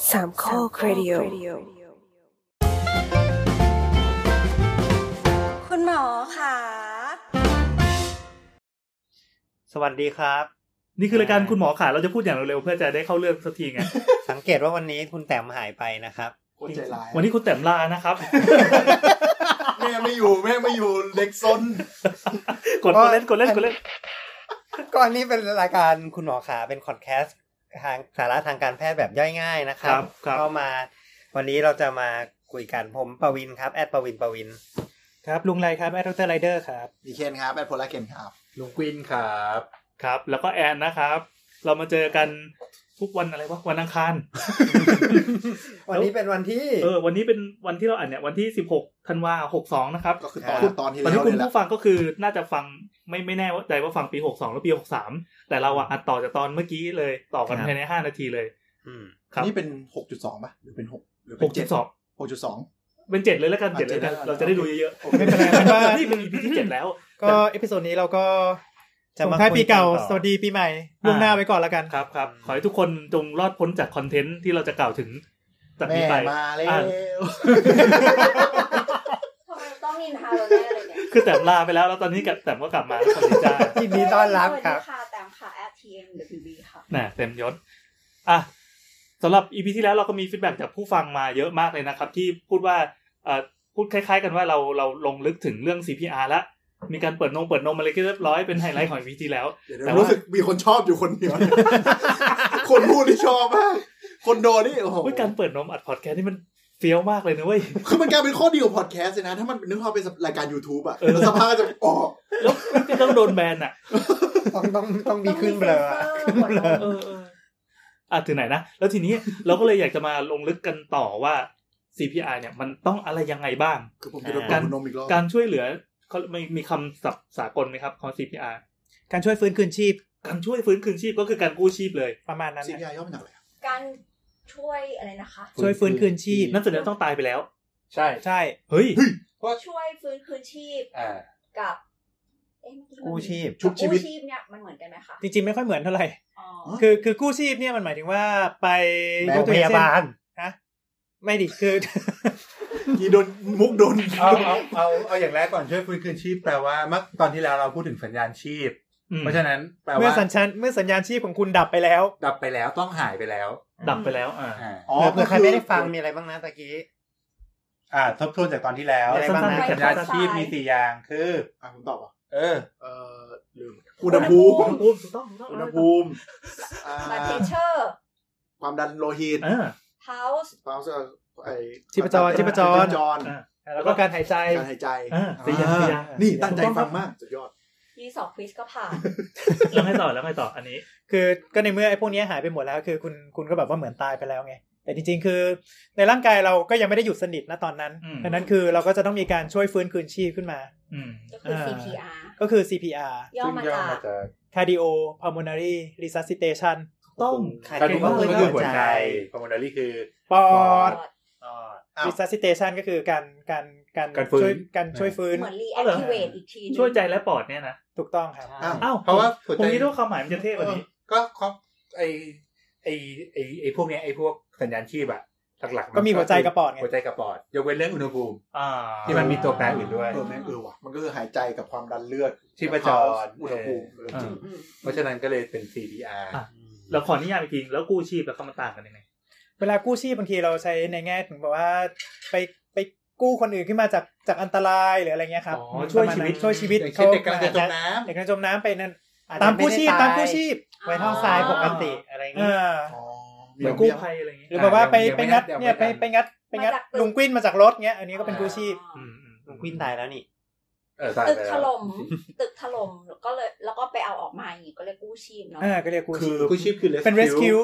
สามข้อครดิโอคุณหมอค่ะสวัสดีครับนี่คือรายการคุณหมอขาเราจะพูดอย่างเร็วๆเพื่อจะได้เข้าเรื่องสักทีไงสังเกตว่าวันนี้คุณแต้มหายไปนะครับใจร้ายวันนี้คุณแต้มลานะครับแม่ไม่อยู่เด็กซนกดเล่นก่อนนี้เป็นรายการคุณหมอขาเป็นพอดแคสต์ทางสาระทางการแพทย์แบบย่อยง่ายนะครับเข้ามาวันนี้เราจะมาคุยกันผมปวินครับปวินครับลุงไรครับดรไรเดอร์ครับดีเคนครับโพลาเคนครับลุงกวินครับครับแล้วก็แอนนะครับเรามาเจอกันทุกวันอะไรวะวันอังคารวันนี้เป็นวันที่วันนี้เป็นวันที่เราอ่านเนี่ยวันที่16ธันวาคม62นะครับก็คือตอนที่แล้วคุณผู้ฟังก็คือน่าจะฟังไม่แน่ใจว่าฟังปี62หรือปี63แต่เราอัดต่อจากตอนเมื่อกี้เลยต่อกันภายใน5นาทีเลยครับนี่เป็น 6.2 ป่ะหรือเป็น6หรือเป็น 6.2 เป็น7เลยแล้วกัน7เลยกันเราจะได้ดูเยอะๆไม่เป็นไรมันว่านี่เป็น EP ที่7แล้วก็เอพิโซดนี้เราก็ส่งท้ายปีเก่าสวัสดีปีใหม่ล่วงหน้าไว้ก่อนแล้วกันครับขอให้ทุกคนจงรอดพ้นจากคอนเทนต์ที่เราจะกล่าวถึงจากนี้ไปมาแล้วทำไมต้องนินทาเราแน่เลยเนี่ยคือแต่ลาไปแล้วตอนนี้แต่ก็กลับมาแล้วสวัสดีจ้ายินดีต้อนรับครับค่ะแต่ค่ะ @tmwb ค่ะน่ะเต็มยศสำหรับ EP ที่แล้วเราก็มีฟีดแบ็กจากผู้ฟังมาเยอะมากเลยนะครับที่พูดว่าพูดคล้ายๆกันว่าเราลงลึกถึงเรื่อง CPR แล้วมีการเปิดนมอะไรก็เรียบร้อยเป็นไฮไลท์ของ EP ที่แล้วแต่รู้สึกมีคนชอบอยู่คนเดียว คนพูดที่ชอบมากคนโดนนี่โอ้โหการเปิดนมอัดพอดแคสต์นี่มันเฟี้ยวมากเลยนะเว้ยคือมันกลายเป็นข้อดีของพอดแคสต์เลยนะถ้ามันนึกว่าเป็นรายการ YouTube อ่ะแล้วสภาพก็จะออกแล้วก็ต้องโดนแบนอ่ะต้องมีขึ้นเบลอถึงไหนนะแล้วทีนี้เราก็เลยอยากจะมาลงลึกกันต่อว่า CPR เนี่ยมันต้องอะไรยังไงบ้างคือผมจะโดนนมอีกรอบการช่วยเหลือเขามีคำศัพท์สากลไหมครับของ CPR การช่วยฟื้นคืนชีพก็คือการกู้ชีพเลยประมาณนั้น CPR ย่อมาจากอะไรการช่วยอะไรนะคะช่วยฟื้นคืนชีพนั่นแสดงต้องตายไปแล้วใช่เฮ้ยช่วยฟื้นคืนชีพกับกู้ชีพชุบชีวิตเนี่ยมันเหมือนกันไหมคะจริงๆไม่ค่อยเหมือนเท่าไหร่คือกู้ชีพเนี่ยมันหมายถึงว่าไปโรงพยาบาลไม่ดิคือโดนมุกโดนเอาอย่างแรกก่อนช่วยฟื้นคืนชีพแปลว่าเมื่อตอนที่แล้วเราพูดถึงสัญญาณชีพเพราะฉะนั้นแปลว่าเมื่อสัญญาณชีพของคุณดับไปแล้วต้องหายไปแล้วดับไปแล้วเผื่อใครไม่ได้ฟังมีอะไรบ้างนะตะกี้ทบทวนจากตตอนที่แล้วสัญญาณชีพมี4อย่างคือผมตอบลืมอุณหภูมิถูกต้องอุณหภูมิ temperature ความดันโลหิต pulse ชีพจรแล้วก็การหายใจนี่ตั้งใจฟังมากสุดยอดมี2ควิสก็ผ่านแล้วไงต่ออันนี้คือก็ในเมื่อไอ้พวกนี้หายไปหมดแล้วคือคุณก็แบบว่าเหมือนตายไปแล้วไงแต่จริงๆคือในร่างกายเราก็ยังไม่ได้หยุดสนิทนะตอนนั้นดังนั้นคือเราก็จะต้องมีการช่วยฟื้นคืนชีพขึ้นมาก็คือ CPR ย่อมาจาก Cardiopulmonary Resuscitation ต้องก็คือหัวใจ Pulmonary คือปอดResuscitation ก็คือการช่วยฟื้นเหมือน reactivate อีกทีช่วยใจและปอดเนี่ยนะถูกต้องครับเพราะว่าผมคิดว่าความหมายมันจะเท่กว่านี้ก็ไอพวกเนี้ยไอพวกสัญญาณชีพอะหลักๆก็มีหัวใจกับปอดไงหัวใจกับปอดยกเว้นเรื่องอุณหภูมิที่มันมีตัวแปรอื่นด้วยแม่งว่ะมันก็คือหายใจกับความดันเลือดชีพจรอุณหภูมิเพราะฉะนั้นก็เลยเป็น CPR แล้วขอนิยามอีกทีแล้วกู้ชีพแล้วมันต่างกันยังไงเวลากู้ชีพบางทีเราใช้ในแง่ถึงแบบว่าไปกู้คนอื่นขึ้นมาจากอันตรายหรืออะไรเงี้ยครับช่วยชีวิตเขาเด็กกำลังจะจมน้ำไปนั่นตามกู้ชีพไว้ท้องทรายปกติอะไรเงี้ยเหมือนกู้ภัยอะไรเงี้ยหรือแบบว่าไปงัดเนี่ยไปงัดลุงกวินมาจากรถเงี้ยอันนี้ก็เป็นกู้ชีพลุงกวินตายแล้วนี่ตึกถล่มก็เลยแล้วก็ไปเอาออกมาอย่างงี้ก็เรียกกู้ชีพเนาะก็เรียกกู้ชีพคือเป็น rescue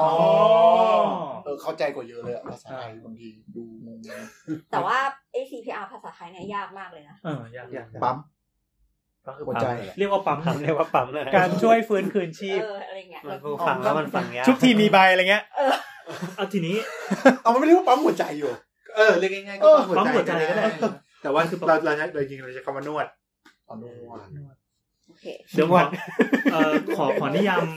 เข้าใจกว่าเยอะเลยภาษาไทยบางทีดูงงแต่ว่า CPR ภาษาไทยเนี่ยยากมากเลยนะยากปั๊มก็คือหัวใจเรียกว่าปั๊มเลยการช่วยฟื้นคืนชีพอะไรเงี้ยมันฟังแล้วมันฟังยากชุบทีมีใบอะไรเงี้ยเอาทีนี้มันไม่เรียกว่าปั๊มหัวใจอยู่เรียกง่ายๆก็ปั๊มหัวใจก็ได้แต่ว่าคือเราจริงเราจะคำว่านวดโอเคเดี๋ยวขอนิยาม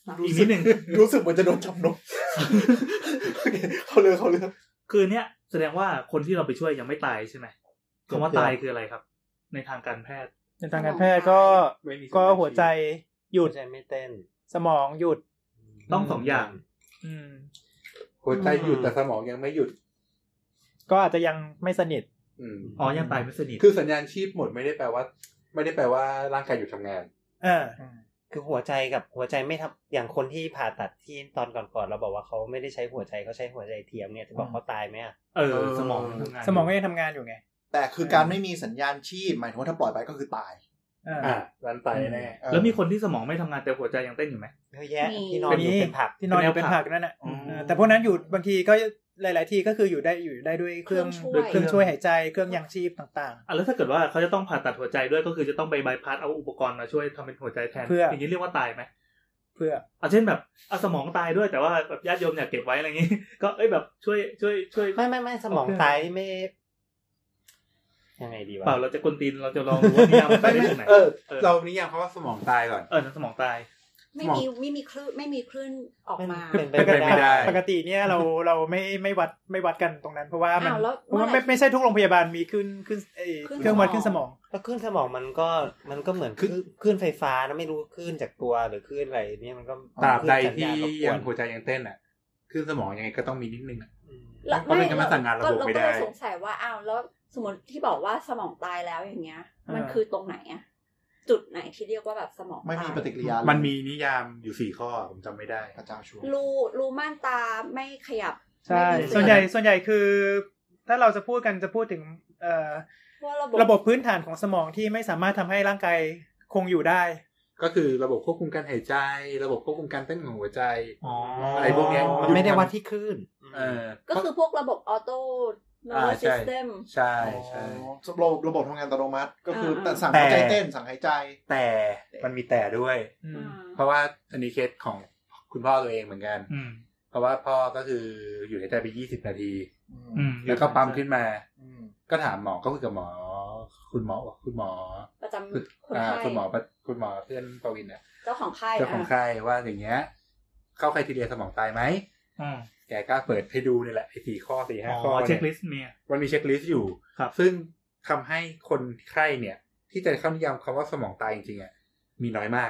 อีกนิดนึงรู้สึกเหมือนจะโดนจับนมเขาเลยคือเนี้ยแสดงว่าคนที่เราไปช่วยยังไม่ตายใช่ไหมคำว่าตายคืออะไรครับในทางการแพทย์ในทางการแพทย์ก็หัวใจหยุดใจไม่เต้นสมองหยุดต้อง2 อย่างหัวใจหยุดแต่สมองยังไม่หยุดก็อาจจะยังไม่สนิทยังตายไม่สนิทคือสัญญาณชีพหมดไม่ได้แปลว่าร่างกายหยุดทำงานคือหัวใจกับหัวใจไม่ทำอย่างคนที่ผ่าตัดที่ตอนก่อนเราบอกว่าเขาไม่ได้ใช้หัวใจเขาใช้หัวใจเทียมเนี่ยจะบอกเขาตายไหมสมองทำงานสมองก็ยังทำงานอยู่ไงแต่คือการไม่มีสัญญาณชีพหมายถึงว่าถ้าปล่อยไปก็คือตายนั้นตายแน่แล้วมีคนที่สมองไม่ทำงานแต่หัวใจยังเต้นอยู่ไหมเยอะแยะที่นอนอยู่เป็นผักนั่นแหละแต่พวกนั้นอยู่บางทีก็หลายๆที่ก็คืออยู่ได้ด้วยเครื่องช่วยหายใจเครื่องยังชีพต่างๆแล้วถ้าเกิดว่าเขาจะต้องผ่าตัดหัวใจด้วยก็คือจะต้องไปบายพาสเอาอุปกรณ์มาช่วยทำเป็นหัวใจแทนอย่างนี้เรียกว่าตายไหมเพื่อเช่นแบบสมองตายด้วยแต่ว่าแบบญาติโยมอยากเก็บไว้อะไรอย่างนี้ก็แบบช่วยไม่สมองตายไม่ยังไงดีวะเปล่าเราจะกวนตีนเราจะลองรู้ว่านิยามไปได้ที่ไหนเรานิยามเขาว่าสมองตายก่อนสมองตายไม่มีคลื่นออกมาปกติเนี่ยเราไม่วัดกันตรงนั้นเพราะว่ามันไม่ใช่ทุกโรงพยาบาลมีขึ้นเครื่องวัดขึ้นสมองแล้วขึ้นสมองมันก็เหมือนขึ้นไฟฟ้านะไม่รู้ขึ้นจากตัวหรือขึ้นอะไรเนี่ยมันก็ตราบใดที่ยังหัวใจยังเต้นขึ้นสมองยังไงก็ต้องมีนิดนึงเพราะเป็นการสั่งงานระบบไม่ได้เราก็เลยสงสัยว่าแล้วสมมติที่บอกว่าสมองตายแล้วอย่างเงี้ยมันคือตรงไหนจุดไหนที่เรียกว่าแบบสมองไม่มีปฏิกิริยามันมีนิยามอยู่4ข้อผมจำไม่ได้พระเจ้าช่วยรูม่านตาไม่ขยับใช่ส่วนใหญ่คือถ้าเราจะพูดถึงระบบพื้นฐานของสมองที่ไม่สามารถทำให้ร่างกายคงอยู่ได้ก็คือระบบควบคุมการหายใจระบบควบคุมการเต้นของหัวใจอะไรพวกนี้มันไม่ได้วัดที่คลื่นก็คือพวกระบบออโต้nervous system ใช่ระบบทำงานอัตโนมัติก็คือสั่งหัวใจเต้นสั่งหายใจแต่มันมีแต่ด้วยเพราะว่าอันนี้เคสของคุณพ่อตัวเองเหมือนกันเพราะว่าพ่อก็คืออยู่หายใจไป20 นาทีแล้วก็ปั๊มขึ้นมาก็ถามหมอก็คุยกับหมอคุณหมอประจำคนไข้คุณหมอเพื่อนประวินเจ้าของไข้ว่าอย่างเงี้ยเข้าไครทีเรียสมองตายไหมแกก็เปิดให้ดูนี่แหละไอ้4 ข้อ 4-5 ข้อเช็คลิสต์มันมีเช็คลิสต์อยู่ซึ่งทำให้คนไข้เนี่ยที่จะเข้านิยามคำว่าสมองตายจริงๆมีน้อยมาก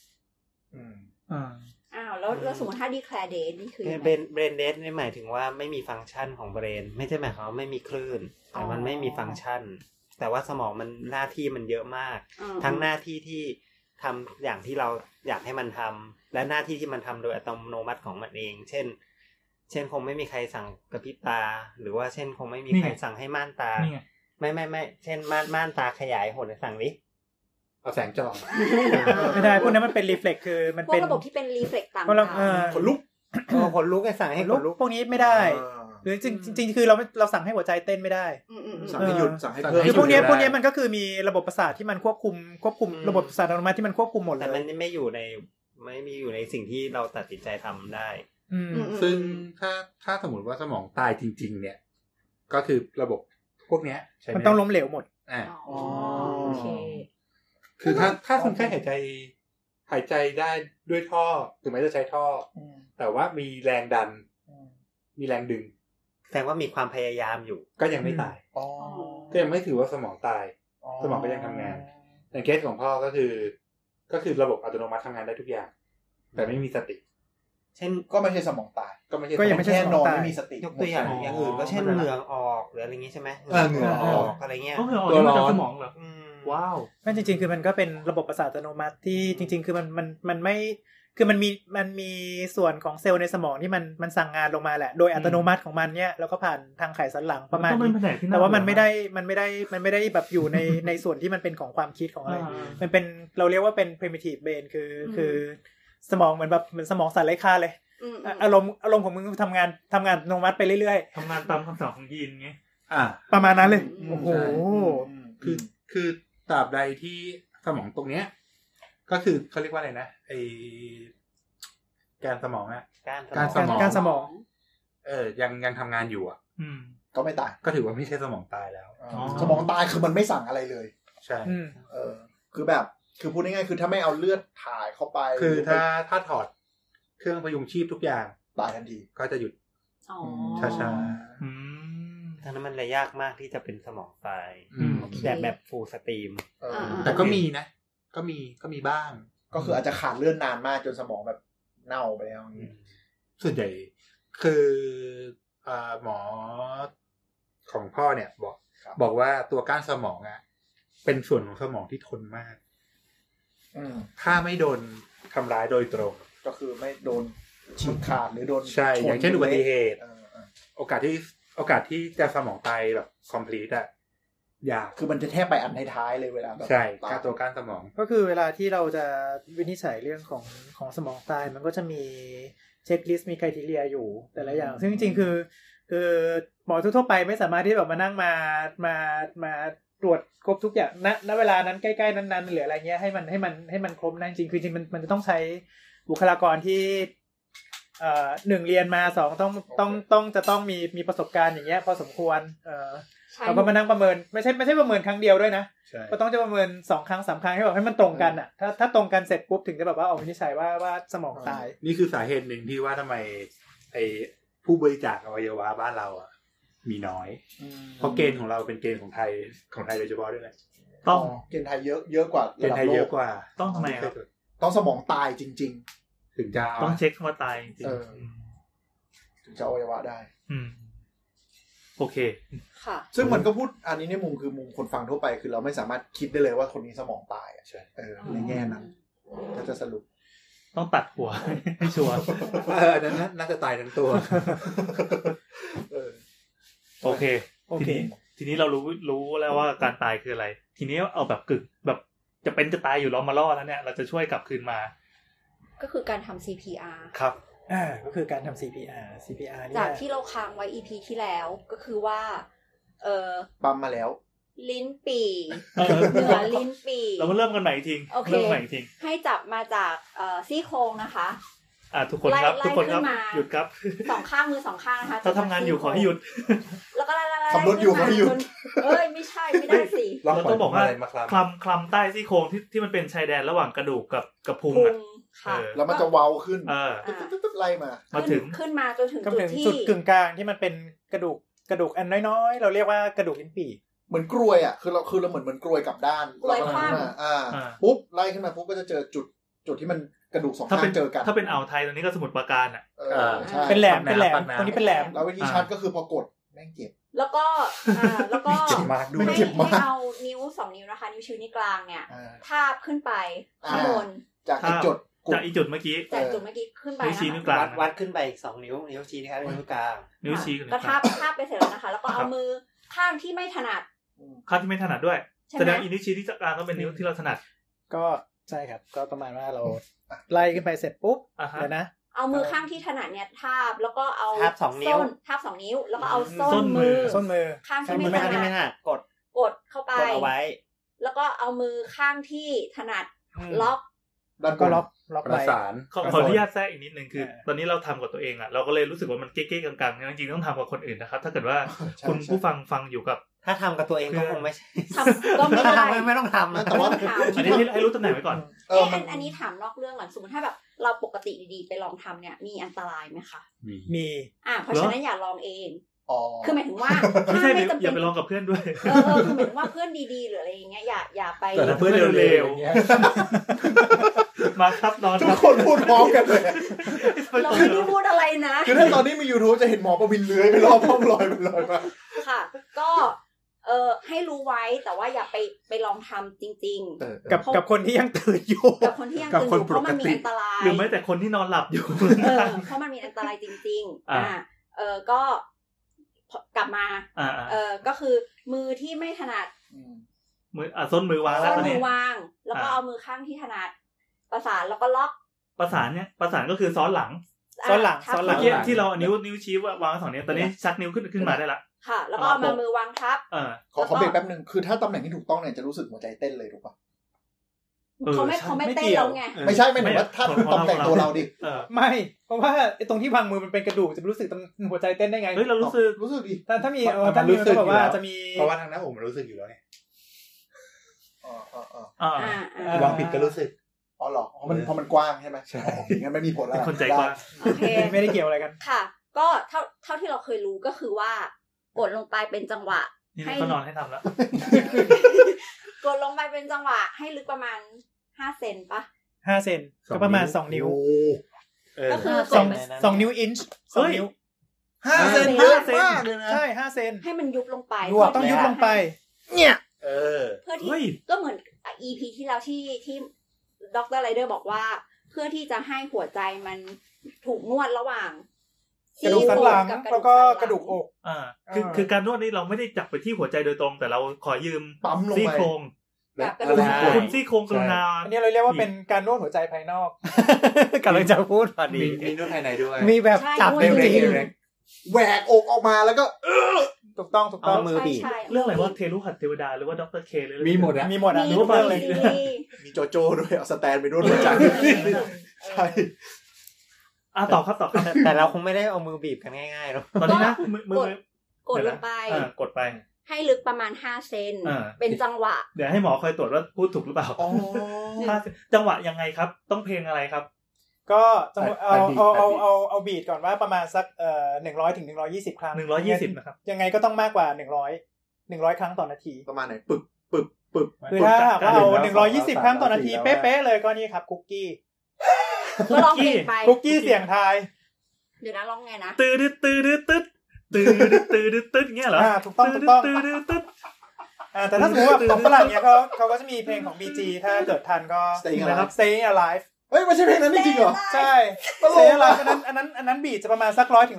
แล้วสมมติถ้า declare dead นี่คือ brain dead ไม่หมายถึงว่าไม่มีฟังก์ชันของ brain ไม่ใช่หมายความว่าไม่มีคลื่นแต่มันไม่มีฟังก์ชันแต่ว่าสมองมันหน้าที่มันเยอะมากทั้งหน้าที่ที่ทำอย่างที่เราอยากให้มันทำและหน้าที่ที่มันทำโดยอัตโนมัติของมันเองเช่นคงไม่มีใครสั่งกระพริบตาหรือว่าเช่นคงไม่มีใครสั่งให้ม่านตาไม่เช่นม่านตาขยายหดสั่งดิเอาแสงจอไม่ได้พวกนั้นมันเป็นรีเฟล็กคือมันเป็นระบบที่เป็นรีเฟล็กต่างๆขนลุกไอ้สั่งให้ขนลุกพวกนี้ไม่ได้หรือจริงๆคือเราสั่งให้หัวใจเต้นไม่ได้สั่งให้หยุดสั่งให้เพิ่มคือพวกนี้มันก็คือมีระบบประสาทที่มันควบคุมระบบประสาทอัตโนมัติที่มันควบคุมหมดเลยแต่มันไม่อยู่ในสิ่งที่เราตัดสินใจทำได้ซึ่งถ้าสมมติว่าสมองตายจริงๆเนี่ยก็คือระบบพวกนี้ใช่ไหมมันต้องล้มเหลวหมดโอเคคือถ้าคนไข้หายใจได้ด้วยท่อถึงแม้จะใช้ท่อแต่ว่ามีแรงดันมีแรงดึงแสดงว่ามีความพยายามอยู่ก็ยังไม่ตายก็ยังไม่ถือว่าสมองตายสมองก็ยังทำงานในเคสของพ่อก็คือระบบอัตโนมัติทำงานได้ทุกอย่างแต่ไม่มีสติเช่นก็ไม่ใช่สมองตายก็ยังไม่ใช่นอนไม่มีสติยกตัวอย่างอื่นก็เช่นเหงื่อออกหรืออะไรอย่างงี้ใช่ไหมเหงื่อออกอะไรเงี้ยตัวร้อนสมองเหรอว้าวนั่นจริงๆคือมันก็เป็นระบบประสาทอัตโนมัติที่จริงๆคือมันไม่คือมันมีส่วนของเซลล์ในสมองที่มันสั่งงานลงมาแหละโดยอัตโนมัติของมันเนี่ยแล้วก็ผ่านทางไขสันหลังประมาณนี้แต่ว่ามันไม่ได้แบบอยู่ในส่วนที่มันเป็นของความคิดของอะไรมันเป็นเราเรียกว่าเป็น primitive brain คือสมองเหมือนสมองสัตว์ไร้ค่าเลยอารมณ์ของมึงทำงานอัตโนมัติไปเรื่อยๆทำงานตามคำสั่งของยีนไงประมาณนั้นเลยโอ้โหคือตราบใดที่สมองตรงเนี้ยก็คือเขาเรียกว่าอะไรนะไอแกนสมองการสมองยังทำงานอยู่ก็ไม่ตายก็ถือว่าไม่ใช่สมองตายแล้วสมองตายคือมันไม่สั่งอะไรเลยใช่คือแบบคือพูดง่ายๆคือถ้าไม่เอาเลือดถ่ายเข้าไปคือถ้าถอดเครื่องพยุงชีพทุกอย่างตายทันทีก็จะหยุดช้าๆทั้งนั้นมันเลยยากมากที่จะเป็นสมองตายแบบฟูลสตรีมแต่ก็มีนะก็มีบ้างก็คืออาจจะขาดเลือดนานมากจนสมองแบบเน่าไปแล้วอย่างนี้ส่วนใหญ่คือหมอของพ่อเนี่ยบอกว่าตัวก้านสมองอะเป็นส่วนของสมองที่ทนมากถ้าไม่โดนทำร้ายโดยตรงก็คือไม่โดนฉีกขาดหรือโดนใช่อย่างเช่นอุบัติเหตุโอกาสที่จะสมองตายแบบ complete อะยากคือมันจะแทบไปอันท้ายๆเลยเวลาแบบใช่ค่าตัวก้านสมองก็คือเวลาที่เราจะวินิจฉัยเรื่องของสมองตายมันก็จะมีเช็คลิสต์มีไครทีเรียอยู่แต่ละอย่างซึ่งจริงๆคือหมอทั่วๆไปไม่สามารถที่แบบมานั่งมาตรวจครบทุกอย่างณเวลานั้นใกล้ๆนั้นๆหรืออะไรเงี้ยให้มันครบนะจริงๆคือจริงมันจะต้องใช้บุคลากรที่1เรียนมา2ต้องมีประสบการณ์อย่างเงี้ยพอสมควรเราก็มานั่งประเมินไม่ใช่ประเมินครั้งเดียวด้วยนะก็ต้องจะประเมิน2ครั้ง3ครั้งให้แบบให้มันตรงกันอ่ะถ้าตรงกันเสร็จปุ๊บถึงจะแบบว่าออกวินิจฉัยว่าสมองตายนี่คือสาเหตุหนึ่งที่ว่าทำไมไอ้ผู้บริจาคอวัยวะบ้านเราอ่ะมีน้อยเพราะเกณฑ์ของเราเป็นเกณฑ์ของไทยโดยเฉพาะด้วยนะต้องเกณฑ์ไทยเยอะกว่าเกณฑ์ไทยเยอะกว่าต้องทำไมครับต้องสมองตายจริงๆถึงจะต้องเช็คว่าตายจริงถึงจะอวัยวะได้โอเคค่ะซึ่งมันก็พูดอันนี้ในมุมคือมุมคนฟังทั่วไปคือเราไม่สามารถคิดได้เลยว่าคนนี้สมองตายอ่ะใช่ในแง่นั้นถ้าจะสรุปต้องตัดหัวให้ชัวร์อันนั้นน่าจะตายทั้งตัวโอเคทีนี้เรารู้แล้วว่าการตายคืออะไรทีนี้เอาแบบกึ่งแบบจะเป็นจะตายอยู่ล้อมมาล่อแล้วเนี่ยเราจะช่วยกลับคืนมาก็คือการทำ CPR ครับก็คือการทำ CPR เนี่ยจากที่เราค้างไว้ EP ที่แล้วก็คือว่าปั๊มมาแล้วลิ้นปี่เหนือลิ้นปี่เรามาเริ่มกันใหม่อีกทีเริ่มใหม่อีกทีให้จับมาจากซี่โครงนะคะทุกคนครับหยุดครับ 2ข้างมือ2ข้างนะคะถ้าทำงานอยู่ขอให้หยุดแล้วก็ไล่ขับรถอยู่ขอให้หยุดไม่ใช่ไม่ได้สิเราต้องบอกว่าคลำใต้ซี่โครงที่มันเป็นชายแดนระหว่างกระดูกกับพุงอ่ะแล้วมันจะเว้าขึ้นไล่มาถึงขึ้นมาจนถึงจุดกึ่งกลางที่มันเป็นกระดูกอันน้อยๆเราเรียกว่ากระดูกลิ้นปี่เหมือนกลวยอ่ะคือเราเหมือนกลวยกับด้านแล้วก็ปุ๊บไล่ขึ้นมาปุ๊บก็จะเจอจุดที่มันกระดูก2ข้างเจอกันถ้าเป็นอ่าวไทยตรงนี้ก็สมุทรปราการอ่ะเป็นแหลมตรงนี้เป็นแหลมแล้ววิธีชัดก็คือพอกดแม่งเจ็บแล้วก็เจ็บมากด้วยให้เอานิ้ว2นิ้วนะคะนิ้วชี้นิ้วกลางเนี่ยทาบขึ้นไปข้างบนจากอีกจุดเมื่อกี้ขึ้นไปวัดขึ้นไปอีก2นิ้วชี้นะครับนิ้วกลางนิ้วชี้ก็ทาบไปเสร็จแล้วนะคะแล้วก็เอามือข้างที่ไม่ถนัดด้วยแสดงนิ้วชี้ที่กลางต้องเป็นนิ้วที่เราถนัดก็ใช่ครับก็ประมาณว่าเราไล่ขึ้นไปเสร็จปุ๊บเดี๋ยวนะเอามือข้างที่ถนัดเนี่ยทาบแล้วก็เอาทาบ2นิ้วแล้วก็เอาส้นมือข้างที่ไม่ถนัดกดเข้าไปเอาไว้แล้วก็เอามือข้างที่ถนัดล็อกแล้วก็ล็อกประสานขออนุญาตแทรกอีกนิดนึงคือตอนนี้เราทำกับตัวเองอ่ะเราก็เลยรู้สึกว่ามันเก๊ๆกังๆจริงๆต้องทำกับคนอื่นนะครับถ้าเกิดว่าคุณผู้ฟังอยู่กับถ้าทำกับตัวเองก็คงไม่ใช่ก็ไม่ได้ไม่ต้องทำแต่ว่าอันนี้ให้รู้ตำแหน่งไว้ก่อนอันนี้ถามนอกเรื่องก่อนสมมติถ้าแบบเราปกติดีๆไปลองทำเนี่ยมีอันตรายไหมคะมีเพราะฉะนั้นอย่าลองเองคือหมายถึงว่าไม่ใช่อย่าไปลองกับเพื่อนด้วยคือหมายถึงว่าเพื่อนดีๆหรืออะไรอย่างเงี้ยอย่าไปแต่เพื่อนเร็วๆมาครับนอนทุกคนพูดพร้อมกันเลยเราไม่ได้พูดอะไรนะคือถ้าตอนนี้มี YouTube จะเห็นหมอประวินเลื้อยไปรอบห้องลอยมาค่ะก็ให้รู้ไว้แต่ว่าอย่าไปลองทำจริงๆกับคนที่ยังตื่นอยู่กับคนที่ยังตื่นอยู่เพราะมันมีอันตรายหรือไม่แต่คนที่นอนหลับอยู่เพราะมันมีอันตรายจริงๆก็กลับมาก็คือมือที่ไม่ถนัดมือส้นมือวางแล้วมือวางแล้วก็เอามือข้างที่ถนัดประสานแล้วก็ล็อกประสานก็คือซ้อนหลังที่เรานิ้วชี้วาง2นิ้วตอนนี้ชักนิ้วขึ้นมาได้ละค่ะแล้วก็เอามือวางทับขอเบรกแป๊บนึงคือถ้าตำแหน่งที่ถูกต้องเนี่ยจะรู้สึกหัวใจเต้นเลยถูกป่ะเขาไม่เต้นแล้วไงไม่ใช่ไม่หมายว่าถ้าตำแหน่งตัวเราดิไม่เพราะว่าตรงที่วางมือมันเป็นกระดูกจะรู้สึกหัวใจเต้นได้ไงเฮ้ยเรารู้สึกดิถ้ามีก็แบบว่าจะมีเพราะว่าทางหน้าอกมันรู้สึกอยู่แล้วไงวางผิดก็รู้สึกอ๋อเหรอเพราะมันกว้างใช่ไหมใช่งั้นไม่มีผลแล้วคนใจกว้างโอเคไม่ได้เกี่ยวอะไรกันค่ะก็เท่าที่เราเคยรู้ก็คือว่ากดลงไปเป็นจังหวะให้ก็นอนให้ทำแล้วกดลงไปเป็นจังหวะให้ลึกประมาณ5 เซนปะ 5 เซนก็ประมาณ2 นิ้วก็คือ 2 นิ้วอินช์2 นิ้ว 5 เซนเยอะมากเลยนะใช่5 เซนให้มันยุบลงไปต้องยุบลงไปเนี่ยเพื่อที่ก็เหมือน EP ที่แล้วที่ดร.ไรเดอร์บอกว่าเพื่อที่จะให้หัวใจมันถูกนวดระหว่างกระดูกสันหลังแล้วก็กระดูกอกคือการนวดนี้เราไม่ได้จับไปที่หัวใจโดยตรงแต่เราขอยืมซี่โครงคุณซี่โครงกรุณาอันนี้เราเรียกว่าเป็นการนวดหัวใจภายนอกกำลังจะพูดพอดีมีนวดภายในด้วยมีแบบจับเป็นจริงแหวกอกออกมาแล้วก็ถูกต้องมือบีบเรื่องอะไรว่าเทลุหัดเทวดาหรือว่าดร.เคเลยมีหมดมีหมดรู้ว่าเลยมีโจโจ้ด้วยเอาสแตนไปนวดหัวใจใช่ต่อครับแต่เราคงไม่ได้เอามือบีบกันง่ายๆหรอกตอนนี้นะมือกดลงไปกดไปให้ลึกประมาณ5 เซนเป็นจังหวะเดี๋ยวให้หมอคอยตรวจว่าพูดถูกหรือเปล่าจังหวะยังไงครับต้องเพลงอะไรครับก็เอาบีทก่อนว่าประมาณสัก100 ถึง 120 ครั้ง 120นะครับยังไงก็ต้องมากกว่า100 ครั้งต่อนาทีประมาณไหนปึบคือถ้าเอา120 ครั้งต่อนาทีเป๊ะๆเลยก็นี่ครับคุกกี้ก็ร้องเพลงไปคุกกี้เสียงทายเดี๋ยวนะร้องไงนะตื้อเงี้ยเหรอถูกต้องแต่ถ้าสมมติว่าของฝรั่งเนี่ยเขาก็จะมีเพลงของ BG ถ้าเกิดทันก็ Stay Alive เฮ้ยไม่ใช่เพลงนั้นจริงเหรอใช่ Stay Alive อันนั้นบีทจะประมาณสัก100 ถึง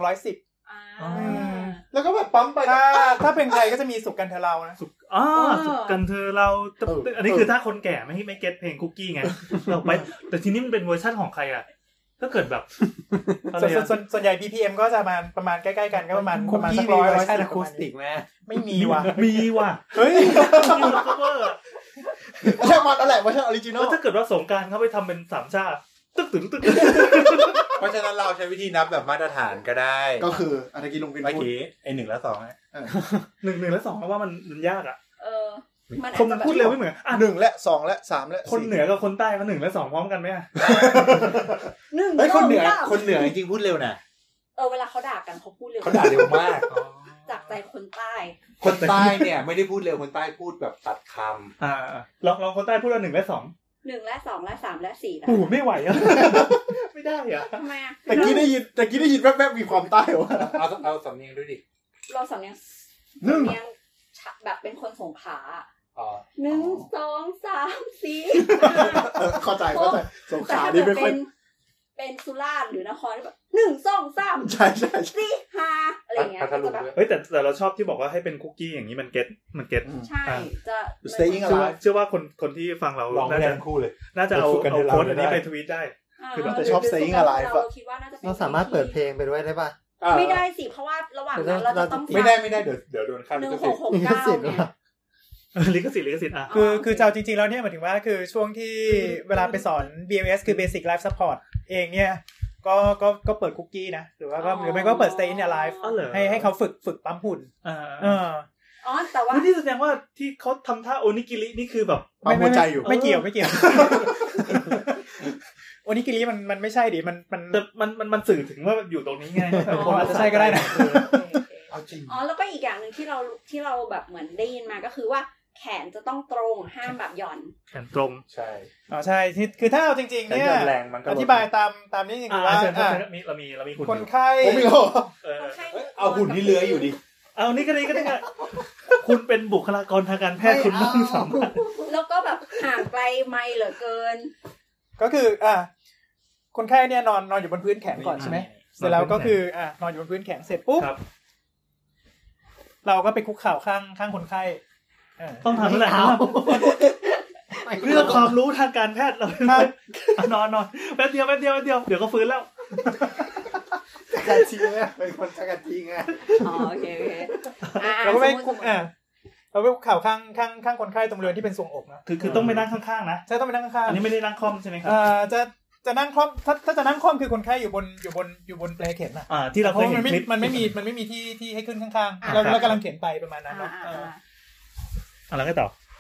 110 แล้วก็แบบปั๊มไปถ้าเพลงไทยก็จะมีสุขกันเธอเรานะสุขกันเธอเราอันนี้คือถ้าคนแก่ไม่เก็ตเพลงคุกกี้ไงเราไปแต่ทีนี้มันเป็นเวอร์ชั่นของใครอ่ะถ้าเกิดแบบส่วนใหญ่ BPM ก็จะประมาณใกล้ๆกันก็ประมาณสัก100 ใช่อะคูสติกมั้ยไม่มีว่ะเฮ้ยอยู่คัฟเวอร์ใช่มันนั่นแหละไม่ใช่ออริจินอลถ้าเกิดว่าสงกรานต์เขาไปทำเป็น3ชาติตึกเพราะฉะนั้นเราใช้วิธีนับแบบมาตรฐานก็ได้ก็คืออันนี้ลุงวินพูดไอ้1และ2ฮะ 1และ2เพราะว่ามันยากอ่ะคนพูดเร็วไม่เหมือน 1และ2และ3และคนเหนือกับคนใต้มัน1และ2พร้อมกันมั้ยอ่ะ 1เฮ้ยคนเหนือจริงๆพูดเร็วนะเวลาเขาด่ากันเขาพูดเร็วเขาด่าเร็วมากจากใจคนใต้คนใต้เนี่ยไม่ได้พูดเร็วคนใต้พูดแบบตัดคำลองคนใต้พูดว่า1และ2 1และ2และ3และ4 โอ้ไม่ไหวอ่ะไม่ได้อ่ะทำไมอ่ะตะกี้ได้ยินแวบๆมีความใต้ว่ะเอาสำเนียงด้วยดิเราสำเนียงแบบเป็นคนสงขลา1 2 3 4 เข้าใจสงขลานี่เป็นสุราษฎร์หรือนครแบบ1 2 3 ใช่ 4 5อะไรอย่างเงี้ยเฮ้ยแต่เราชอบที่บอกว่าให้เป็นคุกกี้อย่างนี้มันเก็ตใช่จะ staying alive เชื่อว่าคนที่ฟังเราน่าจะคู่เลยน่าจะเอาโค้ดอันนี้ไปทวีตได้คือแบบชอบ staying alive เราสามารถเปิดเพลงไปด้วยได้ป่ะไม่ได้สิเพราะว่าระหว่างนั้นเราจะต้องไม่ได้เดี๋ยวโดนค่าลิขสิทธิ์ลิขสิทธิ์คือเจ้าจริงๆแล้วเนี่ยหมายถึงว่าคือช่วงที่เวลาไปสอน BMS คือ Basic Life Support เองเนี่ยก็เปิดคุกกี้นะหรือไม่ก็เปิด Stay in Alive ให้เขาฝึกปั๊มหุ่นแต่ว่าที่แสดงว่าที่เขาทำท่าโอนิกิรินี่คือแบบปั๊มหัวใจอยู่ไม่เกี่ยวโอนิกิริมันไม่ใช่ดิมันสื่อถึงว่าอยู่ตรงนี้ไงอาจจะใช่ก็ได้นะเอาจริงแล้วก็อีกอย่างนึงที่เราแบบเหมือนได้ยินมาก็คือว่าแขนจะต้องตรงห้ามแบบหย่อนแขนตรงใช่ใช่คือถ้าเอาจริงๆเนี่ยอธิบายตามนี้จริงๆว่าเรามีคนไข้เอาหุ่นที่เลื้อยอยู่ดิเอานี่ก็ได้คุณเป็นบุคลากรทางการแพทย์คุณต้องสามารถแล้วก็แบบห่างไกลไม่เหลือเกินก็คือคนไข้เนี่ยนอนอยู่บนพื้นแขนก่อนใช่ไหมเสร็จแล้วก็คือนอนอยู่บนพื้นแขนเสร็จปุ๊บเราก็ไปคุกเข่าข้างคนไข้ต้องทำนั่นแหละเรื่องความรู้ทางการแพทย์เรานอนแป๊บเดียวเดี๋ยวก็ฟื้นแล้วจักรจีไงเป็นคนจักรจีไงโอเคเราก็ไปคุกเราไปคุกเข่าข้างคนไข้ตรงบริเวณที่เป็นทรวงอกนะคือต้องไปนั่งข้างๆนะใช่ต้องไปนั่งข้างๆอันนี้ไม่ได้นั่งคล่อมใช่ไหมครับจะนั่งคล่อมถ้าจะนั่งคล่อมคือคนไข้อยู่บนเปลเข็นที่เราเคยเห็นคลิปมันไม่มีที่ให้ขึ้นข้างๆเรากำลังเข็นไปประมาณนั้นอะไรก็ต่อ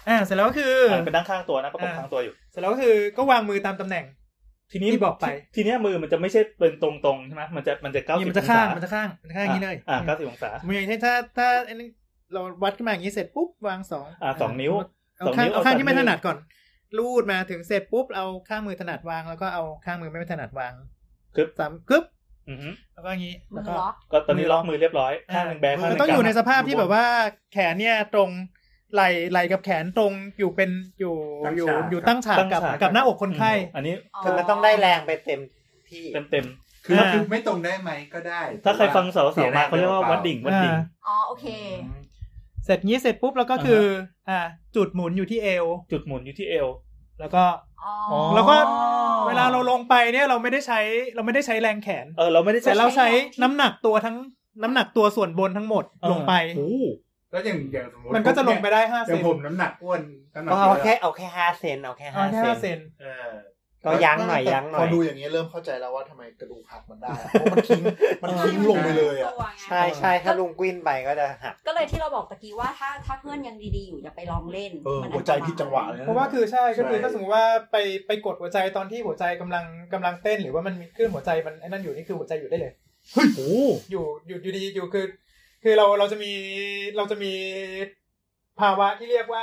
เสร็จแล้วก็คือเป็นด้านข้างตัวนะประกบข้างตัวอยู่เสร็จแล้วก็คือก็วางมือตามตำแหน่งทีนี้ที่บอกไปทีนี้มือมันจะไม่ใช่เป็นตรงๆใช่ไหมมันจะ90 มันจะข้างอย่างนี้เลย 90องศามืออย่างเช่นถ้าเราวัดขึ้นมาอย่างนี้เสร็จปุ๊บวาง 2นิ้วเอาข้างที่ไม่ถนัดก่อนลูดมาถึงเสร็จปุ๊บเอาข้างมือถนัดวางแล้วก็เอาข้างมือไม่ถนัดวางกึ๊บแล้วก็อย่างนี้แล้วก็ตอนนี้ล็อกมือเรียบร้อยข้างนึงแบกข้างนึงต้องอยู่ในสภาพที่แบบว่าแขนเนี่ยตรงไหล่กับแขนตรงอยู่เป็นอยู่ตั้งฉากกับหน้าอกคนไข้อันนี้คือมันต้องได้แรงไปเต็มที่เต็มคือไม่ตรงได้ไหมก็ได้ถ้าใครฟังสาวๆมาเขาเรียกว่าวัดดิ่งอ๋อโอเคเสร็จงี้เสร็จปุ๊บแล้วก็คือจุดหมุนอยู่ที่เอวแล้วก็เวลาเราลงไปเนี่ยเราไม่ได้ใช้แรงแขนเราไม่ได้แต่เราใช้น้ำหนักตัวส่วนบนทั้งหมดลงไปแล้วอย่างสมมติมันก็จะลงไปได้5เซนอย่างผมน้ำหนักอ้วนก็เอาแค่5เซนเอาแค่5เซนก็ยั้งหน่อยพอดูอย่างนี้เริ่มเข้าใจแล้วว่าทำไมกระดูกหักมันได้เพราะมันทิ้งลงไปเลยอ่ะใช่ถ้าลุงกวิ้นไปก็จะหักก็เลยที่เราบอกตะกี้ว่าถ้าเพื่อนยังดีๆอยู่อย่าไปลองเล่นหัวใจผิดจังหวะเลยเพราะว่าคือใช่ก็คือถ้าสมมติว่าไปกดหัวใจตอนที่หัวใจกำลังเต้นหรือว่ามันมีคลื่นหัวใจมันไอ้นั่นอยู่นี่คือหัวใจหยุดได้เลยเฮ้ยโอ้อยู่ดีอยู่คือเราจะมีภาวะที่เรียกว่า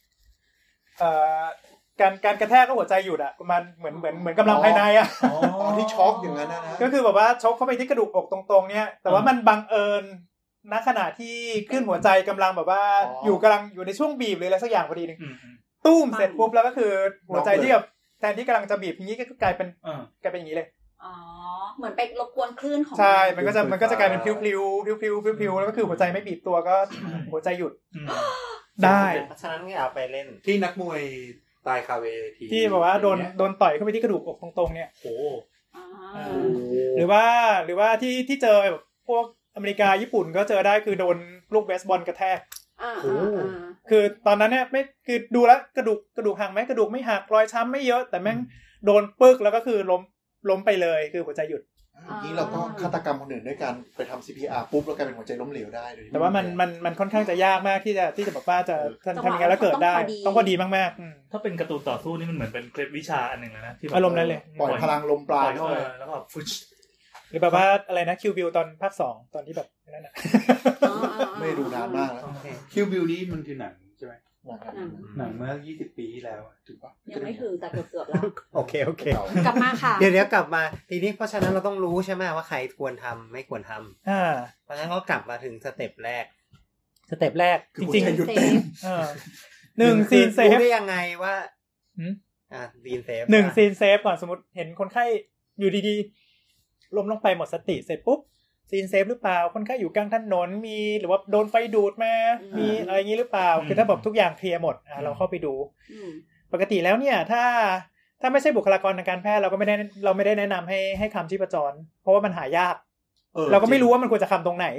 การกระแทกกับหัวใจหยุดอ่ะมันเหมือนกำลังภายในอ่ะที่ช็อกอย่างนั้นนะก็คือแบบว่าช็อกเข้าไปที่กระดูกอกตรงๆเนี่ยแต่ว่ามันบังเอิญณขณะที่คลื่นหัวใจกำลังแบบว่ากำลังอยู่ในช่วงบีบหรืออะไรสักอย่างพอดีนึงตุ้มเสร็จปุ๊บแล้วก็คือหัวใจที่แบบแทนที่กำลังจะบีบอย่างนี้ก็กลายเป็นอย่างนี้เลยเหมือนไปรบกวนคลื่นของใช่มันก็จะกลายเป็นพลิ้วแล้วก็คือหัวใจไม่บีบตัวก็หัวใจหยุดได้เพราะฉะนั้นไม่เอาไปเล่นที่นักมวยตายคาเวทีที่แบบว่าโดนต่อยเข้าไปที่กระดูกอกตรงๆเนี่ยโอ้หรือว่าที่เจอแบบพวกอเมริกาญี่ปุ่นก็เจอได้คือโดนลูกเบสบอลกระแทกคือตอนนั้นเนี่ยไม่คือดูแล้วกระดูกหักไหมกระดูกไม่หักรอยช้ำไม่เยอะแต่แม่งโดนปึกแล้วก็คือล้มไปเลยคือหัวใจหยุดนี้เราก็ฆาตกรรมคนอื่นด้วยการไปทำ CPR ปุ๊บแล้วกลายเป็นหัวใจล้มเหลวได้เลยแต่ว่ามันค่อนข้างจะยากมากที่จะแบบว่าจะทำยังไงแล้วเกิดได้ต้องพอดีมากๆถ้าเป็นการ์ตูนต่อสู้นี่มันเหมือนเป็นเคล็ดวิชาอันนึงแล้วนะที่อารมณ์นั้นเลยปล่อยพลังลมปราณเข้าไปแล้วก็ฟุชหรือแบบว่าอะไรนะคิวบิลตอนภาค2ตอนที่แบบนั่นน่ะไม่ดูนานมากแล้วคิวบิลนี่มันคือหนังใช่ไหมหนังเมื่อ20 ปีที่แล้วถูกปะยังไม่ถึงแต่เกือบแล้วโอเคกลับมาค่ะเดี๋ยวกลับมาทีนี้เพราะฉะนั้นเราต้องรู้ใช่ไหมว่าใครควรทำไม่ควรทำเพราะฉะนั้นก็กลับมาถึงสเต็ปแรกจริงๆ 1 ซีนเซฟได้ยังไงว่าซีนเซฟ 1ซีนเซฟก่อนสมมติเห็นคนไข้อยู่ดีๆล้มลงไปหมดสติเสร็จปุ๊บซีนเซฟหรือเปล่าคนไข้อยู่กลางถนนมีหรือว่าโดนไฟดูดมามีอะไรอย่างนี้หรือเปล่าคือถ้าแบบทุกอย่างเคลียร์หมดเราเข้าไปดูปกติแล้วเนี่ยถ้าไม่ใช่บุคลากรทางการแพทย์เราไม่ได้แนะนำให้คำชีพจรเพราะว่ามันหายากเราก็ไม่รู้ว่ามันควรจะคำตรงไหน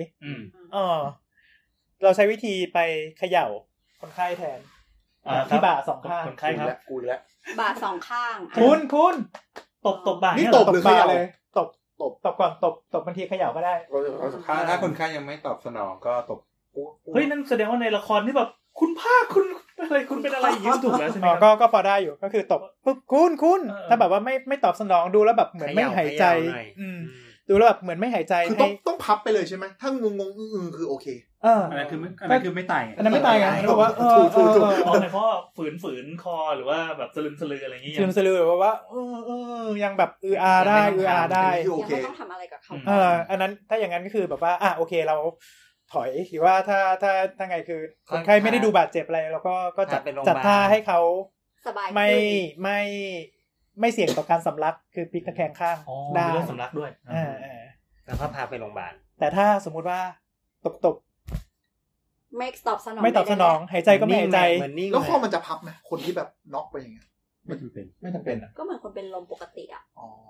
เราใช้วิธีไปเขย่าคนไข้แทนที่บ่า2ข้างคนไข้ครับกูแล้วบ่า2ข้างคุณตบบ่านี่ตบหรือเขย่าเลยตบก่อนตบบางทีเขย่าก็ได้ถ้าคนไข้ยังไม่ตอบสนองก็ตบเฮ้ยนั่นแสดงว่าในละครที่แบบคุณภาคคุณอะไรคุณเป็นอะไรอย่างนี้ถูกแล้วใช่ไหมก็พอได้อยู่ก็คือตบปุ๊บคุณถ้าแบบว่าไม่ตอบสนองดูแล้วแบบเหมือนไม่หายใจดูแล้วแบบเหมือนไม่หายใจคือต้องพับไปเลยใช่ไหมถ้างงคือโอเคอันนั้นคือไม่ตายอันนั้นไม่ตายไงเพราะว่าถูกเพราะฝืนคอหรือว่าแบบสลืออะไรอย่างเงี้ยสลือแบบว่ายังแบบได้โอเคต้องทำอะไรกับเขาอันนั้นถ้าอย่างนั้นก็คือแบบว่าโอเคเราถอยหรือว่าถ้าไงคือคนไข้ไม่ได้ดูบาดเจ็บอะไรเราก็จัดท่าให้เขาสบายไม่เสี่ยงต่อการสำลักคือพลิกตะแคงข้างได้สำลักด้วยแล้วก็พาไปโรงพยาบาลแต่ถ้าสมมุติว่าตบไม่ตอบสนองหายใจก็ไม่หายใจแล้วข้อมันจะพับไหมคนที่แบบน็อกไปอย่างเงี้ยไม่จำเป็นก็เหมือนคนเป็นลมปกติอ่ะ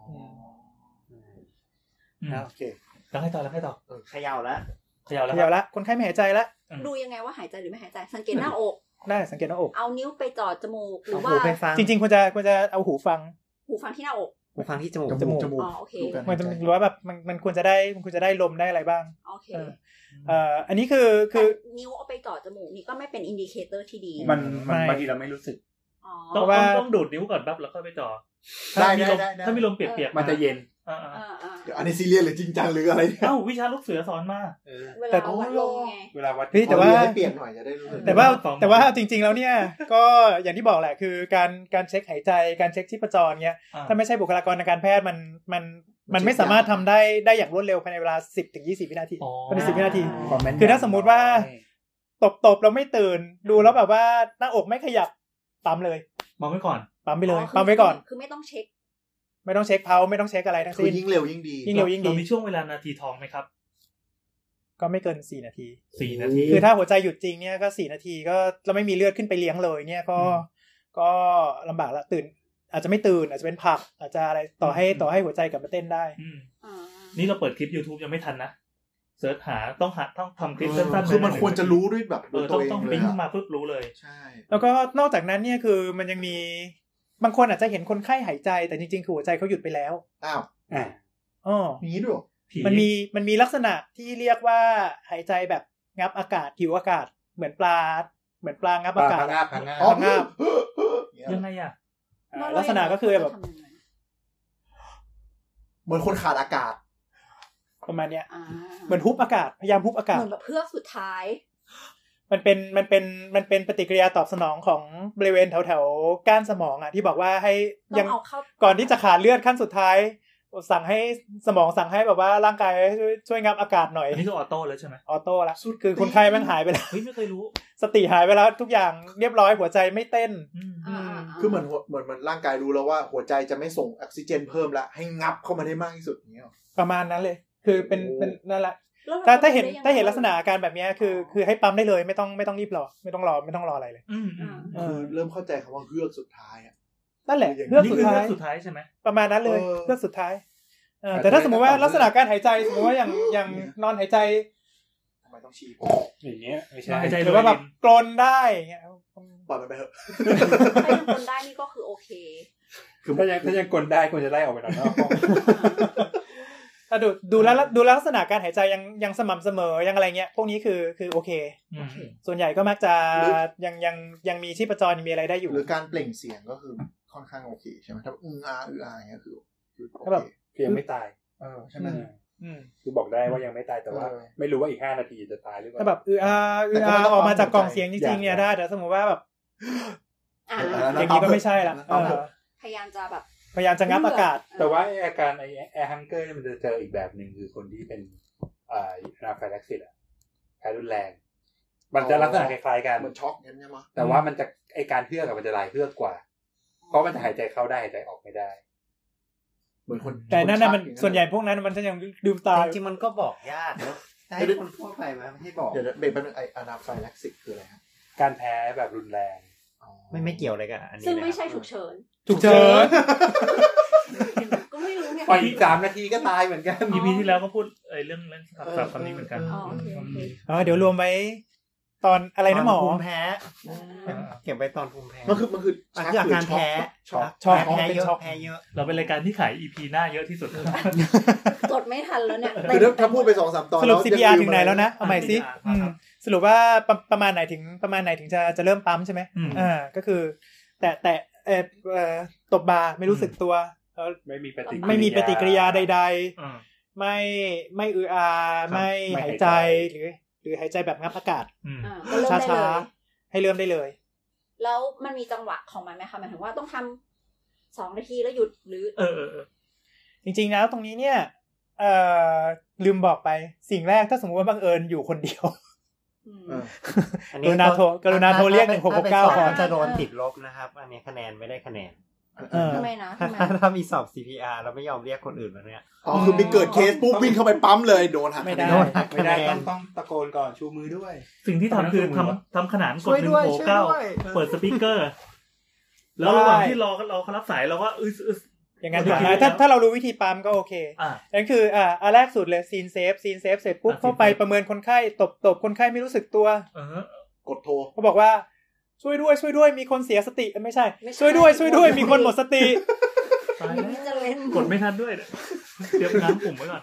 โอเคแล้วให้ต่อเขย่าแล้วคนไข้ไม่หายใจแล้วดูยังไงว่าหายใจหรือไม่หายใจสังเกตหน้าอกได้สังเกตหน้าอกเอานิ้วไปจ่อจมูกหรือว่าจริงๆควรจะเอาหูฟังที่หน้าอกหูฟังที่จมูกอ๋อโอเคมันจะรู้ว่าแบบมันควรจะได้ลมได้อะไรบ้างโอเคอันนี้คือนิ้วเอาไปจ่อจมูกนี่ก็ไม่เป็นอินดิเคเตอร์ที่ดีมันบางทีเราไม่รู้สึกต้องดูดนิ้วก่อนปั๊บแล้วค่อยไปจ่อได้ถ้ามีลมเปียกๆมันจะเย็นเดี๋ยวอันนี้ซีเรียสหรือจริงจังหรืออะไรเอ้าวิชาลูกเสือสอนมาแต่วัดลมไงเวลาวัดแต่ว่าให้เปียกหน่อยจะได้รู้แต่ว่าจริงๆแล้วเนี่ยก็อย่างที่บอกแหละคือการเช็คหายใจการเช็คชีพจรเงี้ยถ้าไม่ใช่บุคลากรทางการแพทย์มันไม่สามารถทำได้อย่างรวดเร็วภายในเวลา 10-20 วินาทีภายใน10 วินาทีคือถ้าสมมุติว่าตบแล้วไม่ตื่นดูแล้วแบบว่าหน้าอกไม่ขยับปั๊มเลยปั๊มไว้ก่อนปั๊มไปเลยปั๊มไว้ก่อนคือไม่ต้องเช็คเพาไม่ต้องเช็คอะไรทั้งสิ้นยิ่งเร็วยิ่งดีเรามีช่วงเวลานาทีทองไหมครับก็ไม่เกิน4 นาที 4 นาทีคือถ้าหัวใจหยุดจริงเนี่ยก็4 นาทีก็เราไม่มีเลือดขึ้นไปเลี้ยงเลยเนี่ยก็ลำบากละตื่นอาจจะไม่ตื่นอาจจะเป็นผักอาจจะอะไรต่อให้หัวใจกลับมาเต้นได้นี่เราเปิดคลิป YouTube ยังไม่ทันนะเสิร์ชหาต้องทำคลิปสั้นๆคือมันควรจะรู้ด้วยแบบต้องปิ๊งมาปุ๊บรู้เลยใช่แล้วก็นอกจากนั้นเนี่ยคือมันยังมีบางคนอาจจะเห็นคนไข้หายใจแต่จริงๆคือหัวใจเขาหยุดไปแล้วอ้าวนี้ด้วยมันมีลักษณะที่เรียกว่าหายใจแบบงับอากาศหิวอากาศเหมือนปลางับอากาศพังงาบยังไงอ่ะลักษณะก็คือแบบเหมือนคนขาดอากาศประมาณเนี้ยเหมือนฮุบอากาศพยายามฮุบอากาศเหมือนแบบเพื่อสุดท้ายมันเป็นปฏิกิริยาตอบสนองของบริเวณแถวๆก้านสมองอ่ะที่บอกว่าให้ยังก่อนที่จะขาดเลือดขั้นสุดท้ายสั่งให้สมองสั่งให้แบบว่าร่างกายช่วยงับอากาศหน่อยอันนี้คือออโต้แล้วใช่ไหมออโต้แล้วคือคนไข้มันหายไปแล้วไม่เคยรู้สติหายไปแล้วทุกอย่างเรียบร้อยหัวใจไม่เต้นคือเหมือนร่างกายรู้แล้วว่าหัวใจจะไม่ส่งออกซิเจนเพิ่มละให้งับเข้ามาได้มากที่สุดอย่างเงี้ยประมาณนั้นเลยคือเป็นนั่นแหละถ้าเห็นลักษณะอาการแบบนี้คือให้ปั๊มได้เลยไม่ต้องรีบรอไม่ต้องรออะไรเลยคือเริ่มเข้าใจคำว่าเฮือกสุดท้ายอ่ะนั่นแหละเฮือกสุดท้ายใช่ไหมประมาณนั้นเลยเฮือกสุดท้ายแต่ถ้าสมมติว่าลักษณะการหายใจสมมติว่าอย่างนอนหายใจทำไมต้องชี้อย่างเงี้ยไม่ใช่หายใจหรือว่าแบบกรนได้เงี้ยปล่อยมันไปเถอะถ้ายังกรนได้นี่ก็คือโอเคคือถ้ายังกรนได้ควรจะไล่ออกไปนอกห้องถ้าดูลักษณะการหายใจยังสม่ำเสมอยังอะไรเงี้ยพวกนี้คือโอเคส่วนใหญ่ก็มักจะยังมีชีพจรยังมีอะไรได้อยู่หรือการเปล่งเสียงก็คือค่อนข้างโอเคใช่ไหมถ้าอย่างเงี้ยคือแบบยังไม่ตายใช่ไหมคือบอกได้ว่ายังไม่ตายแต่ว่าไม่รู้ว่าอีก5 นาทีจะตายหรือเปล่าถ้าแบบออกมาจากกล่องเสียงจริงๆเนี่ยได้แต่สมมติว่าแบบอย่างนี้ก็ไม่ใช่ละพยายามจะงับอากาศแต่ว่าอาการแอร์ฮังเกอร์มันจะเจออีกแบบหนึ่งคือคนที่เป็นอนาไฟแล็กซิสแพ้รุนแรงมันจะลักษณะคล้ายๆกันเหมือนช็อกงั้นใช่ไหมแต่ว่ามันจะไอการเฮือกมันจะลายเฮือกกว่าเพราะมันจะหายใจเข้าได้หายใจออกไม่ได้เหมือนคนแต่นั่นน่ะมันส่วนใหญ่พวกนั้นมันจะยังลืมตาจริงๆมันก็บอกยากเนาะให้คนทั่วไปมาให้บอกเดี๋ยวเบรกแป๊บนึงอนาไฟแล็กซิสคืออะไรครับการแพ้แบบรุนแรงไม่เกี่ยวอะไรกันอันนี้ซึ่งไม่ใช่ฉุกเฉินก็ไม่รู้เนี่ยไปอีก3 นาทีก็ตายเหมือนกัน EP ที่แล้วก็พูดเรื่องศัพท์คำนี้เหมือนกันเดี๋ยวรวมไว้ตอนอะไรนะหมอภูมิแพ้เก็บไว้ตอนภูมิแพ้มันคืออาการแพ้ช็อกแพ้เยอะเราเป็นรายการที่ขาย EP หน้าเยอะที่สุดจดไม่ทันแล้วเนี่ยคือถ้าพูดไป 2-3 ตอนสรุป CPR ถึงไหนแล้วนะเอาใหม่สิสรุปว่าประมาณไหนถึงจะเริ่มปั๊มใช่ไหมก็คือแต่ตบบาไม่รู้สึกตัวไม่มีปฏิกิริยาใดๆไม่ไม่หายใจหรือหายใจแบบงับอากาศช้าๆให้เริ่มได้เลยแล้วมันมีจังหวะของมันไหมคะหมายถึงว่าต้องทำ2 นาทีแล้วหยุดหรือจริงๆแล้วตรงนี้เนี่ยลืมบอกไปสิ่งแรกถ้าสมมติว่าบังเอิญอยู่คนเดียวกรุณาโทรเรียก1669ก่อนจะโดนติดลบนะครับอันนี้คะแนนไม่ได้คะแนนทำไมนะถ้ามีสอบ CPR แล้วไม่ยอมเรียกคนอื่นมาเนี่ยคือมีเกิดเคสปุ๊บวิ่งเข้าไปปั๊มเลยโดนหักไม่ได้ต้องตะโกนก่อนชูมือด้วยสิ่งที่ทำคือทำขนานกด169เปิดสปีกเกอร์แล้วระหว่างที่รอเขารับสายเราก็อย่างนั้นถ้าเรารู้วิธีปั๊มก็โอเคนั่นคือแรกสุดเลยซีนเซฟเสร็จปุ๊บเข้าไปประเมินคนไข้ตบคนไข้ไม่รู้สึกตัวกดโทรเขาบอกว่าช่วยด้วยมีคนเสียสติไม่ใช่ช่วยด้วยมีคนหมดสติตายแล้วจะเล่นกดไม่ทันด้วยเตรียมน้ำปุ่มไว้ก่อน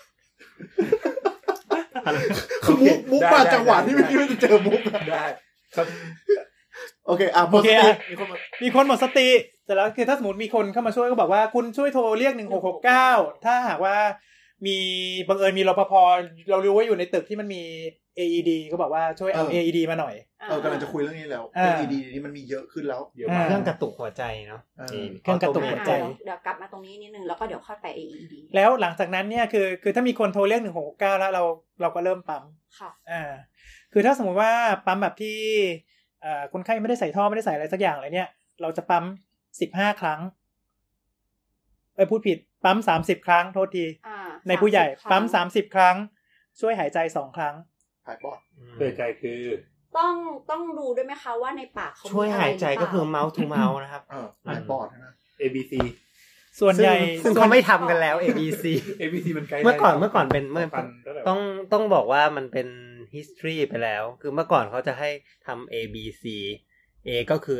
คือมุกมาจังหวะที่ไม่คิดว่าจะเจอมุกได้โอเคหมดสติมีคนหมดสติแต่แล้วคือถ้าสมมติมีคนเข้ามาช่วยก็บอกว่าคุณช่วยโทรเรียก1669ถ้าหากว่ามีบังเอิญมีรปภเรารู้ว่าอยู่ในตึกที่มันมี AED ก็บอกว่าช่วยเอา AED มาหน่อยกำลังจะคุยเรื่องนี้แล้ว AED นี่มันมีเยอะขึ้นแล้วเครื่องกระตุกหัวใจเนาะเครื่องกระตุกหัวใจเดี๋ยวกลับมาตรงนี้นิดนึงแล้วก็เดี๋ยวค่อยไป AED แล้วหลังจากนั้นเนี่ยคือถ้ามีคนโทรเรียก1669แล้วเราก็เริ่มปั๊มค่ะคือถ้าสมมติว่าปั๊มแบบที่คนไข้ไม่ได้ใส่ท่อไม่ได้ใส่อะไรสักอย่างเลยเนี่ยเราจะปั๊ม15ครั้งพูดผิดปั๊ม30ครั้งโทษทีในผู้ใหญ่ปั๊ม30ครั้งช่วยหายใจ2ครั้งหายปอดช่วยใจคือต้องดูด้วยไหมคะว่าในปากเขาช่วยหายใจก็คือ mouth to mouth นะครับหายปอดนะ ABC ส่วนใหญ่ซึ่งเขาไม่ทำกันแล้ว ABC มันไกลเมื่อก่อนเป็นเมื่อต้องบอกว่ามันเป็น history ไปแล้วคือเมื่อก่อนเขาจะให้ทำ ABC A ก็คือ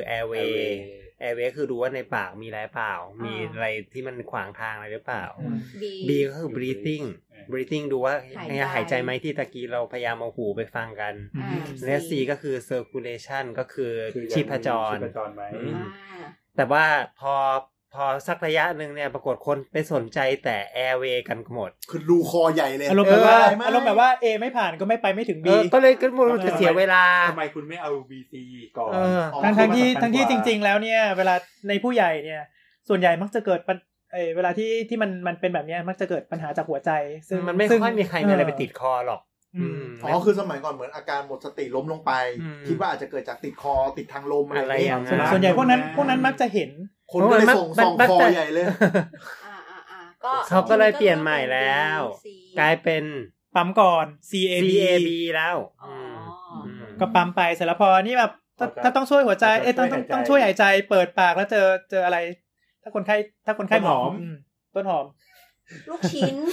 airway คือดูว่าในปากมีอะไรเปล่ามีอะไรที่มันขวางทางอะไรหรือเปล่า B ก็คือ breathing ดูว่าหายใจไหมที่ตะกี้เราพยายามเอาหูไปฟังกันและ C ก็คือ circulation ก็คือชีพจรแต่ว่าพอสักระยะนึงเนี่ยปรากฏคนไปสนใจแต่ airway กันหมดคือรูคอใหญ่เลยอารมณ์แบบว่า A ไม่ผ่านก็ไม่ไปไม่ถึง B ก็เลยก็มันจะเสียเวลาทำไมคุณไม่เอา BC ก่อนทั้งที่จริงๆแล้วเนี่ยเวลาในผู้ใหญ่เนี่ยส่วนใหญ่มักจะเกิดเวลาที่มันเป็นแบบนี้มักจะเกิดปัญหาจากหัวใจซึ่งมันไม่ค่อยมีใครมีอะไรไปติดคอหรอกคือสมัยก่อนเหมือนอาการหมดสติล้มลงไปคิดว่าอาจจะเกิดจากติดคอติดทางลมอะไรอย่างเงี้ยส่วนใหญ่พวกนั้นมักจะเห็นคนก็เลยส่งคอใหญ่เลยเขาก็เลยเปลี่ยนใหม่แล้วกลายเป็นปั๊มก่อน CAB แล้วก็ปั๊มไปเสร็จแล้วพอนี่แบบถ้าต้องช่วยหัวใจต้องช่วยหายใจเปิดปากแล้วเจออะไรถ้าคนไข้หอมต้นหอมลูกชิ้น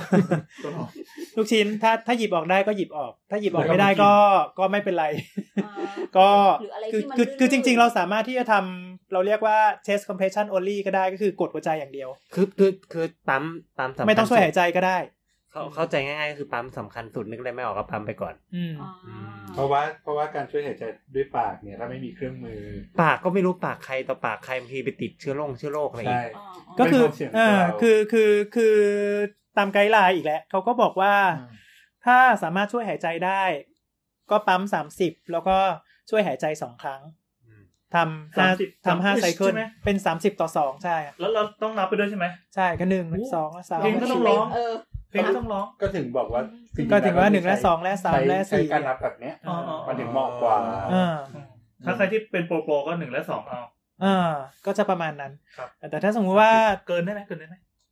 ถ้าหยิบออกได้ก็หยิบออกถ้าหยิบออกไม่ได้ก็ไม่เป็นไรก็คือจริงๆเราสามารถที่จะทำเราเรียกว่า chest compression only ก็ได้ก็คือกดหัวใจอย่างเดียวคือปั๊มไม่ต้องช่วยหายใจก็ได้เข้าใจง่ายๆคือปั๊มสำคัญสุดนึกอะไรไม่ออกก็ปั๊มไปก่อนเพราะว่าการช่วยหายใจด้วยปากเนี่ยถ้าไม่มีเครื่องมือปากก็ไม่รู้ปากใครต่อปากใครบางทีไปติดเชื้อโรคอะไรอีกก็คือตามไกด์ไลน์อีกแล้วเขาก็บอกว่าถ้าสามารถช่วยหายใจได้ก็ปั๊ม30แล้วก็ช่วยหายใจ2ครั้งทำ5ไซเคิลเป็น30ต่อ2ใช่แล้วเราต้องนับไปด้วยใช่ไหมใช่ก็1 2และ3 เพลงก็ต้องร้องเพลงก็ต้องร้องก็ถึงบอกว่า 1และ2และ3และ4 การนับแบบเนี้ยมันถึงเหมาะกว่าถ้าใครที่เป็นโปรก็1และ2เอาก็จะประมาณนั้นแต่ถ้าสมมุติว่าเกินได้ไหมเกิน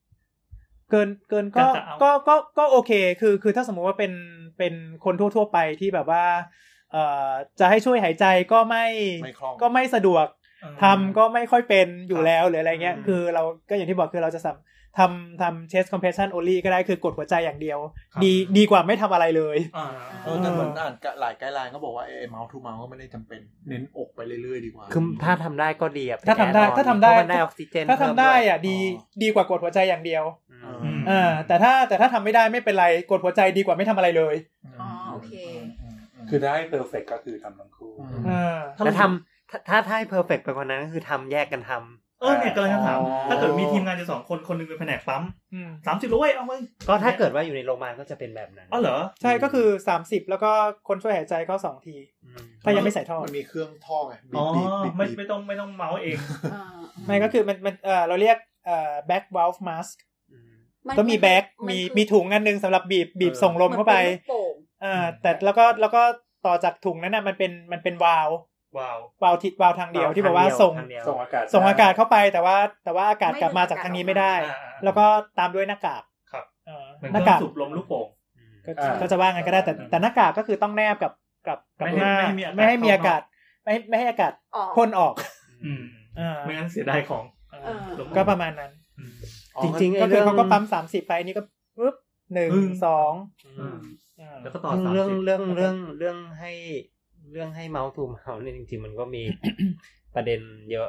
ก็โอเคคือถ้าสมมุติว่าเป็นคนทั่วๆไปที่แบบว่าจะให้ช่วยหายใจก็ไม่สะดวกทำก็ไม่ค่อยเป็นอยู่แล้วหรืออะไรเงี้ยคือเราก็อย่างที่บอกคือเราจะทำ chest compression only ก็ได้คือกดหัวใจอย่างเดียวดีกว่าไม่ทำอะไรเลยแต่เหมือนอ่านหลายไกด์ไลน์ก็บอกว่าmouth to mouth ก็ไม่ได้จำเป็นเน้นอกไปเรื่อยๆดีกว่าคือถ้าทำได้ก็ดีถ้าทำได้ออกซิเจนถ้าทำได้อ่ะดีกว่ากดหัวใจอย่างเดียวแต่ถ้าทำไม่ได้ไม่เป็นไรกดหัวใจดีกว่าไม่ทำอะไรเลยโอเคคือได้เพอร์เฟกต์ก็คือทำทั้งคู่แล้วถ้าให้เพอร์เฟกต์ไปกว่านั้นก็คือทำแยกกันทำเนี่ยกำลังจะถามถ้าเกิดมีทีมงานจะ2คนนึงเป็นแผนกปั๊ม30โลเอามึงก็ถ้าเกิดว่าอยู่ในโรงพยาบาลก็จะเป็นแบบนั้นเหรอใช่ก็คือ30แล้วก็คนช่วยหายใจก็2ทีถ้ายังไม่ใส่ท่อมันมีเครื่องท่อไงไม่ต้องเมาส์เองไม่ก็คือมันเราเรียกback valve mask ก็มีแบ็คมีถุงอันนึงสำหรับบีบส่งลมเข้าไปแต่แล้วก็ต่อจากถุงนั้นน่ะมันเป็นวาล์วทางเดียวที่บอกว่าส่งอากาศเข้าไปแต่ว่าอากาศกลับมาจากทางนี้ไม่ได้แล้วก็ตามด้วยหน้ากากครับหน้ากากสูบลมลูกโป่งก็จะว่างั้นก็ได้แต่หน้ากากก็คือต้องแนบกับหน้าไม่ให้มีอากาศไม่ให้อากาศพ่นออกไม่งั้นเสียดายของก็ประมาณนั้นจริงๆก็คือเขาก็ปั๊ม30ไปนี่ก็ปึ๊บ1 2 แล้วก็ต่อเรื่องให้เมาส์ทูเมาส์เนี่ยจริงๆมันก็มีประเด็นเยอะ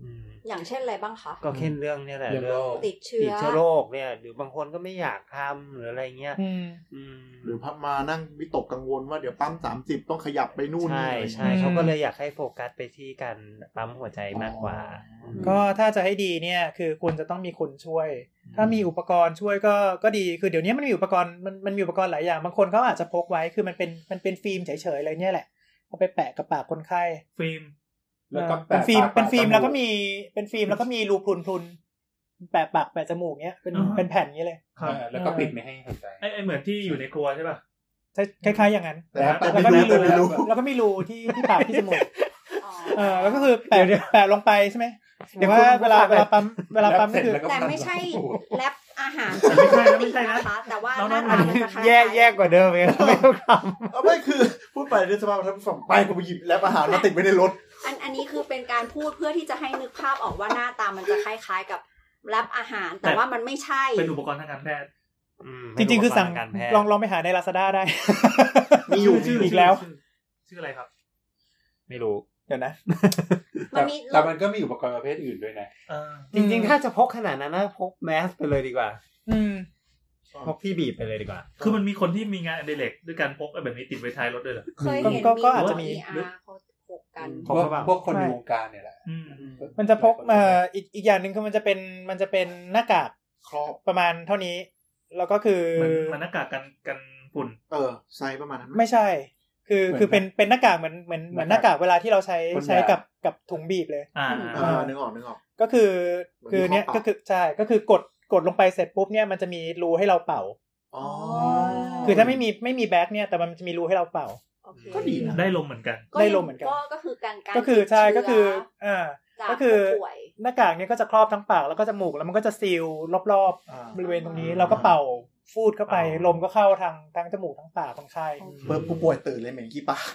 อย่างเช่นอะไรบ้างคะก็เช่นเรื่องนี้แหละเรื่องติดเชื้อโรคเนี่ยหรือบางคนก็ไม่อยากทำหรืออะไรเงี้ยหรือพับมานั่งวิตกกังวลว่าเดี๋ยวปั๊ม30ต้องขยับไปนู่นใช่เขาก็เลยอยากให้โฟกัสไปที่การปั๊มหัวใจมากกว่าก็ถ้าจะให้ดีเนี่ยคือควรจะต้องมีคนช่วยถ้ามีอุปกรณ์ช่วยก็ดีคือเดี๋ยวนี้มันมีอุปกรณ์มันมีอุปกรณ์หลายอย่างบางคนเขาอาจจะพกไว้คือมันเป็นฟิล์มเฉยๆอะไรเนี่ยแหละเอาไปแปะกับปากคนไข้ฟิล์มแล้วก็เป็นฟิล์มแล้วก็มีเป็นฟิล์มแล้วก็มีรูพรุนแปะปากแปะจมูกเนี้ยเป็นแผ่นนี้เลยแล้วก็ปิดไม่ให้หายใจไอ้เหมือนที่อยู่ในครัวใช่ป่ะคล้ายๆอย่างนั้นแล้วก็มีรูแล้วก็มีรูที่ปากที่จมูกแล้วก็คือแปะลงไปใช่ไหมเดี๋ยวว่าเวลาปั๊มก็คือแต่ไม่ใช่แรปอาหารไม่ใช่นะคะแต่ว่าหน้าตามันจะคล้ายแย่กว่าเดิมเลยไม่ต้องทำไม่คือพูดไปในสภาพท่านฝั่งไปกูไปหยิบแรปอาหารมาติดไว้ในรถอันนี้คือเป็นการพูดเพื่อที่จะให้นึกภาพออกว่าหน้าตามันจะคล้ายๆกับแรปอาหารแต่ว่ามันไม่ใช่เป็นอุปกรณ์ทางการแพทย์จริงๆคือสั่งลองไปหาใน Lazada ได้มีอยู่อีกแล้วชื่ออะไรครับไม่รู้เดี๋ยวนะแต่มันก็มีอุปกรณ์ประเภทอื่นด้วยนะจริงๆถ้าจะพกขนาดนั้นนะพกแมสไปเลยดีกว่าพกที่บีบไปเลยดีกว่าคือมันมีคนที่มีงานอดิเรกด้วยการพกแบบนี้ติดไว้ท้ายรถด้วยเหรอเคยเห็นก็อาจจะมีเขาพกกันพวกคนในวงการเนี่ยแหละมันจะพกอีกอย่างนึงคือมันจะเป็นหน้ากากครอบประมาณเท่านี้แล้วก็คือมันหน้ากากกันฝุ่นไซส์ประมาณนั้นไม่ใช่คือเป็นหน้ากากเหมือนหน้ากากเวลาที่เราใช้กับถุงบีบเลยนึกออกก็คือเนี้ยก็คือใช่ก็คือกดลงไปเสร็จปุ๊บเนี่ยมันจะมีรูให้เราเป่าคือถ้าไม่มีแบ็คเนี่ยแต่มันจะมีรูให้เราเป่าก็ดีนะได้ลมเหมือนกันได้ลมเหมือนกันก็คือการก็คือใช่ก็คือก็คือหน้ากากเนี่ยก็จะครอบทั้งปากแล้วก็จมูกแล้วมันก็จะซีลรอบๆบริเวณตรงนี้เราก็เป่าฟูดเข้าไปลมก็เข้าทั้งจมูกทั้งปากคนไข้ผู้ป่วยตื่นเลยเหม็นขี้ปาก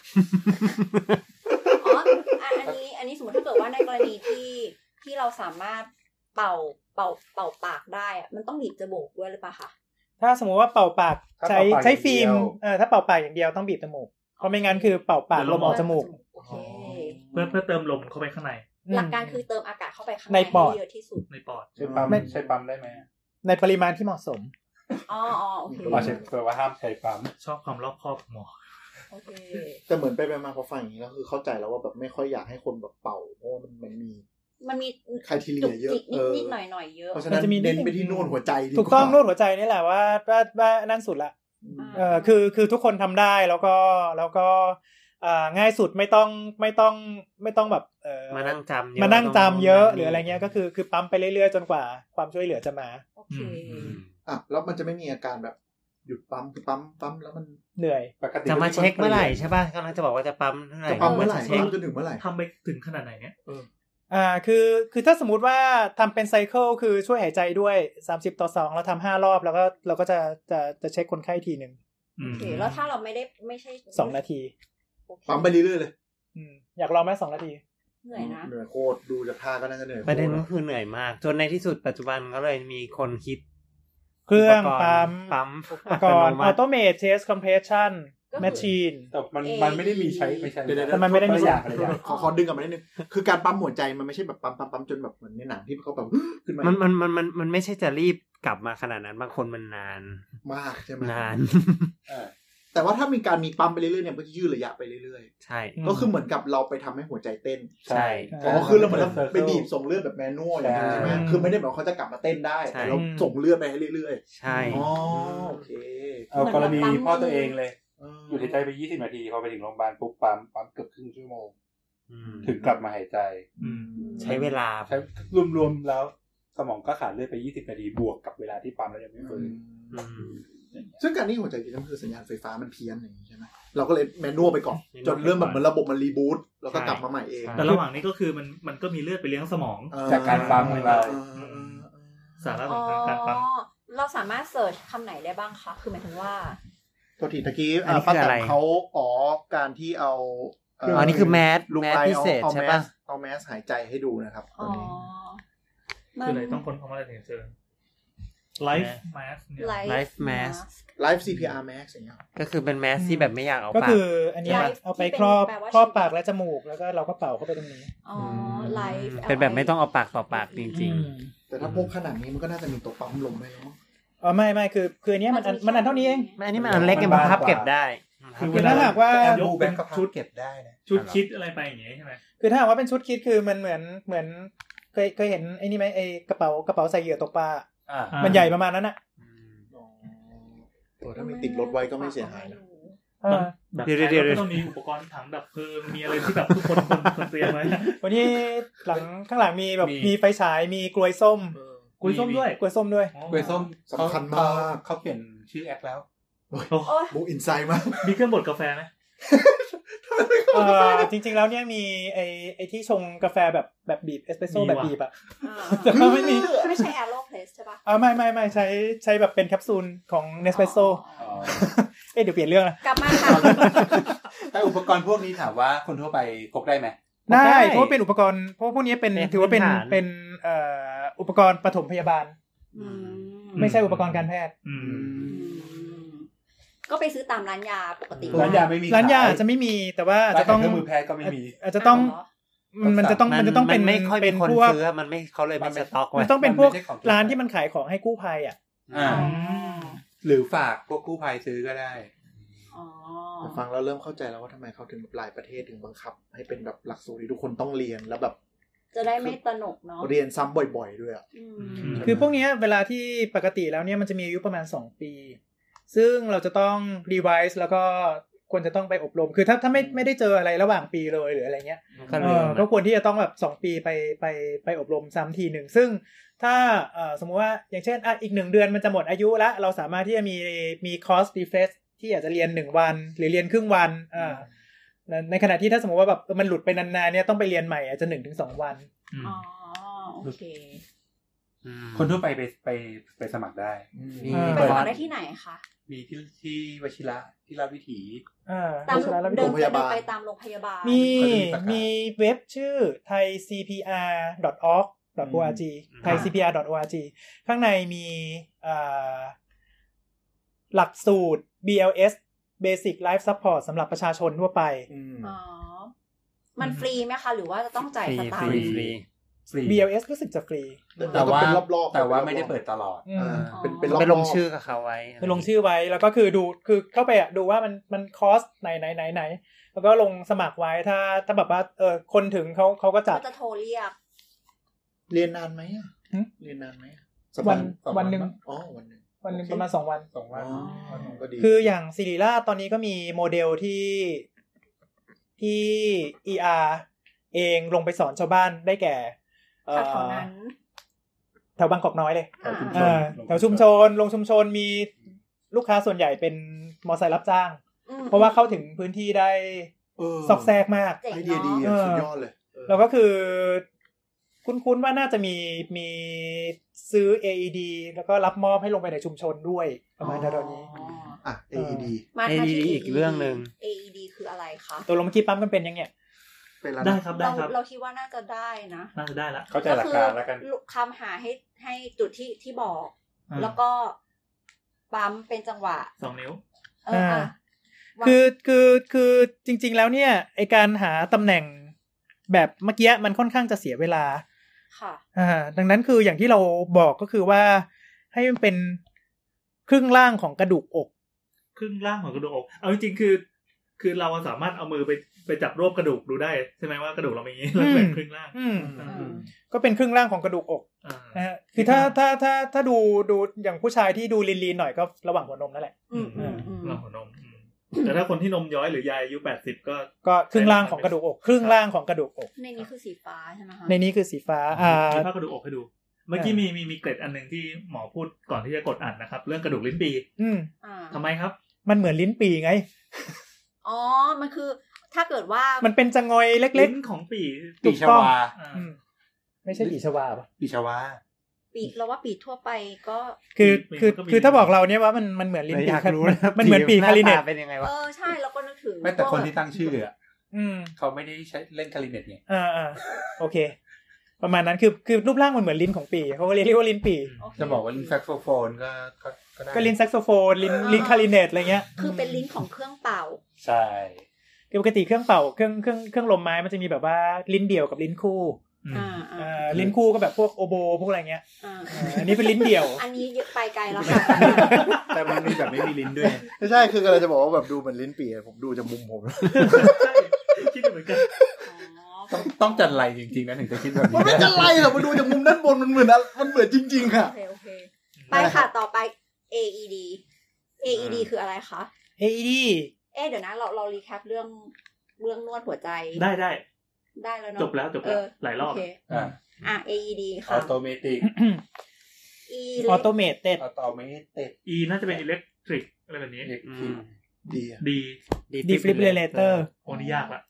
อันนี้สมมติถ้าเกิดว่าในกรณีที่เราสามารถเป่าปากได้มันต้องบีบจมูกด้วยหรือเปล่าคะถ้าสมมติว่าเป่าปากใช้ฟิล์มถ้าเป่าปากอย่างเดียวต้องบีบจมูกเพราะไม่งั้นคือเป่าปากลมออกจมูกเพื่อเติมลมเข้าไปข้างในหลักการคือเติมอากาศเข้าไปข้างในเยอะที่สุดในปอดใช้ปั๊มได้ไหมในปริมาณที่เหมาะสมโอเคใช่แปลว่าห้ามใช้ปั๊มชอบความรอบคอบหมอโอเคแต่เหมือนไปมาพอฟังอย่างนี้แล้วคือเข้าใจแล้วว่าแบบไม่ค่อยอยากให้คนแบบเป่าเพราะมันมีไครทีเรียเยอะนิดหน่อยเยอะเพราะฉะนั้นเน้นไปที่นวดหัวใจถูกต้องนวดหัวใจนี่แหละว่านั่นสุดละคือทุกคนทำได้แล้วก็ง่ายสุดไม่ต้องแบบมานั่งจำเยอะหรืออะไรเงี้ยก็คือปั๊มไปเรื่อยๆจนกว่าความช่วยเหลือจะมาโอเคแล้วมันจะไม่มีอาการแบบหยุดปั๊มคือปั๊มแล้วมันเหนื่อยจะมาเช็คเมื่อไหร่ใช่ป่ะกำลังจะบอกว่าจะปั๊มเท่าไหร่จะปั๊มเมื่อไหร่ปั๊มจนถึงเมื่อไหร่ทำไปถึงขนาดไหนเนี่ยคือถ้าสมมุติว่าทำเป็นไซเคิลคือช่วยหายใจด้วย30:2แล้วทำ5รอบแล้วก็เราก็จะเช็คคนไข้ทีนึงโอเคแล้วถ้าเราไม่ใช่ 2นาทีปั๊มไปเรื่อยๆเลยอยากลองไหม2นาทีเหนื่อยนะเหนื่อยโคตรดูจากท่าก็น่าจะเหนื่อยประเด็นก็คือเหนื่อยมากจนในที่สุดปัจจุบันก็เลยมีคนคิดเครื่องปั๊มอุปกรณ์ออโตเมทเชสคอมเพรสชั่นแมชชีนแต่มันไม่ได้มีใช้ไม่ใช่แต่มันไม่ได้มีอย่างอะไรอย่างขอดึงกลับมานิดนึงคือการปั๊มหัวใจมันไม่ใช่แบบปั๊มจนแบบเหมือนในหนังที่เขาแบบขึ้นมามันไม่ใช่จะรีบกลับมาขนาดนั้นบางคนมันนานมากใช่ไหมนานแต่ว่าถ้ามีการมีปั๊มไปเรื่อยๆเนี่ยมันก็ยืดระยะไปเรื่อยๆใช่ก็คือเหมือนกับเราไปทำให้หัวใจเต้นใช่คือเราเหมือนไปบีบส่งเลือดแบบแมนนวลอย่างนี้ใช่ไหมคือไม่ได้แบบเขาจะกลับมาเต้นได้แต่เราส่งเลือดไปให้เรื่อยๆใช่โอเคเอากรณีพ่อตัวเองเลยอยู่ในใจไป20นาทีพอไปถึงโรงพยาบาลปุ๊บปั๊มเกือบครึ่งชั่วโมงถึงกลับมาหายใจใช้เวลาใช้รวมๆแล้วสมองก็ขาดเลือดไป20นาทีบวกกับเวลาที่ปั๊มแล้วยังไม่ฟื้นซึ่งการนิ่งหัวใจก็คือสัญญาณไฟฟ้ามันเพี้ยนอย่างนี้ใช่ไหมเราก็เลยแมนนวลไปก่อนจนเริ่มแบบเหมือนระบบมันรีบูตแล้วก็กลับมาใหม่เองแต่ระหว่างนี้ก็คือมันก็มีเลือดไปเลี้ยงสมองจากการปั๊มของเราสาระของการปั๊มเราสามารถเสิร์ชคำไหนได้บ้างคะคือหมายถึงว่าตัวทีตะกี้ป้าแต๋เขาการที่เอานี่คือแมสพิเศษใช่ป่ะเอาแมสหายใจให้ดูนะครับตัวนี้คืออะไรต้องค้นคำว่าอะไรถึงเจอ Life Mask เนี่ย Life Mask Live CPR Max อย่างเงี้ยก็คือเป็นแมสที่แบบไม่อยากเอาก็ปากคืออันเนี้ยเอาไปครอบปากและจมูกแล้วก็เราก็เป่าเข้าไปตรงนี้อ๋อ Life เป็นแบบไม่ต้องเอาปากต่อปากจริงแต่ถ้าพกขนาดนี้มันก็น่าจะมีตัวปั๊มลมได้แล้วมั้งอ๋อไม่คืออันเนี้ยมันอันเท่านี้เองอันนี้มันอันเล็กกันมาพับเก็บได้คือถ้าหากว่ายกแบงค์กับชุดเก็บได้นะชุดคิดอะไรไปอย่างงี้ใช่ไหมคือถ้าหากว่าเป็นชุดคิดคือมันเหมือนเคยเห็นไอ้นี่ไหมไอ้กระเป๋าใส่เหยื่อตกปลามันใหญ่ประมาณนั้นน่ะถ้ามีติดรถไว้ก็ไม่เสียหายนะเดี๋ยวก็ต้องมีอุปกรณ์ถังดับเพลิงมีอะไรที่แบบทุกคนเตรียมไว้วันนี้ข้างหลังมีแบบมีไฟฉายมีกลวยส้มด้วยกลวยส้มสำคัญมากเขาเปลี่ยนชื่อแอคแล้วบูอินไซด์มากมีเครื่องบดกาแฟไหมจริงๆแล้วเนี่ยมีไอ้ที่ชงกาแฟแบบบีบเอสเปรสโซ่แบบบีบอ่ะแต่ก็ไม่มีไม่ใช่ AeroPress ใช่ป่ะไม่ใช้แบบเป็นแคปซูลของ Nespresso เดี๋ยวเปลี่ยนเรื่องละกลับมาค่ะแต่อุปกรณ์พวกนี้ถามว่าคนทั่วไปพกได้ไหมได้เพราะว่าเป็นอุปกรณ์เพราะพวกนี้เป็นถือว่าเป็นอุปกรณ์ปฐมพยาบาลไม่ใช่อุปกรณ์การแพทย์ก็ไปซื้อตามร้านยาปกติร้านยาไม่มีร้านยาจะไม่มีแต่ว่าจะต้องเครื่องมือแพทย์ก็ไม่มีอาจจะต้องมันจะต้องเป็นพวกมันไม่เขาเลยไม่สต็อกไว้มันต้องเป็นพวกร้านที่มันขายของให้กู้ภัยอ่ะหรือฝากพวกกู้ภัยซื้อก็ได้ฟังแล้วเริ่มเข้าใจแล้วว่าทำไมเขาถึงหลายประเทศถึงบังคับให้เป็นแบบหลักสูตรที่ทุกคนต้องเรียนแล้วแบบจะได้ไม่ตระหนกเนาะเรียนซ้ำบ่อยๆด้วยคือพวกนี้เวลาที่ปกติแล้วเนี่ยมันจะมีอายุประมาณ2ปีซึ่งเราจะต้องรีไวซ์แล้วก็ควรจะต้องไปอบรมคือถ้าไม่ได้เจออะไรระหว่างปีเลยหรืออะไรเงี้ยก็ควรที่จะต้องแบบ2ปีไปอบรมซ้ำทีนึงซึ่งถ้าสมมุติว่าอย่างเช่นอีก1เดือนมันจะหมดอายุแล้วเราสามารถที่จะมีคอร์สรีเฟรชที่อาจจะเรียน1วันหรือเรียนครึ่งวันในขณะที่ถ้าสมมติว่าแบบมันหลุดไปนานๆเนี่ยต้องไปเรียนใหม่อาจจะ 1-2 วันอ๋อโอเคคนทั่วไปไปสมัครได้ไปสมัครได้ที่ไหนคะมีที่วชิระที่ราชวิถีตามโรงพยาบาลไปตามโรงพยาบาลมีเว็บชื่อ thaicpr.org.org thaicpr.org ข้างในมีหลักสูตร BLS Basic Life Support สำหรับประชาชนทั่วไปมันฟรีไหมคะหรือว่าจะต้องจ่ายสตางค์ฟรี BLS รู้สึกจะฟรีแต่ว่าไม่ได้เปิดตลอดไปลงชื่อกับเขาไว้ไปลงชื่อไว้แล้วก็คือดูคือเข้าไปดูว่ามันคอสไหนแล้วก็ลงสมัครไว้ถ้าแบบว่าคนถึงเขาก็จัดจะโทรเรียกเรียนนานไหมเรียนนานไหมวันนึงวันนึงประมาณ2 วันคืออย่างศิริราชตอนนี้ก็มีโมเดลที่ ER เองลงไปสอนชาวบ้านได้แก่แถวนั้นแถวบางกอกน้อยเลยแถวชุมชนลงชุมชนมีลูกค้าส่วนใหญ่เป็นมอไซค์รับจ้างเพราะว่าเข้าถึงพื้นที่ได้ซอกแซกมากไอเดียดีสุดยอดเลยแล้วก็คือคุ้นๆว่าน่าจะมีซื้อ AED แล้วก็รับมอบให้ลงไปในชุมชนด้วยประมาณตอนนี้ AED อีกเรื่องนึง AED คืออะไรคะตัวลมเมื่อกี้ปั๊มกันเป็นยังไงได้ครับเราคิดว่าน่าจะได้นะน่าจะได้ละเข้าใจหลักการแล้วกันคำหาให้จุดที่บอกแล้วก็ปั๊มเป็นจังหวะ 2 นิ้วคือจริงๆแล้วเนี่ยไอการหาตำแหน่งแบบเมื่อกี้มันค่อนข้างจะเสียเวลาค่ะดังนั้นคืออย่างที่เราบอกก็คือว่าให้มันเป็นครึ่งล่างของกระดูกอกครึ่งล่างของกระดูกอกเอาจริงๆคือเราสามารถเอามือไปจับรวบกระดูกดูได้ใช่ไหมว่ากระดูกเรามีแล้วเป็นครึ่งล่างก็เป็นครึ่งล่างของกระดูกอกนะฮะคือถ้าดูอย่างผู้ชายที่ดูลีนๆหน่อยก็ระหว่างหัวนมนั่นแหละระหว่างหัวนมแต่ถ้าคนที่นมย้อยหรือยายอายุ80 ก็ครึ่งล่างของกระดูกอกครึ่งล่างของกระดูกอกในนี้คือสีฟ้าใช่ไหมคะในนี้คือสีฟ้ามีภาพกระดูกอกให้ดูเมื่อกี้มีเกร็ดอันนึงที่หมอพูดก่อนที่จะกดอัดนะครับเรื่องกระดูกลิ้นปีทำไมครับมันเหมือนลิ้นปีไงอ๋อมันคือถ้าเกิดว่ามันเป็นจะงอยเล็กๆลิ้นของปีชวาไม่ใช่ปีชวาป่ะปีชวาปีเราว่าปีทั่วไปก็คือถ้าบอกเราเนี่ยว่ามันเหมือนลิ้นปีมันเหมือนปีคาริเนตเป็นยังไงวะใช่เราก็นึกถึงแต่คนที่ตั้งชื่อเขาไม่ได้ใช้เล่นคาริเนตไงโอเคประมาณนั้นคือรูปร่างมันเหมือนลิ้นของปี่เขาก็เรียกว่าลิ้นปี่จะบอกว่าลิ้นแซกโซโฟนก็ได้ก็ลิ้นแซกโซโฟนลิ้นคลาริเนตอะไรเงี้ยคือเป็นลิ้นของเครื่องเป่าใช่คือปกติเครื่องเป่าเครื่องลมไม้มันจะมีแบบว่าลิ้นเดี่ยวกับลิ้นคู่ลิ้นคู่ก็แบบพวกโอโบพวกอะไรเงี้ยอันนี้เป็นลิ้นเดี่ยวอันนี้ไปไกลแล้วค่ะแต่มันมีแบบไม่มีลิ้นด้วยไม่ใช่คือกำลังจะบอกว่าแบบดูเหมือนลิ้นปี่ผมดูจากมุมผมใช่คิดเหมือนกันต้องจัดไรจริงๆนะถึงจะคิดแบบนี้ไม่จัดไรหรอกมาดูจากมุมด้านบนมันเหมือนจริงๆค่ะโอเคไปค่ะต่อไป AED คืออะไรคะ AED เดี๋ยวนะเรารีแคปเรื่องนวดหัวใจได้แล้วเนาะจบแล้วหลายรอบ AED ค่ะ Automatic Automated E น่าจะเป็น Electric อะไรแบบนี้D Defibrillator โอ้นี่ยากละ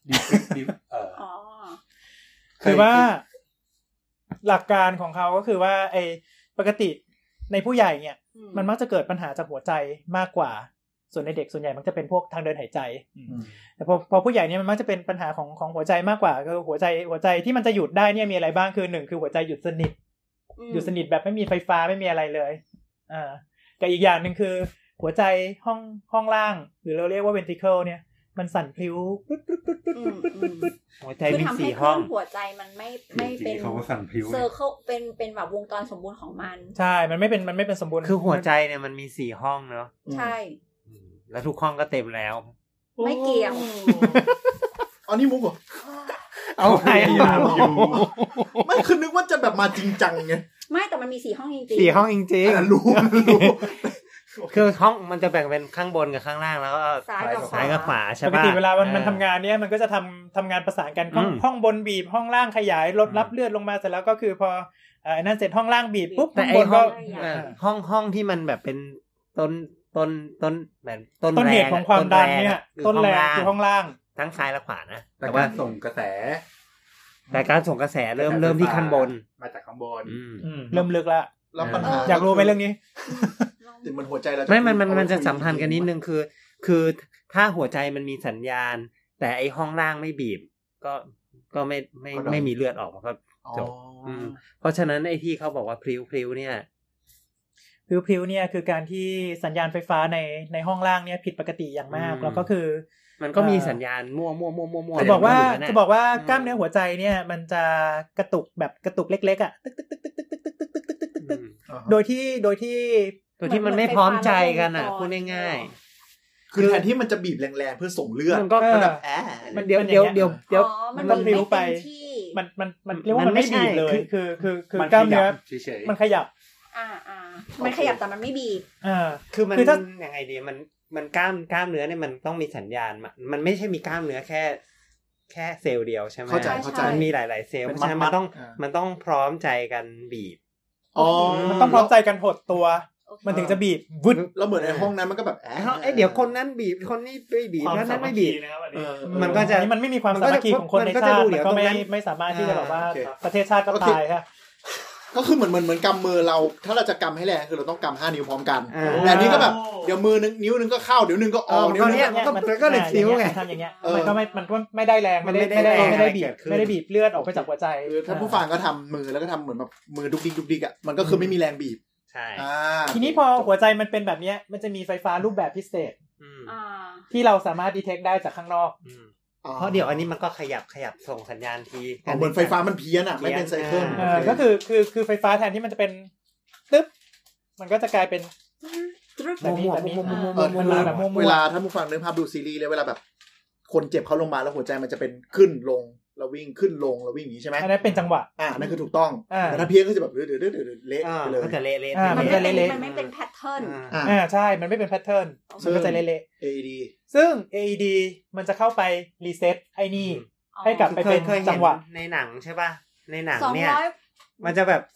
คือว่าหลักการของเขาก็คือว่าปกติในผู้ใหญ่เนี่ยมันมักจะเกิดปัญหาจากหัวใจมากกว่าส่วนในเด็กส่วนใหญ่มันจะเป็นพวกทางเดินหายใจแต่พอผู้ใหญ่เนี่ยมันมักจะเป็นปัญหาของหัวใจมากกว่าคือหัวใจที่มันจะหยุดได้เนี่ยมีอะไรบ้างคือ1คือหัวใจหยุดสนิทแบบไม่มีไฟฟ้าไม่มีอะไรเลยกับอีกอย่างนึงคือหัวใจห้องล่างหรือเราเรียกว่า ventricle เนี่ยมันสั่นพลิ้วหัวใจมี4ห้องหัวใจมันไม่เป็นเขาก็สั่นพลิ้วเซอร์เคิลเป็นแบบวงจรสมบูรณ์ของมันใช่มันไม่เป็นสมบูรณ์คือหัวใจเนี่ยมันมี4ห้องเนาะใช่แล้วทุกห้องก็เต็มแล้วไม่เกี่ยวอันนี้มุกเหรอเอาไงไม่คือนึกว่าจะแบบมาจริงจังไงไม่แต่มันมี4ห้องจริง 4ห้องจริงๆรู้คือห้องมันจะแบ่งเป็นข้างบนกับข้างล่างแล้วก็ซ้ายกับขวาใช่ป่ะปกติเวลามันทำงานเนี่ยมันก็จะทำงานประสานกันห้องบนบีบห้องล่างขยายลดรับเลือดลงมาเสร็จแล้วก็คือพอนั่นเสร็จห้องล่างบีบปุ๊บแต่ไอ้ห้องที่มันแบบเป็นต้นแบบต้นเหตุของความดันเนี่ยต้นแรงคือห้องล่างทั้งซ้ายและขวานะแต่ว่าส่งกระแสแต่การส่งกระแสเริ่มที่ข้างบนมาจากข้างบนเริ่มลึกแล้วปัญหาอยากรู้ไหมเรื่องนี้ถึงมันหัวใจเราไม่มันจะสัมพันธ์กันนิดนึงคือถ้าหัวใจมันมีสัญญาณแต่ไอ้ห้องล่างไม่บีบก็ไม่มีเลือดออกมันก็จบเพราะฉะนั้นไอ้ที่เขาบอกว่าพลิ้วเนี่ยคือการที่สัญญาณไฟฟ้าในห้องล่างเนี่ยผิดปกติอย่างมากแล้วก็คือมันก็มีสัญญาณมั่วจะบอกว่ากล้ามเนื้อหัวใจเนี่ยมันจะกระตุกแบบกระตุกเล็กๆอ่ะตึกโดยที่มันไม่พร้อมใจกันอ่ะพูดง่ายๆคือแทนที่มันจะบีบแรงๆเพื่อส่งเลือดมันก็แบบมันเดี๋ยวมันพลิ้วไปมันเรียกว่ามันไม่บีบเลยคือกล้ามเนื้อมันขยับมันขยับแต่มันไม่บีบคือมันยังไงดีมันกล้ามเนื้อเนี่ยมันต้องมีสัญญาณมันไม่ใช่มีกล้ามเนื้อแค่เซลล์เดียวใช่ไหมเข้าใจมันมีหลายๆเซลล์เพราะฉะนั้นมันต้องพร้อมใจกันบีบมันต้องพร้อมใจกันหดตัวมันถึงจะบีบวุ้นแล้วเหมือนในห้องนั้นมันก็แบบเดี๋ยวคนนั้นบีบคนนี้ไม่บีบนั้นไม่บีบมันก็จะมันไม่มีความสามัคคีของคนในชาติมันก็ไม่สามารถที่จะแบบว่าประเทศชาติก็ตายครับก็คือเหมือนกำมือเราถ้าเราจะกำให้แรงคือเราต้องกำ5นิ้วพร้อมกันแต่นี้ก็แบบเดี๋ยวมือนึงนิ้วนึงก็เข้าเดี๋ยวนึงก็ออกนิ้วนึงก็เลยนิ้วไงทำอย่างเงี้ยมันก็ไม่ได้แรงไม่ได้บีบเลือดออกไปจากหัวใจถ้าผู้ฟังก็ทำมือแล้วก็ทำเหมือนแบบมือดุกดิกอ่ะมันก็คือไม่มีแรงบีบใช่ทีนี้พอหัวใจมันเป็นแบบนี้มันจะมีไฟฟ้ารูปแบบพิเศษที่เราสามารถดีเทคได้จากข้างนอกเพราะเดี๋ยวอันนี้มันก็ขยับส่งสัญญาณทีเหมือนไฟฟ้ามันเพี้ยนอ่ะไม่เป็นไซเคิลก็คือไฟฟ้าแทนที่มันจะเป็นตึ๊บมันก็จะกลายเป็นแบบนี้เวลาถ้าผู้ฟังนึกภาพดูซีรีส์เลยเวลาแบบคนเจ็บเข้าโรงพยาบาลแล้วหัวใจมันจะเป็นขึ้นลงแล้ววิ่งขึ้นลงแล้ววิ่งอย่างนี้ใช่ไหมอันนั้นเป็นจังหวะนั่นคือถูกต้องแต่ถ้าเพี้ยนก็จะแบบเละไปเลยก็จะเละมันไม่เป็นแพทเทิร์นใช่มันไม่เป็นแพทเทิร์นมันก็จะเละ AED ซึ่ง AED มันจะเข้าไปรีเซ็ตไอ้นี่ให้กลับไปเป็นจังหวะในหนังใช่ป่ะในหนังเนี่ยมันจะแบบ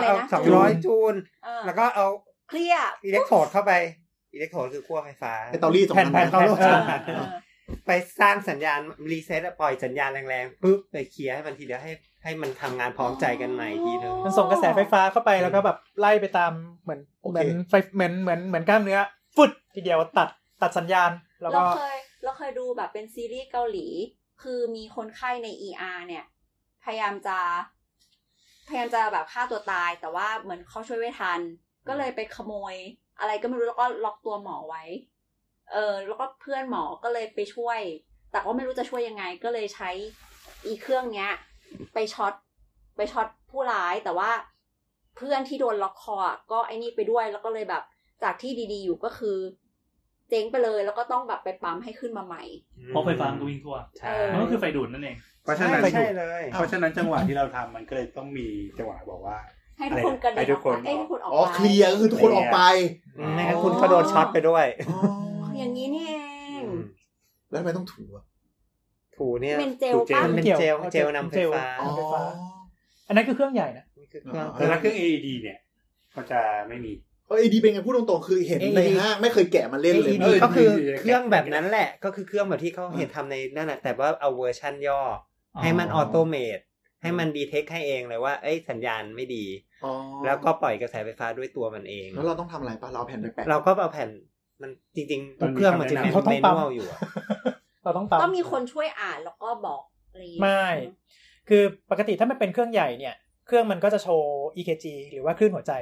200จูลแล้วก็เอาเคลียร์อิเล็กโทรดเข้าไปอิเล็กโทรดคือขั้วไฟฟ้าเตารีดตรงนั้นไปสร้างสัญญาณรีเซ็ตปล่อยสัญญาณแรงๆปุ๊บไปเคลียร์ให้มันทีเดียวให้มันทำงานพร้อมใจกันใหม่ทีนึงมันส่งกระแสไฟฟ้าเข้าไปแล้วก็แบบไล่ไปตามเหมือนไฟเหมือนกล้ามเนื้อฟึดทีเดียวตัดสัญญาณแล้วก็เราเคยดูแบบเป็นซีรีส์เกาหลีคือมีคนไข้ใน ER เนี่ยพยายามจะพยายามจะแบบฆ่าตัวตายแต่ว่าเหมือนเขาช่วยไม่ทันก็เลยไปขโมยอะไรก็ไม่รู้แล้วก็ล็อกตัวหมอไว้แล้วก็เพื่อนหมอก็เลยไปช่วยแต่ก็ไม่รู้จะช่วยยังไงก็เลยใช้อีเครื่องเนี้ยไปช็อตผู้ร้ายแต่ว่าเพื่อนที่โดนล็อกคอก็ไอ้นี่ไปด้วยแล้วก็เลยแบบจากที่ดีๆอยู่ก็คือเจ๊งไปเลยแล้วก็ต้องแบบไปปั๊มให้ขึ้นมาใหม่เพราะไฟฟ้ามันวิ่งทั่วมันก็คือไฟดูดนั่นเองเพราะฉะนั้นใช่เลยเพราะฉะนั้นจังหวะที่เราทำมันก็เลยต้องมีจังหวะบอกว่าให้ทุกคนกระเด็นออกไปให้ทุกคนออกไปเคลียร์ก็คือทุกคนออกไปไม่งั้นคุณก็โดนช็อตไปด้วยอย่างนี้นี่เองแล้วทำไมต้องถูเนี่ยเป็นเจลป่ะมันเป็นเจลนำไฟฟ้าอันนั้นคือเครื่องใหญ่นะแต่ถ้าเครื่อง AED เนี่ยก็จะไม่มี AED เป็นไงพูดตรงๆคือเห็นในห้างไม่เคยแกะมาเล่นเลย AED ก็คือเครื่องแบบนั้นแหละก็คือเครื่องแบบที่เขาเห็นทำในนั่นแหละแต่ว่าเอาเวอร์ชั่นย่อให้มันออโตเมตให้มันดีเทคให้เองเลยว่าสัญญาณไม่ดีแล้วก็ปล่อยกระแสไฟฟ้าด้วยตัวมันเองแล้วเราต้องทำอะไรป่ะเราเอาแผ่นไปแปะเราก็เอาแผ่นมันจริงๆทุกเครื่องมันจะมีเมนูอยู่เราต้องปั๊มก็มีคนช่วยอ่านแล้วก็บอกไม่คือปกติถ้ามันเป็นเครื่องใหญ่เนี่ยเครื่องมันก็จะโชว์ EKG หรือว่าคลื่นหัวใจ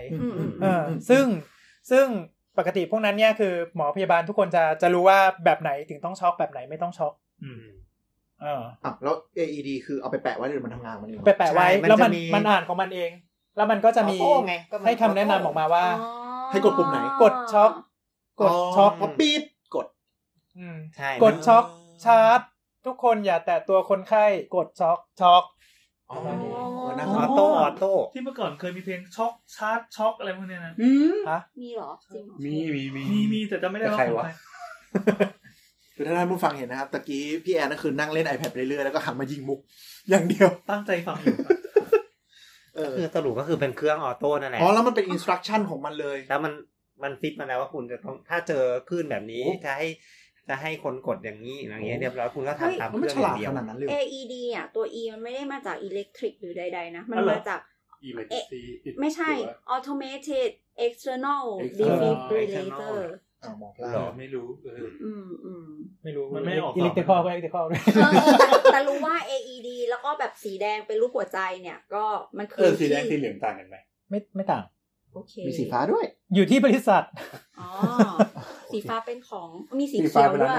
ซึ่งปกติพวกนั้นเนี่ยคือหมอพยาบาลทุกคนจะรู้ว่าแบบไหนถึงต้องช็อกแบบไหนไม่ต้องช็อกแล้ว AED คือเอาไปแปะไว้หรือมันทำงานมันเองไปแปะไว้แล้วมันอ่านของมันเองแล้วมันก็จะมีให้คำแนะนำออกมาว่าให้กดปุ่มไหนกดช็อกพอปี๊ดกดใช่กดช็อกชาร์จทุกคนอย่าแตะตัวคนไข้กดช็อกออโต้ที่เมื่อก่อนเคยมีเพลงช็อกชาร์จช็อกอะไรพวกนี้นะมีเหรอจริงมีแต่จะไม่ได้ร้องใครวะคือถ้าท่านผู้ฟังเห็นนะครับตะกี้พี่แอนก็คือนั่งเล่น iPad ไปเรื่อยๆแล้วก็หันมายิงมุกอย่างเดียวตั้งใจฟังอยู่คือสรุปก็คือเป็นเครื่องออโต้นั่นแหละแล้วมันเป็น instruction ของมันเลยแล้วมันฟิตมาแล้วว่าคุณจะต้องถ้าเจอคลื่นแบบนี้จะให้คนกดอย่างนี้อย่างเงี้ยเรียบร้อยคุณก็ทำตามเครื่องอย่างเดียว AED ตัว E มันไม่ได้มาจาก electric หรือใดๆนะมันมาจากไม่ใช่ automated external defibrillator ไม่รู้ไม่รู้มันไม่ออกอิเล็กทริคอลก็อิเล็กทริคอลแต่รู้ว่า AED แล้วก็แบบสีแดงเป็นรูปหัวใจเนี่ยก็มันคือสีแดงสีเหลืองต่างกันไหมไม่ต่างโอเคมีสีฟ้าด้วยอยู่ที่บริษัทสีฟ้าเป็นของมีสีเขียวด้วย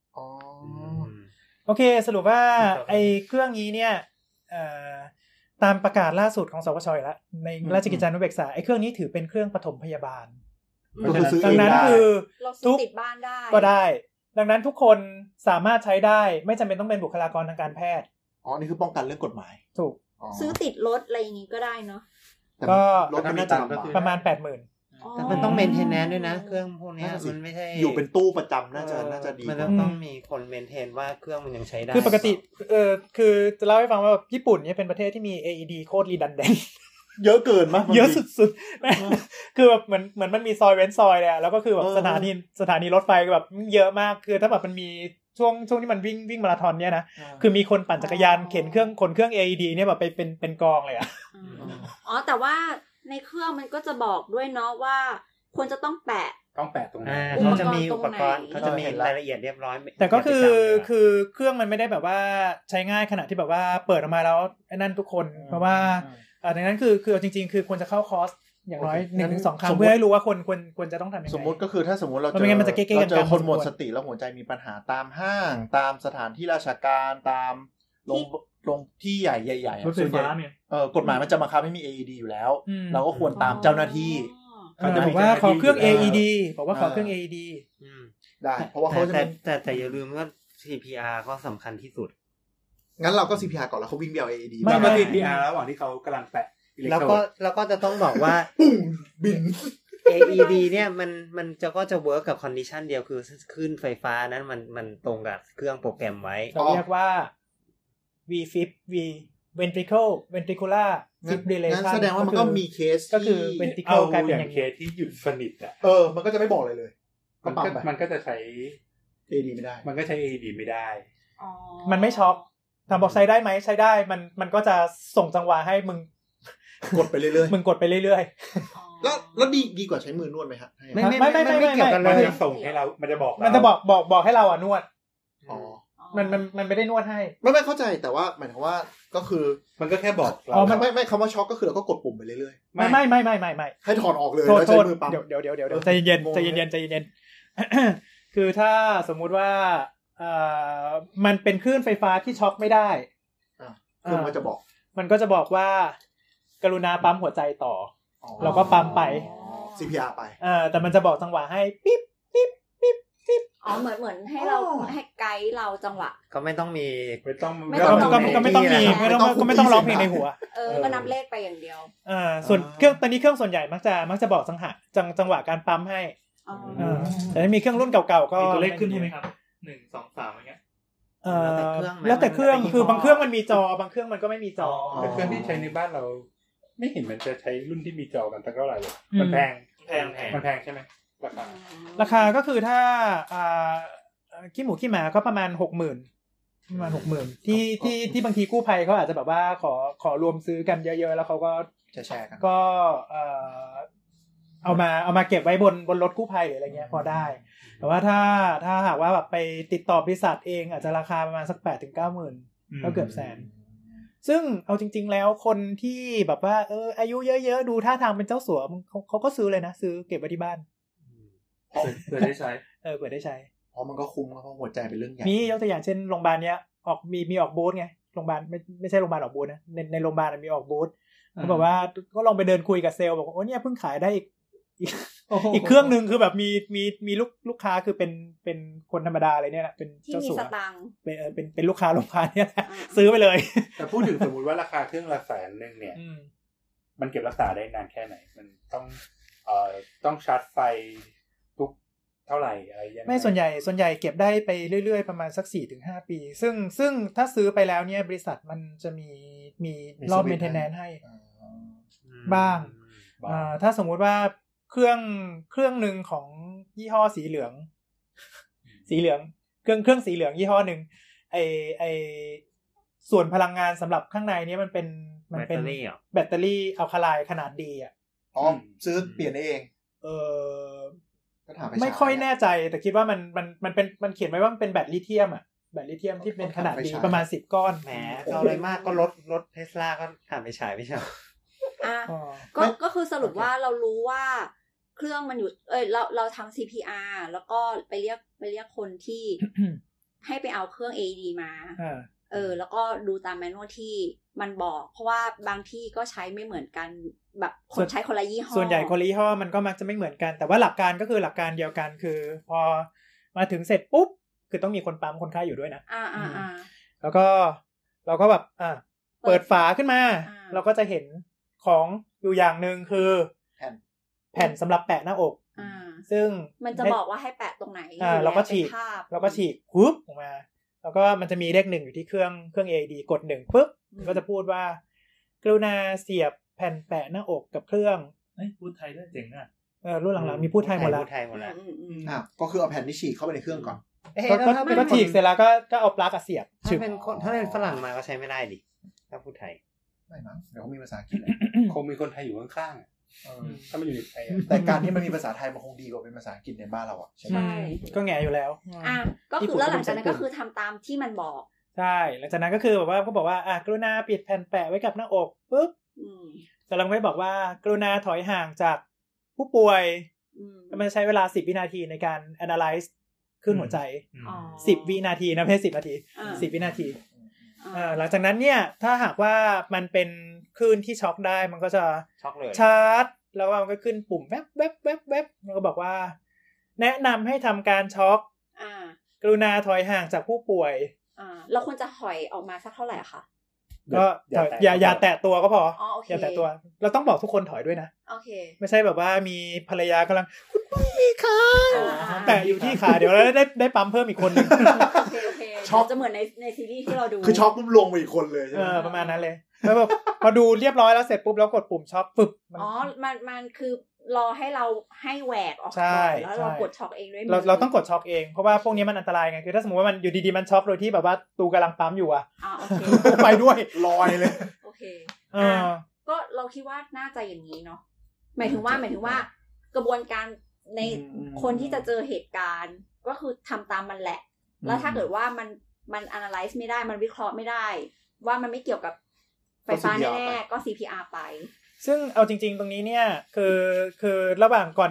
โอเคสรุปว่าไอ้เครื่องนี้เนี่ยตามประกาศล่าสุดของสวช.แล้วในราชกิจจานุเบกษาไอ้เครื่องนี้ถือเป็นเครื่องปฐมพยาบาลดังนั้นคือทุกติดบ้านได้ก็ได้ดังนั้นทุกคนสามารถใช้ได้ไม่จำเป็นต้องเป็นบุคลากรทางการแพทย์นี่คือป้องกันเรื่องกฎหมายถูกซื้อติดรถอะไรอย่างงี้ก็ได้เนาะก็รถมันน่าจะประมาณ 80,000 แต่มันต้องเมนเทนแนนซ์ด้วยนะเครื่องพวกนี้มันไม่ใช่อยู่เป็นตู้ประจำน่าจะดีมันต้องมีคนเมนเทนว่าเครื่องมันยังใช้ได้คือปกติคือจะเล่าให้ฟังว่าญี่ปุ่นเนี่ยเป็นประเทศที่มี AED โคตรรีดันแดนต์เยอะเกินมากเยอะสุดๆคือแบบเหมือนมันมีซอยเว้นซอยเลยแล้วก็คือแบบสถานีรถไฟแบบเยอะมากคือถ้าแบบมันมีช่วงที่มันวิ่งมาราธอนเนี่ยนะคือมีคนปั่นจักรยานเข็นเครื่อง AED เนี่ยแบบไปเป็นกองเลยแต่ว่าในเครื่องมันก็จะบอกด้วยเนาะว่าควรจะต้องแปะตรงไหนเขาจะมีอุปกรณ์เขาจะมีรายละเอียดเรียบร้อยแต่ก็คือเครื่องมันไม่ได้แบบว่าใช้ง่ายขนาดที่แบบว่าเปิดออกมาแล้วไอ้นั่นทุกคนเพราะว่าดังนั้นคือจริงๆคือควรจะเข้าคอร์สอย่างน้อย 1-2 ครั้งเพื่อให้รู้ว่าควรจะต้องทำยังไงสมมติก็คือถ้าสมมติเราเจอคนหมดสติแล้วหัวใจมีปัญหาตามห้างตามสถานที่ราชการตามลงที่ใหญ่ๆรถไฟฟ้าเนี่ยกฎหมายมันจะบังคับให้มี AED อยู่แล้วเราก็ควรตามเจ้าหน้าที่บอกว่าขอเครื่อง AED บอกว่าขอเครื่อง AED ได้เพราะว่าเขาจะแต่อย่าลืมว่า CPR ก็สำคัญที่สุดงั้นเราก็ CPR ก่อนแล้วเขาวิ่งไปเอา AED ไม่ CPR ระหว่างที่เขากำลังแปะแล้วก็จะต้องบอกว่าปุ่งบิน AED เนี่ยมันก็จะเวิร์กกับคอนดิชันเดียวคือขึ้นไฟฟ้านั้นมันตรงกับเครื่องโปรแกรมไว้เราเรียกว่า ventricular fibrillation แสดงว่ามันก็มีเคสก็คือ ventricle กลายเป็นอย่างเคสที่หยุดสนิทมันก็จะไม่บอกเลยมันก็จะใช้ AED ไม่ได้มันก็ใช้ AED ไม่ได้มันไม่ช็อคถามบอกใช้ได้ไหมใช้ได้มันก็จะส่งจังหวะให้มึงกดไปเรื่อยๆมึงกดไปเรื่อยๆแล้วดีกว่าใช้มือนวดไหมฮะไม่เกี่ยวกันเลยมันจะส่งให้เรามันจะบอกให้เรานวดมันไม่ได้นวดให้ไม่เข้าใจแต่ว่าหมายถึงว่าก็คือมันก็แค่บอกเราไม่คำว่าช็อกก็คือเราก็กดปุ่มไปเรื่อยๆไม่ให้ถอดออกเลยแล้วใช้มือปั๊มเดี๋ยวใจเย็นคือถ้าสมมุติว่ามันเป็นคลื่นไฟฟ้าที่ช็อกไม่ได้คือมันจะบอกว่ากรุณาปั๊มหัวใจต่อเราก็ปั๊มไป CPR ไปแต่มันจะบอกจังหวะให้ปิ๊บปิ๊บปิ๊บปิ๊บเหมือนให้เราให้ไกด์เราจังหวะก็ไม่ต้องมีไม่ต้องร้องเพลงในหัวก็นับเลขไปอย่างเดียวส่วนเครื่องตอนนี้เครื่องส่วนใหญ่มักจะบอกจังหวะการปั๊มให้แต่ถ้ามีเครื่องรุ่นเก่าๆก็มีตัวเลขขึ้นใช่ไหมครับ1 2 3อย่างเงี้ยแล้วแต่เครื่องคือบางเครื่องมันมีจอบางเครื่องมันก็ไม่มีจอแต่เครื่องที่ใช้ในบ้านเราไม่เห็นมันจะใช้รุ่นที่มีจอกันเท่าไหร่เลยมันแพงใช่ไหมราคาก็คือถ้าขี้หมูขี้หมาก็ประมาณ 60,000 ประมาณ 60,000 ที่บางทีกู้ภัยเขาอาจจะแบบว่าขอรวมซื้อกันเยอะๆแล้วเขาก็จะแชร์กันก็เอามาเก็บไว้บนรถกู้ภัยหรืออะไรเงี้ยพอได้แต่ว่าถ้าหากว่าแบบไปติดต่อบริษัทเองอาจจะราคาประมาณสัก 8-9,000 ก็เกือบแสนซึ่งเอาจริงๆแล้วคนที่แบบว่าอายุเยอะๆดูท่าทางเป็นเจ้าสัวเขาก็ซื้อเลยนะซื้อเก็บไว้ที่บ้านเผื่อได้ใช้เผื่อได้ใช้เพราะมันก็คุ้มเพราะหัวใจเป็นเรื่องใหญ่มียกตัวอย่างเช่นโรงพยาบาลเนี้ยมีออกบูธไงโรงพยาบาลไม่ใช่โรงพยาบาลออกบูธนะในโรงพยาบาลมีออกบูธเขาบอกว่าก็ลองไปเดินคุยกับเซลล์บอกว่าเนี่ยเพิ่งขายได้อีกเครื่องนึงคือแบบมีลูกค้าคือเป็นคนธรรมดาอะไรเนี่ยแหละเป็นเจ้าสัวเป็นลูกค้าโรงพยาบาลเนี่ยซื้อไปเลยแต่พูดถึงสมมุติว่าราคาเครื่องละ100,000เนี่ยมันเก็บรักษาได้นานแค่ไหนมันต้องชาร์จไฟทุกเท่าไหร่อะไรยังไงไม่ส่วนใหญ่เก็บได้ไปเรื่อยๆประมาณสัก 4-5 ปีซึ่งถ้าซื้อไปแล้วเนี่ยบริษัทมันจะมีรอบเมนเทนแนนซ์ให้บ้างถ้าสมมุติว่าเครื่องนึงของยี่ห้อสีเหลืองเครื่องสีเหลืองยี่ห้อนึงไอส่วนพลังงานสำหรับข้างในนี้มันเป็นแบตเตอรี่อัลคาไลน์ขนาดดีซื้อเปลี่ยนเองไม่ค่อยแน่ใจแต่คิดว่ามันเขียนไว้ว่ามันเป็นแบตลิเธียมแบตลิเธียมที่เป็นขนาดดีประมาณ10 ก้อนแหมเอาอะไรมากก็รถ Tesla ก็ถ่านไปฉายไม่ใช่ก็คือสรุปว่าเรารู้ว่าเครื่องมันอยู่เราทำ CPR แล้วก็ไปเรียกคนที่ ให้ไปเอาเครื่อง AED มาแล้วก็ดูตามแมนนวลที่มันบอกเพราะว่าบางที่ก็ใช้ไม่เหมือนกันแบบคนใช้คนละยี่ห้อส่วนใหญ่คนละยี่ห้อมันก็มักจะไม่เหมือนกันแต่ว่าหลักการก็คือหลักการเดียวกันคือพอมาถึงเสร็จปุ๊บคือต้องมีคนปั๊มคนไข้อยู่ด้วยนะแล้วก็เราก็แบบเปิดฝาขึ้นมาเราก็จะเห็นของอยู่อย่างนึงคือแผ่นสำหรับแปะหน้าอกซึ่งมันจะบอกว่าให้แปะตรงไหนเราก็ฉีกปุ๊บออกมาแล้วก็มันจะมีเลข1อยู่ที่เครื่อง AED กด1ปุ๊บก็จะพูดว่ากรุณาเสียบแผ่นแปะหน้าอกกับเครื่องพูดไทยด้วยเจ๋งอ่ะรุ่นหลังๆมีพูดไทยหมดแล้วก็คือเอาแผ่นที่ฉีกเข้าไปในเครื่องก่อนก็ฉีกเสร็จแล้วก็เอาปลั๊กเสียบถ้าเป็นฝรั่งมาก็ใช้ไม่ได้ดิถ้าพูดไทยไม่มั้งเดี๋ยวเขามีภาษาอังกฤษคงมีคนไทยอยู่ข้างถ้ามันอยู่ในไทยแต่การที่มันมีภาษาไทยมันคงดีกว่าเป็นภาษาอังกฤษในบ้านเราใช่ไหมก็แง่อยู่แล้วก็คือแล้วหลังจากนั้นก็คือทำตามที่มันบอกใช่หลังจากนั้นก็คือแบบว่าเขาบอกว่ากรุณาปิดแผ่นแปะไว้กับหน้าอกปุ๊บแต่เราไม่บอกว่ากรุณาถอยห่างจากผู้ป่วยมันใช้เวลา10 วินาทีในการ analyze คลื่นหัวใจ10 วินาทีนะไม่ใช่10 นาที10 วินาทีหลังจากนั้นเนี่ยถ้าหากว่ามันเป็นคลื่นที่ช็อกได้มันก็จะช็อกเลยชาร์จแล้วมันก็ขึ้นปุ่มแวบแวบแวบแวบแล้วก็บอกว่าแนะนำให้ทำการช็อกกรุณาถอยห่างจากผู้ป่วยเราควรจะถอยออกมาสักเท่าไหร่คะก็อย่าแตะตัวก็พออย่าแตะตัวเราต้องบอกทุกคนถอยด้วยนะโอเคไม่ใช่แบบว่ามีภรรยากำลังคุณป้องมีขาแต่อยู่ที่ขาเดี๋ยวเราได้ปั๊มเพิ่มอีกคนนึงโอเคช็อกจะเหมือนในซีรีส์ที่เราดูคือช็อกปุ๊บลงไปอีกคนเลยใช่ไหมประมาณนั้นเลยแล้วแบบพอดูเรียบร้อยแล้วเสร็จปุ๊บแล้วกดปุ่มช็อกฟึบมันคือรอให้เราให้แหวกออกก่อนแล้วเรากดช็อกเองด้วยเราต้องกดช็อกเองเพราะว่าพวกนี้มันอันตรายไงคือถ้าสมมติว่ามันอยู่ดีๆมันช็อกโดยที่แบบว่าตูกำลังปั๊มอยู่โอเคไปด้วยลอยเลยโอเคก็เราคิดว่าน่าจะอย่างนี้เนาะหมายถึงว่ากระบวนการในคนที่จะเจอเหตุการณ์ก็คือทำตามมันแหละแล้วถ้าเกิดว่ามัน analyze ไม่ได้มันวิเคราะห์ไม่ได้ว่ามันไม่เกี่ยวกับไฟฟ้าแน่ๆก็ CPR ไปซึ่งเอาจริงๆตรงนี้เนี่ยคือระหว่างรอ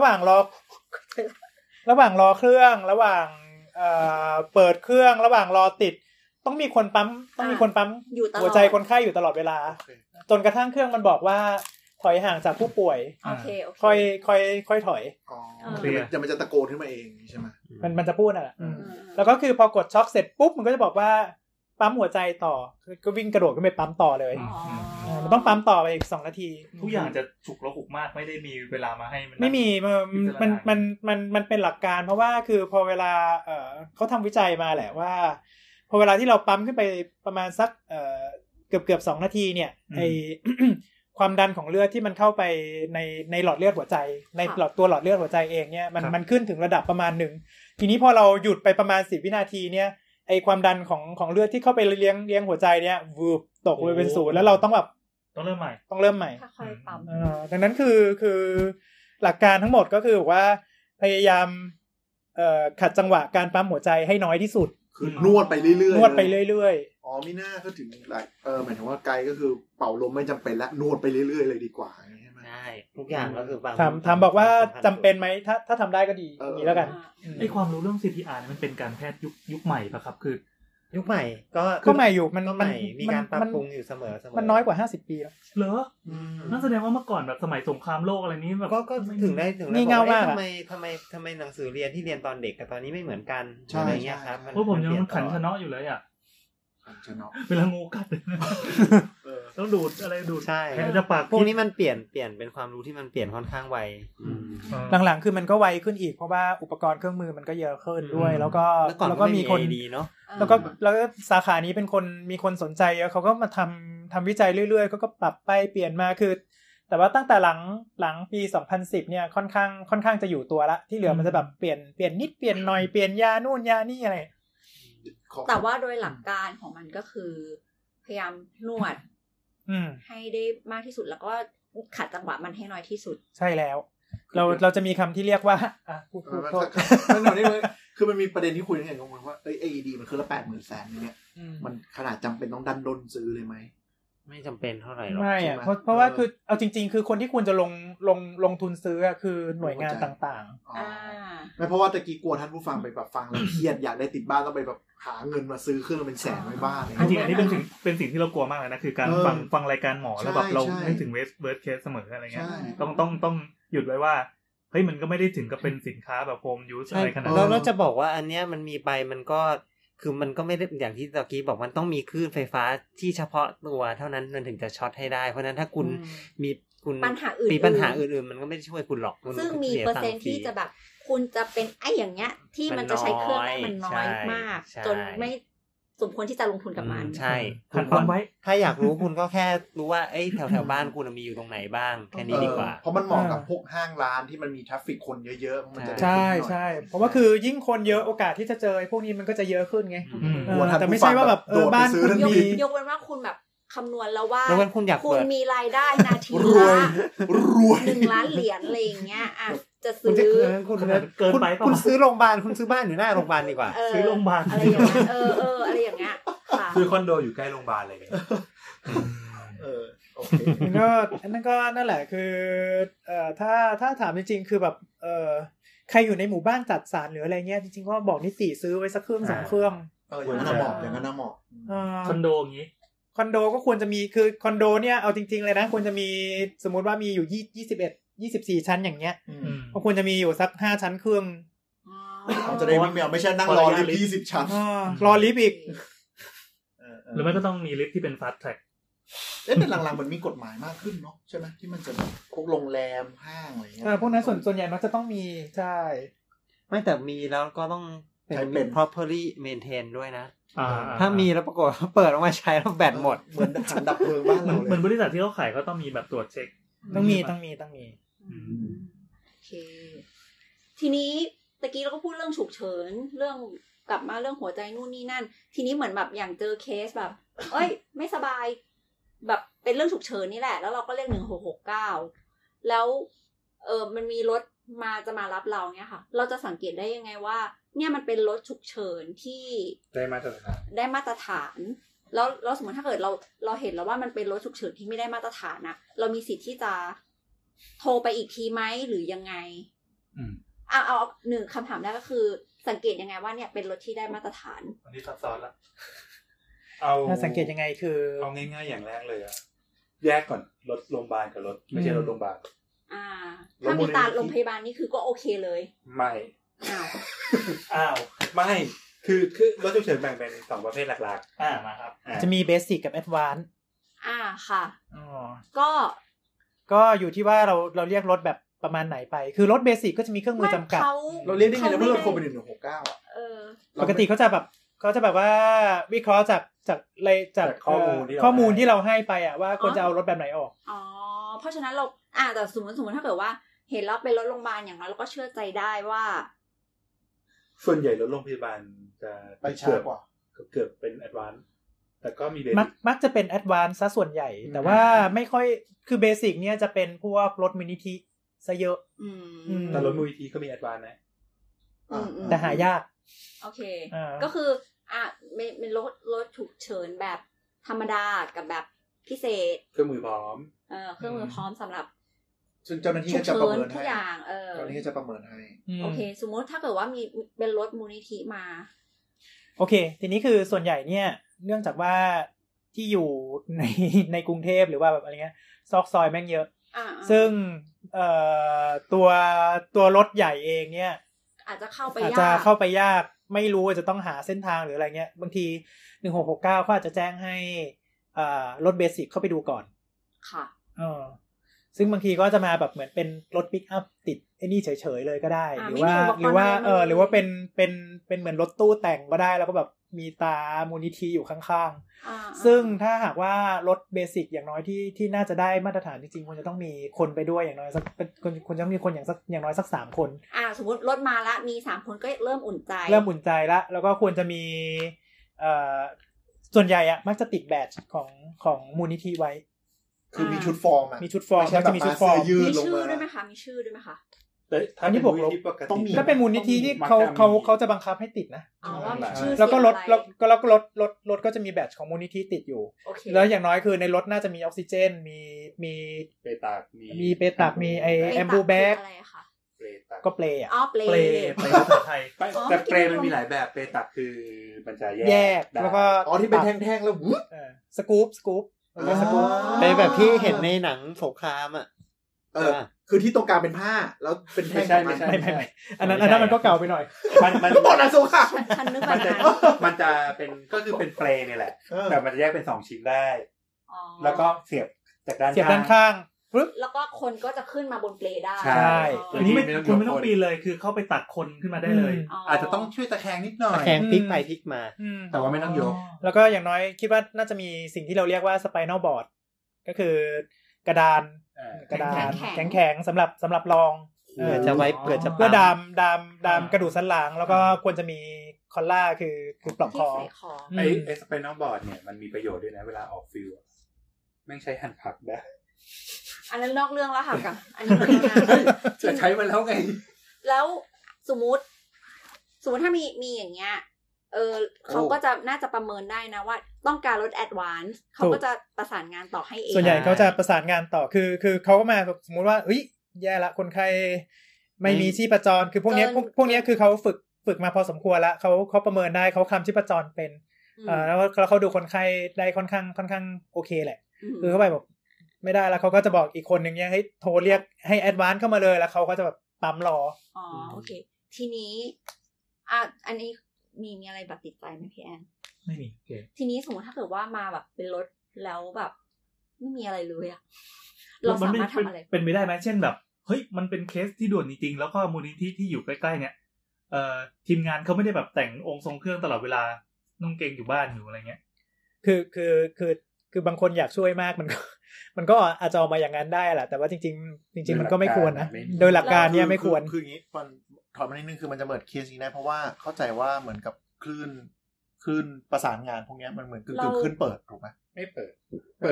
เครื่องระหว่างเปิดเครื่องระหว่างรอติดต้องมีคนปั๊มหัวใจคนไข้อยู่ตลอดเวลาจนกระทั่งเครื่องมันบอกว่าถอยห่างจากผู้ป่วยค่อยถอยจะมันจะตะโกนขึ้นมาเองใช่ไหมมันจะพูดน่ะแล้วก็คือพอกดช็อคเสร็จปุ๊บมันก็จะบอกว่าปั๊มหัวใจต่อก็วิ่งกระโดดขึ้นไปปั๊มต่อเลยมันต้องปั๊มต่อไปอีก2นาทีทุกอย่างจะฉุกละหุกมากไม่ได้มีเวลามาให้ไม่มีมันเป็นหลักการเพราะว่าคือพอเวลาเขาทำวิจัยมาแหละว่าพอเวลาที่เราปั๊มขึ้นไปประมาณสักเกือบ2นาทีเนี่ยไอความดันของเลือดที่มันเข้าไปในหลอดเลือดหัวใจในหลอดเลือดหัวใจเองเนี่ยมันขึ้นถึงระดับประมาณนึงทีนี้พอเราหยุดไปประมาณ10วินาทีเนี่ยไอความดันของเลือดที่เข้าไปเลี้ยงหัวใจเนี่ยวืบตกเลยเป็น0แล้วเราต้องแบบต้องเริ่มใหม่ค่อยๆปั๊มดังนั้นคือหลักการทั้งหมดก็คือว่าพยายามขัดจังหวะการปั๊มหัวใจให้น้อยที่สุดคือนวดไปเรื่อยๆนวดไปเรื่อยๆอ๋อมีหน้าก็ถึงหมายถึงว่าไกลก็คือเป่าลมไม่จำเป็นและนวดไปเรื่อยๆเลยดีกว่าใช่ไหมใช่ทุกอย่างก็คือถามบอกว่าจำเป็นไหมถ้าทำได้ก็ดีนี้แล้วกันไอความรู้เรื่อง CPR มันเป็นการแพทย์ยุคใหม่ป่ะครับคือยุคใหม่ก็ใหม่อยู่มันมีการปรับปรุงอยู่เสมอมันน้อยกว่า50ปีแล้วเหรอนั่นแสดงว่าเมื่อก่อนแบบสมัยสงครามโลกอะไรนี้แบบก็ถึงได้งี่เง่ามากทำไมหนังสือเรียนที่เรียนตอนเด็กกับตอนนี้ไม่เหมือนกันอะไรเงี้ยครับเพราะผมยังขันชนะอยู่เลยอ่ะขันชนะเวลางูกัดต้องดูดอะไรดูดใช่จะปากพวกนี้มันเปลี่ยนเป็นความรู้ที่มันเปลี่ยนค่อนข้างไวหลังๆคือมันก็ไวขึ้นอีกเพราะว่าอุปกรณ์เครื่องมือมันก็เยอะขึ้นด้วยแล้วก็มีคนดีเนาะแล้วก็สาขานี้เป็นคนมีคนสนใจเยอะเขาก็มาทำวิจัยเรื่อยๆก็ปรับไปเปลี่ยนมาคือแต่ว่าตั้งแต่หลังปี2010เนี่ยค่อนข้างจะอยู่ตัวละที่เหลือมันจะแบบเปลี่ยนนิดเปลี่ยนหน่อยเปลี่ยนยานู่นยานี่อะไรแต่ว่าโดยหลักการของมันก็คือพยายามนวดให้ได้มากที่สุดแล้วก็ขัดจังหวะมันให้น้อยที่สุดใช่แล้วเราจะมีคำที่เรียกว่าพูดโทษคือมันมีประเด็นที่คุยกันอย่างงงว่าAED มันคือละ 80,000 แสนเนี่ยมันขนาดจำเป็นต้องดันด้นซื้อเลยไหมไม่จำเป็นเท่าไหร่หรอกไม่อ่ะเพราะว่าคือเอาจริงๆคือคนที่ควรจะลงทุนซื้อคือหน่วยงานต่างๆไม่เพราะว่าตะกี้กลัวท่านผู้ฟังไปแบบฟังแล้วเครียดอยากได้ติดบ้านต้องไปแบบหาเงินมาซื้อเครื่องเป็นแสนไว้บ้านจริงๆอันนี้เป็นสิ่งที่เรากลัวมากเลยนะคือการฟังรายการหมอแล้วแบบเราให้ถึงเวิร์สเคสเสมออะไรเงี้ยต้องหยุดไว้ว่าเฮ้ยมันก็ไม่ได้ถึงกับเป็นสินค้าแบบโฮมยูสอะไรขนาดนั้นแล้วจะบอกว่าอันเนี้ยมันมีไปมันก็คือมันก็ไม่ได้อย่างที่ตะกี้บอกมันต้องมีคลื่นไฟฟ้าที่เฉพาะตัวเท่านั้นมันถึงจะช็อตให้ได้เพราะนั้นถ้าคุณมีปัญหาอื่นมันก็ไม่ได้ช่วยคุณหรอกซึ่งมีเปอร์เซ็นต์ที่จะแบบคุณจะเป็นไอ้อย่างเงี้ยที่มันจะใช้เครื่องได้มันน้อยมากจนไม่สมควรที่จะลงทุนกับมันใช่คุณควรไว้ถ้าอยากรู้คุณก็แค่รู้ว่าเอ้ยแถวบ้านคุณมีอยู่ตรงไหนบ้างแค่นี้ดีกว่าเพราะมันเหมาะกับพวกห้างร้านที่มันมีทราฟฟิกคนเยอะๆมันจะใช่เพราะว่าคือยิ่งคนเยอะโอกาสที่จะเจอพวกนี้มันก็จะเยอะขึ้นไงแต่ไม่ใช่ว่าแบบบ้านคุณยกเว้นว่าคุณแบบคำนวณแล้วว่าคุณมีรายได้นาทีละ1 ล้านเหรียญอะไรอย่างเงี้ยอ่ะจะซื้อคุณเกินไปคุณซื้อโรงพยาบาลคุณซื้อบ้านอยู่หน้าโรงพยาบาลดีกว่าซื้อโรงพยาบาลอะไรอย่างเงี้ยอะไรอย่างเงี้ยซื้อคอนโดอยู่ใกล้โรงพยาบาลเลยโอเคก็อันนั้นก็นั่นแหละคือถ้าถามจริงๆคือแบบใครอยู่ในหมู่บ้านจัดสรรหรืออะไรเงี้ยจริงๆก็บอกนิติซื้อไว้สักเครื่อง2เครื่องอย่างนั้นเหมาะอย่างนั้นเหมาะคอนโดอย่างงี้คอนโดก็ควรจะมีคือคอนโดเนี่ยเอาจริงๆเลยนะควรจะมีสมมติว่ามีอยู่24ชั้นอย่างเงี้ยก็ควรจะมีอยู่สัก5ชั้นครึ่งเราจะได้ไม่ใช่นั่งรอลิฟต์20ชั้นรอลิฟต์อีกหรือไม่ก็ต้องมีลิฟต์ที่เป็นฟาสต์แทร็กแต่หลังๆมันมีกฎหมายมากขึ้นเนาะใช่ไหมที่มันจะพวกโรงแรมห้างอะไรเงี้ยพวกนั้นส่วนใหญ่มันจะต้องมีใช่ไม่แต่มีแล้วก็ต้องเป็น properly maintain ด้วยนะถ้ามีแล้วปรากฏเปิดออกมาใช้แล้วแบตหมดเหมือนถังดับเพลิงบ้านเราเลยเหมือนบริษัทที่เขาขายเขาต้องมีแบบตรวจเช็คต้องมีโอเคทีนี้ตะกี้เราก็พูดเรื่องฉุกเฉินเรื่องกลับมาเรื่องหัวใจนู่นนี่นั่นทีนี้เหมือนแบบอย่างเจอเคสแบบเอ้ยไม่สบายแบบเป็นเรื่องฉุกเฉินนี่แหละแล้วเราก็เรียก1669แล้วมันมีรถจะมารับเราเนี่ยค่ะเราจะสังเกตได้ยังไงว่าเนี่ยมันเป็นรถฉุกเฉินที่ได้มาตรฐานแล้วสมมติถ้าเกิดเราเห็นแล้วว่ามันเป็นรถฉุกเฉินที่ไม่ได้มาตรฐานนะเรามีสิทธิ์ที่จะโทรไปอีกทีไหมหรือยังไงเอาหนึ่งคำถามแรกก็คือสังเกตยังไงว่าเนี่ยเป็นรถที่ได้มาตรฐานอันนี้ซับซ้อนละถ้าสังเกตยังไงคือเอาง่ายๆอย่างแรกเลยอะแยกก่อนรถโรงพยาบาลกับรถไม่ใช่รถโรงพยาบาลถ้ามีตาโรงพยาบาลนี่คือก็โอเคเลยไม่อ้าวไม่คือรถฉุกเฉินแบ่งเป็น2ประเภทหลักๆมาครับจะมีเบสิกกับแอดวานซ์ค่ะก็อยู่ที่ว่าเราเรียกรถแบบประมาณไหนไปคือรถเบสิกก็จะมีเครื่องมือจำกัดเราเรียกได้ไงนะเมื่อเราโทรไป1169 ปกติเขาจะแบบว่าวิเคราะห์จากข้อมูลที่เราให้ไปว่าควรจะเอารถแบบไหนออกเพราะฉะนั้นเราแต่สมมติถ้าเกิดว่าเห็นแล้วเป็นรถโรงพยาบาลอย่างนั้นเราก็เชื่อใจได้ว่าส่วนใหญ่รถโรงพยาบาลจะไปช้ากว่าเกือบเป็นแอดวานซ์แต่ก็มีเบสิกมักจะเป็นแอดวานซ์ซะส่วนใหญ่แต่ว่าไม่ค่อยคือเบสิกเนี่ยจะเป็นพวกรถมูลนิธิซะเยอะแต่รถมูลนิธิก็มีแอดวานซ์นะแต่หายากโอเคก็คือเป็นรถฉุกเฉินแบบธรรมดากับแบบพิเศษเครื่องมือพร้อมเครื่องมือพร้อมสำหรับซึ่งเจ้าหน้าที่จะประเมินให้ทุกอย่างเจ้าหน้าที่จะประเมินให้โอเคสมมติถ้าเกิดว่ามีเป็นรถมูลนิธิมาโอเคทีนี้คือส่วนใหญ่เนี่ยเนื่องจากว่าที่อยู่ในกรุงเทพหรือว่าแบบอะไรเงี้ยซอกซอยแม่งเยอะซึ่งตัวรถใหญ่เองเนี่ยอาจจะเข้าไปยากไม่รู้จะต้องหาเส้นทางหรืออะไรเงี้ยบางที1669เขาอาจจะแจ้งให้รถเบสิกเข้าไปดูก่อนค่ะซึ่งบางทีก็จะมาแบบเหมือนเป็นรถปิกอัพติดไอ้นี่เฉยๆเลยก็ได้หรือว่าเป็นเหมือนรถตู้แต่งก็ได้แล้วก็แบบมีตามูลนิธิอยู่ข้างๆซึ่งถ้าหากว่ารถเบสิกอย่างน้อยที่น่าจะได้มาตรฐานจริงๆควรจะต้องมีคนไปด้วยอย่างน้อยสักควรจะมีคนอย่างน้อยสัก3คนสมมติรถมาละมี3คนก็เริ่มอุ่นใจละแล้วก็ควรจะมีส่วนใหญ่มักจะติดแบดของมูลนิธิไว้คือมีชุดฟอร์มมีชุดฟอร์มก็จะมีชุดฟอร์มมีชื่อด้วยไหมคะมีชื่อด้วยไหมคะอันนี้บอกต้องมีถ้าเป็นมูลนิธิที่เขาจะบังคับให้ติดนะแล้วก็รถก็จะมีแบตของมูลนิธิติดอยู่แล้วอย่างน้อยคือในรถน่าจะมีออกซิเจนมีเปตากมีไอแอมบูแบ็กก็เปลย์เปลย์ภาษาไทยแต่เปลย์มันมีหลายแบบเปตากคือมันจะแยกแล้วก็ที่เป็นแท่งๆแล้วสกู๊ปเป็นแบบที่เห็นในหนังสงครามคือที่ตรงกลางเป็นผ้าแล้วเป็นแท่งไม่อันนั้นมันก็เก่าไปหน่อยมันหมดแล้วสงครามมันจะเป็นก็คือเป็นเปลย์นี่แหละแต่มันจะแยกเป็น2ชิ้นได้แล้วก็เสียบจากด้านข้างปึ๊บแล้วก็คนก็จะขึ้นมาบนเปลได้ใช่คุณไม่ต้องปีนเลยคือเข้าไปตักคนขึ้นมาได้เลยอาจจะต้องช่วยตะแคงนิดหน่อยตะแคงพลิกไปพลิกมาแต่ว่าไม่ต้องยกแล้วก็อย่างน้อยคิดว่าน่าจะมีสิ่งที่เราเรียกว่า spinal board ก็คือกระดานแข็งๆสำหรับรองจะไว้เพื่อดามกระดูกสันหลังแล้วก็ควรจะมีคอลล่าคือปลอกคอไอ้ spinal board เนี่ยมันมีประโยชน์ด้วยนะเวลาออกฟิลแม่งใช้หั่นผักได้อันนั้นนอกเรื่องแล้วค่ะกับอันนี้มันจะใช้มาแล้วไงแล้วสมมุติถ้ามีอย่างเงี้ยเขาก็จะน่าจะประเมินได้นะว่าต้องการรถแอดวานซ์เขาก็จะประสานงานต่อให้เองส่วนใหญ่เขาจะประสานงานต่อคือเขาก็มาสมมุติว่าแย่ละคนไข้ไม่มีชีพจรคือพวกนี้คือเขาฝึกมาพอสมควรแล้วเขาประเมินได้เขาคลำชีพจรเป็นแล้วเขาดูคนไข้ได้ค่อนข้างโอเคแหละคือเขาไปบอกไม่ได้แล้วเขาก็จะบอกอีกคนนึงเนี่ยให้โทรเรียกให้แอดวานซ์เข้ามาเลยแล้วเขาก็จะแบบปั๊มรอโอเคทีนี้อันนี้มีอะไรแบบติดใจไหมพี่แอนไม่มีทีนี้สมมติถ้าเกิดว่ามาแบบเป็นรถแล้วแบบไม่มีอะไรเลยเราสามารถทำอะไรเป็นไม่ได้ไหมเช่นแบบเฮ้ยมันเป็นเคสที่ด่วนจริงๆแล้วก็มูลนิธิที่อยู่ใกล้ๆเนี่ยทีมงานเขาไม่ได้แบบแต่งองค์ทรงเครื่องตลอดเวลานุ่งเกงอยู่บ้านอยู่อะไรเงี้ยคือบางคนอยากช่วยมากมันก็อาจจะออกมาอย่างนั้นได้แหละแต่ว่าจริงมันก็ไม่ควรนะโดยหลักการเนี่ยไม่ควรคืออย่างนี้มันถอดมานิดนึงคือมันจะเหมือนเคสนี้ได้เพราะว่าเข้าใจว่าเหมือนกับคลื่นประสานงานพวกนี้มันเหมือนกึ่งขึ้นเปิดถูกไหมไม่เปิดไหม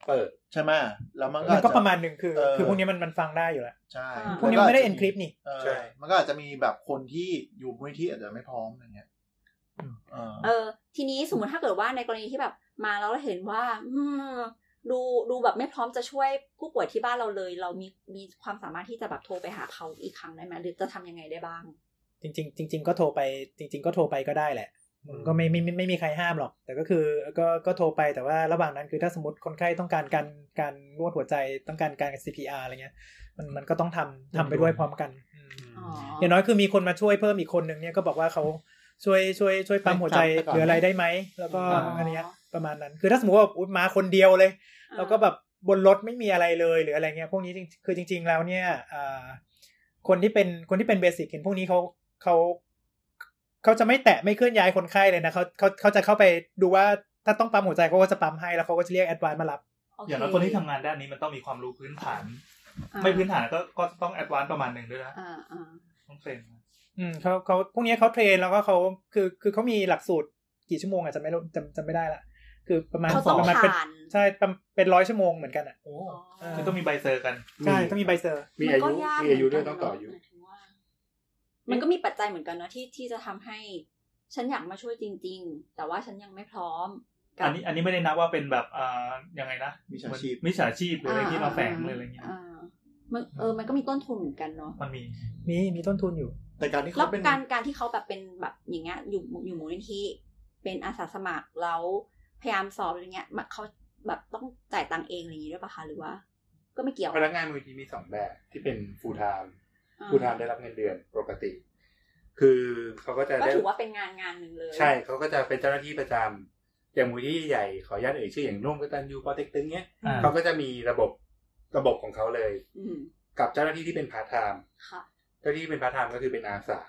เปิดใช่ไหมแล้วมันก็ประมาณนึงคือพวกนี้มันฟังได้อยู่แล้วใช่พวกนี้ไม่ได้ encrypt นี่ใช่มันก็อาจจะมีแบบคนที่อยู่มูลนิธิอาจจะไม่พร้อมอะไรเงี้ยทีนี้สมมติถ้าเกิดว่าในกรณีที่แบบมาแล้วเราเห็นว่าดูแบบไม่พร้อมจะช่วยผู้ป่วยที่บ้านเราเลยเรามีความสามารถที่จะแบบโทรไปหาเขาอีกครั้งได้ไหมหรือจะทำยังไงได้บ้างจริงก็โทรไปจริงๆก็โทรไปก็ได้แหละก็ไม่มีใครห้ามหรอกแต่ก็คือก็โทรไปแต่ว่าระหว่างนั้นคือถ้าสมมติคนไข้ต้องการการนวดหัวใจต้องการ CPR อะไรเงี้ยมันก็ต้องทำไปด้วยพร้อมกันอย่างน้อยคือมีคนมาช่วยเพิ่มอีกคนนึงเนี่ยก็บอกว่าเขาช่วยปั๊มหัวใจหรืออะไรได้ไหมแล้วก็อันนี้ประมาณนั้นคือถ้าสมมติว่ามาคนเดียวเลยแล้วก็แบบบนรถไม่มีอะไรเลยหรืออะไรเงี้ยพวกนี้คือจริงๆแล้วเนี่ยคนที่เป็นเบสิกเห็นพวกนี้เขาจะไม่แตะไม่เคลื่อนย้ายคนไข้เลยนะเขาจะเข้าไปดูว่าถ้าต้องปั๊มหัวใจเขาก็จะปั๊มให้แล้วเขาก็จะเรียกแอดวานซ์มารับอย่างนั้นคนที่ทำงานด้านนี้มันต้องมีความรู้พื้นฐานไม่พื้นฐานก็ต้องแอดวานซ์ประมาณนึงด้วยนะต้องเทรนเขาพวกนี้เขาเทรนแล้วก็เขาคือเขามีหลักสูตรกี่ชั่วโมงอ่ะจำไม่ได้ละคือประมาณเป็นใช่เป็น100ชั่วโมงเหมือนกันอ่ะคือต้องมีใบเซอร์กันใช่ต้องมีใบเซอร์มีอายุด้วยต้องต่ออายุมันก็มีปัจจัยเหมือนกันเนาะที่จะทำให้ฉันอยากมาช่วยจริงๆแต่ว่าฉันยังไม่พร้อมอันนี้ไม่ได้นับว่าเป็นแบบยังไงนะมิจฉาชีพหรืออะไรที่มาแฝงเลยอะไรเงี้ยมันก็มีต้นทุนเหมือนกันเนาะมันมีต้นทุนอยู่แต่การที่เขาเป็นการที่เขาแบบเป็นแบบอย่างเงี้ยอยู่มูลนิธิเป็นอาสาสมัครแล้วพยายามสอบอะไรเงี้ยเขาแบบต้องจ่ายตังค์เองอะไรอย่างงี้ด้วยป่ะคะหรือว่าก็ไม่เกี่ยวพนักงานมูลนิธิมี2แบบที่เป็น full time ได้รับเงินเดือนปกติคือเขาก็จะได้ถือว่าเป็นงานนึงเลยใช่เขาก็จะเป็นเจ้าหน้าที่ประจำอย่างมูลนิธิใหญ่ขออนุญาตเอ่ยชื่ออย่างร่วมกตัญญูปอเต็กตึงเนี้ยเขาก็จะมีระบบของเขาเลยกับเจ้าหน้าที่ที่เป็นพาร์ทไทม์เจ้าหน้าที่เป็นพาร์ทไทม์ก็คือเป็นอาสา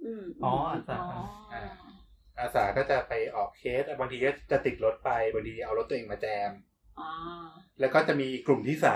อาสาก็จะไปออกเคสบางทีก็จะติดรถไปบางทีเอารถตัวเองมาแจมแล้วก็จะมีกลุ่มที่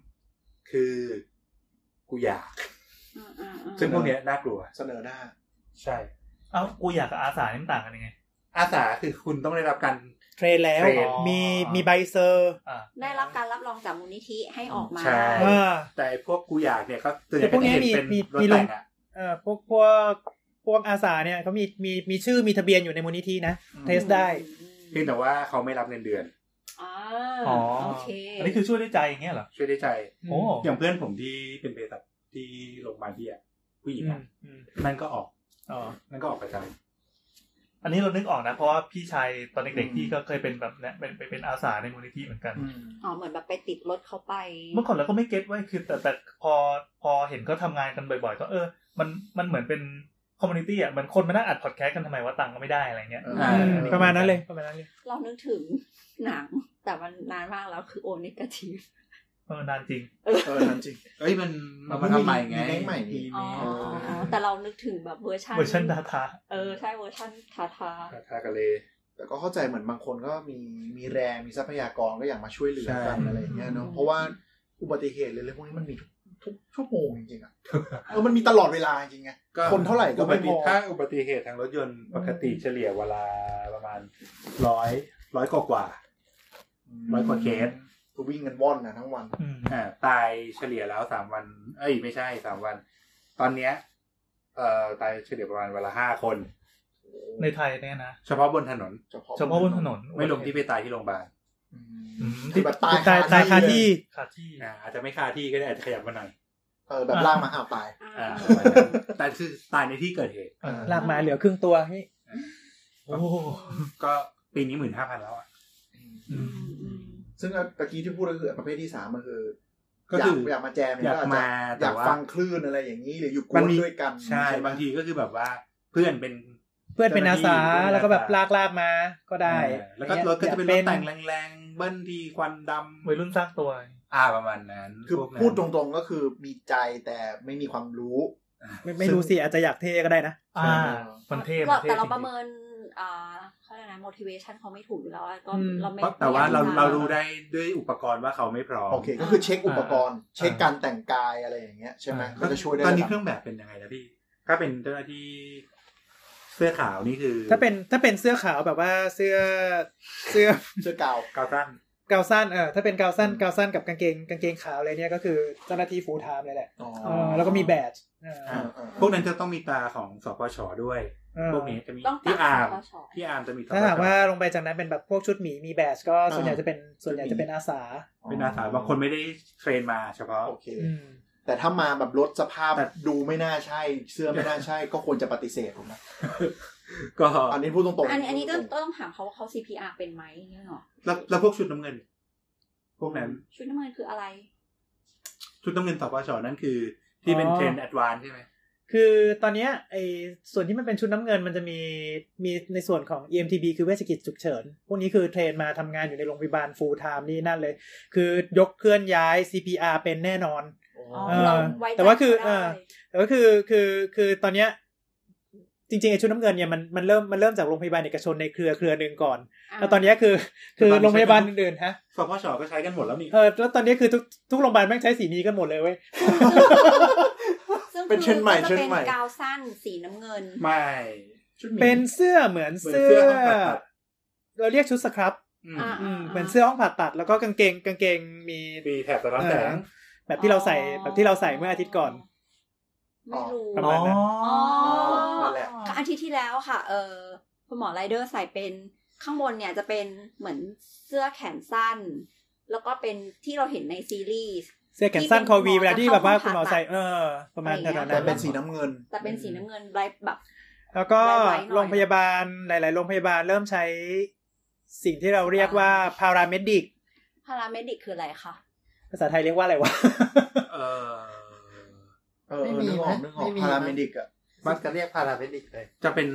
3คือกูอยากซึ่งพวกเนี้ยน่ากลัวเสนอหน้าใช่กูอยากกับอาสานี่ต่างกันยังไงอาสาคือคุณต้องได้รับการเทรนแล้วมีใบเซอร์ได้รับการรับรองจากมูลนิธิให้ออกมาใช่แต่พวกกูอยากเนี่ยก็พวกนี้มีลงพวกอาสาเนี่ยเขามีชื่อมีทะเบียนอยู่ในมูลนิธินะเทสได้เพียงแต่ว่าเขาไม่รับเงินเดือนโอเคอันนี้คือช่วยด้วยใจอย่างเงี้ยเหรอช่วยด้วยใจอย่างเพื่อนผมที่เป็นเภสัชที่โรงพยาบาลที่ผู้หญิงนั่นก็ออกนั่นก็ออกประจำอันนี้เรานึกออกนะเพราะว่าพี่ชายตอนเด็กๆพี่ก็เคยเป็นแบบเนี่ยเป็นอาสาในมูลนิธิเหมือนกันเหมือนแบบไปติดรถเขาไปเมื่อก่อนเราก็ไม่เก็ตว่าคือแต่พอเห็นเขาทำงานกันบ่อยๆก็มันเหมือนเป็นคอมมูนิตี้อ่ะเหมือนคนมานั่งอัดพอดแคสต์กันทำไมว่าตังค์ก็ไม่ได้อะไรเงี้ยประมาณนั้นเลยเรานึกถึงหนังแต่มันนานมากแล้วคือโอเนกาทีฟนานจริงนานจริงมันมาทำใหม่ไงใหม่นี่แต่เรานึกถึงแบบเวอร์ชันทาใช่เวอร์ชันทากันเลยแต่ก็เข้าใจเหมือนบางคนก็มีแรงมีทรัพยากรก็อยากมาช่วยเหลือกันอะไรอย่างเงี้ยเนาะเพราะว่าอุบัติเหตุเลยพวกนี้มันมีทุกชั่วโมงจริงๆอ่ะมันมีตลอดเวลาจริงไงคนเท่าไหร่ก็ไม่พอถ้าอุบัติเหตุทางรถยนต์ปกติเฉลี่ยเวลาประมาณ100กว่าเคสก็วิ่งกันว่อนนะทั้งวันตายเฉลี่ยแล้ว3วันไม่ใช่3วันตอนเนี้ยตายเฉลี่ยประมาณเวลา5คนในไทยเนี่ยนะเฉพาะบนถนนบนถนนไม่รวมที่ไปตายที่โรงพยาบาลที่แบบตายคาที่อาจจะไม่คาที่ก็ได้อาจจะขยับมาหน่อยแบบลากมาตายแต่คือตายในที่เกิดเหตุลากมาเหลือครึ่งตัวนี่ก็ปีนี้ 15,000 แล้วอ่ะซึ่งตะกี้ที่พูดก็คือประเภทที่3มันคืออยากมาแจมอยากฟังคลื่นอะไรอย่างนี้หรืออยู่กวนด้วยกันใช่บางทีก็คือแบบว่าเพื่อนเป็นอาสาแล้วก็แบบลากมาก็ได้แล้วก็รถก็จะเป็นรถแต่งแรงๆเบิ้ลที่ควันดำวัยรุ่นสร้างตัวประมาณนั้นคือพูดตรงๆก็คือมีใจแต่ไม่มีความรู้ไม่รู้สิอาจจะอยากเท่ก็ได้นะคนเท่แต่เราประเมินเขาเรียกนะ motivation เขาไม่ถูกอยู่แล้วก็เราไม่แต่ว่าเรารู้ได้ด้วยอุปกรณ์ว่าเขาไม่พร้อมโอเคก็คือเช็คอุปกรณ์เช็คการแต่งกายอะไรอย่างเงี้ยใช่ไหมก็จะช่วยได้ตอนนี้เครื่องแบบเป็นยังไงนะพี่ถ้าเป็นเจ้าหน้าที่เสื้อขาวนี่คือถ้าเป็นเสื้อขาวแบบว่าเสื้อกาวสั้นกาวสั้นถ้าเป็นกาวสั้นกับกางเกงขาวอะไรเนี่ยก็คือเจ้าหน้าที่ full time เลยแหละแล้วก็มีแบดพวกนั้นจะต้องมีตาของสปช.ด้วยพวกนี้จะมีที่อาร์มจะมีถ้าหากว่าลงไปจากนั้นเป็นแบบพวกชุดหมีมีแบดก็ส่วนใหญ่จะเป็นอาสาบางคนไม่ได้เทรนมาเฉพาะโอเคแต่ถ้ามาแบบรถสภาพดูไม่น่าใช่เสื้อไม่น่าใช่ก็ควรจะปฏิเสธถูกไหมก็อันนี้พูดตรงๆอันนี้ต้องถามเขาว่าเขา CPR เป็นไหมเนี่ยหรอแล้วพวกชุดน้ำเงินพวกนั้นชุดน้ำเงินคืออะไรชุดน้ำเงินสปช.นั่นคือที่เป็นเทรนแอดวานซ์ใช่ไหมคือตอนนี้ไอ้ส่วนที่มันเป็นชุดน้ำเงินมันจะมีในส่วนของ EMTB คือเวชกิจฉุกเฉินพวกนี้คือเทรนมาทำงานอยู่ในโรงพยาบาล full time นี่นั่นเลยคือยกเคลื่อนย้าย CPR เป็นแน่นอนแต่ว่าคือตอนเนี้ยจริงๆไอ้ชุดน้ำเงินเนี่ยมันเริ่มจากโรงพยาบาลเอกชนในเครือนึงก่อนแล้วตอนนี้คือโรงพยาบาลอื่นๆฮะสปช.ก็ใช้กันหมดแล้วนี่แล้วตอนนี้คือทุกโรงพยาบาลแม่งใช้สีนี้กันหมดเลยเว้ยเป็นเช่นใหม่เป็นกาวสั้นสีน้ำเงินไม่เป็นเสื้อเหมือนเสื้อเราเรียกชุดสครับเหมือนเสื้อห้องผ่าตัดแล้วก็กางเกงมีแถบสะท้อนแสงแบบที่เราใส่เมื่ออาทิตย์ก่อนไม่รู้ประมาณนั้นนั่นแหละอาทิตย์ที่แล้วค่ะคุณหมอไรเดอร์ใส่เป็นข้างบนเนี่ยจะเป็นเหมือนเสื้อแขนสั้นแล้วก็เป็นที่เราเห็นในซีรีส์เสื้อแขนสั้นคอวีเวลาที่แบบว่าคุณหมอใส่ประมาณนั้นแต่เป็นสีน้ำเงินแต่เป็นสีน้ำเงินไบรท์แบบแล้วก็โรงพยาบาลหลายๆโรงพยาบาลเริ่มใช้สิ่งที่เราเรียกว่าพาราเมดิกคืออะไรคะภาษาไทยเรียกว่าอะไรวะไม่มีพาราเมดิกอ่ะมักจะเรียกพาราเมดิกเลยจะเป็น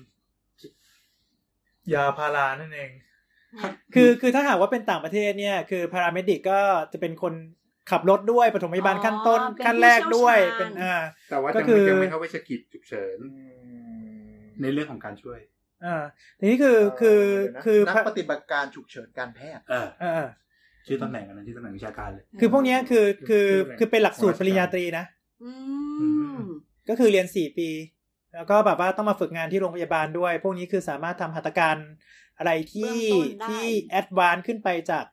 ยาพารานั่นเองคือถ้าหากว่าเป็นต่างประเทศเนี่ยคือพาราเมดิกก็จะเป็นคนขับรถด้วยปฐมพยาบาลขั้นต้นขั้นแรกด้วยเป็นแต่ว่ายังไม่เข้าเวชกิจฉุกเฉินในเรื่องของการช่วยทีนี้คือนักปฏิบัติการฉุกเฉินการแพทย์ชื่อตำแหน่งอันนั้นที่ตำแหน่งวิชาการเลยคือพวกนี้คือเป็นหลักสูตรปริญญาตรีนะก็คือเรียน4 ปีแล้วก็แบบว่าต้องมาฝึกงานที่โรงพยาบาลด้วยพวกนี้คือสามารถทำหัตถการอะไรที่แอดวานซ์ขึ้นไปจาก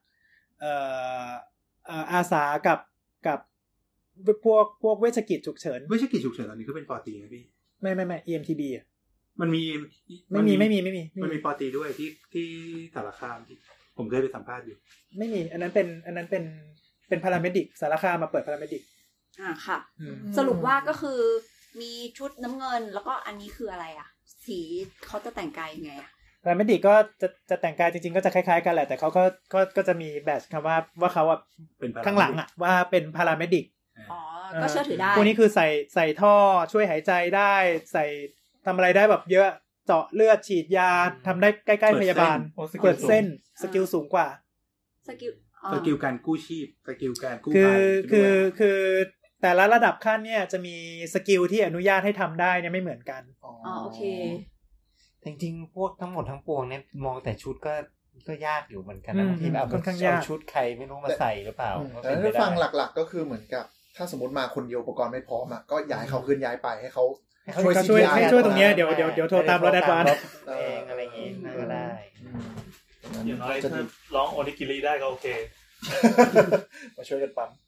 อาสากับพวกเวชกิจฉุกเฉินเวชกิจฉุกเฉินตอนนี้คือเป็นป.ตรีนะพี่ไม่ EMTB อ่ะมันมีไม่มีมันมีป.ตรีด้วยที่สารคามที่ผมเคยไปสัมภาษณ์อยู่ไม่มีอันนั้นเป็นพาราเมดิกสารคามมาเปิดพาราเมดิกค่ะสรุปว่าก็คือมีชุดน้ำเงินแล้วก็อันนี้คืออะไรอ่ะสีเขาจะแต่งกายยังไงอ่ะพาราเมดิกก็จะแต่งกายจริงๆก็จะคล้ายๆกันแหละแต่เขาก็จะมีแบดคำว่าเขาเป็นข้างหลังอ่ะว่าเป็นพาราเมดิกก็เชื่อถือได้พวกนี้คือใส่ท่อช่วยหายใจได้ใส่ทำอะไรได้แบบเยอะเจาะเลือดฉีดยาทำได้ใกล้ๆพยาบาลเปิดเส้นสกิลสูงกว่าสกิลการกู้ชีพสกิลการกู้ภัยคือแต่ละระดับขั้นเนี่ยจะมีสกิลที่อนุญาตให้ทำได้เนี่ยไม่เหมือนกันโอเคจริงๆพวกทั้งหมดทั้งปวงเนี่ยมองแต่ชุดก็ยากอยู่เหมือนกันนะบางทีแบบเอาชุดใครไม่รู้มาใส่หรือเปล่าแต่ถ้าฟังหลักๆก็คือเหมือนกับถ้าสมมติมาคนเดียวอุปกรณ์ไม่พร้อมอ่ะก็ย้ายเขาขึ้นย้ายไปให้เขาช่วยตรงเนี้ยเดี๋ยวโทรตามรถแอดวานซ์เองอะไรอย่างงี้ก็ได้อย่างน้อยถ้าร้องโอนิกิริได้ก็โอเคมาช่วยกันปั๊ม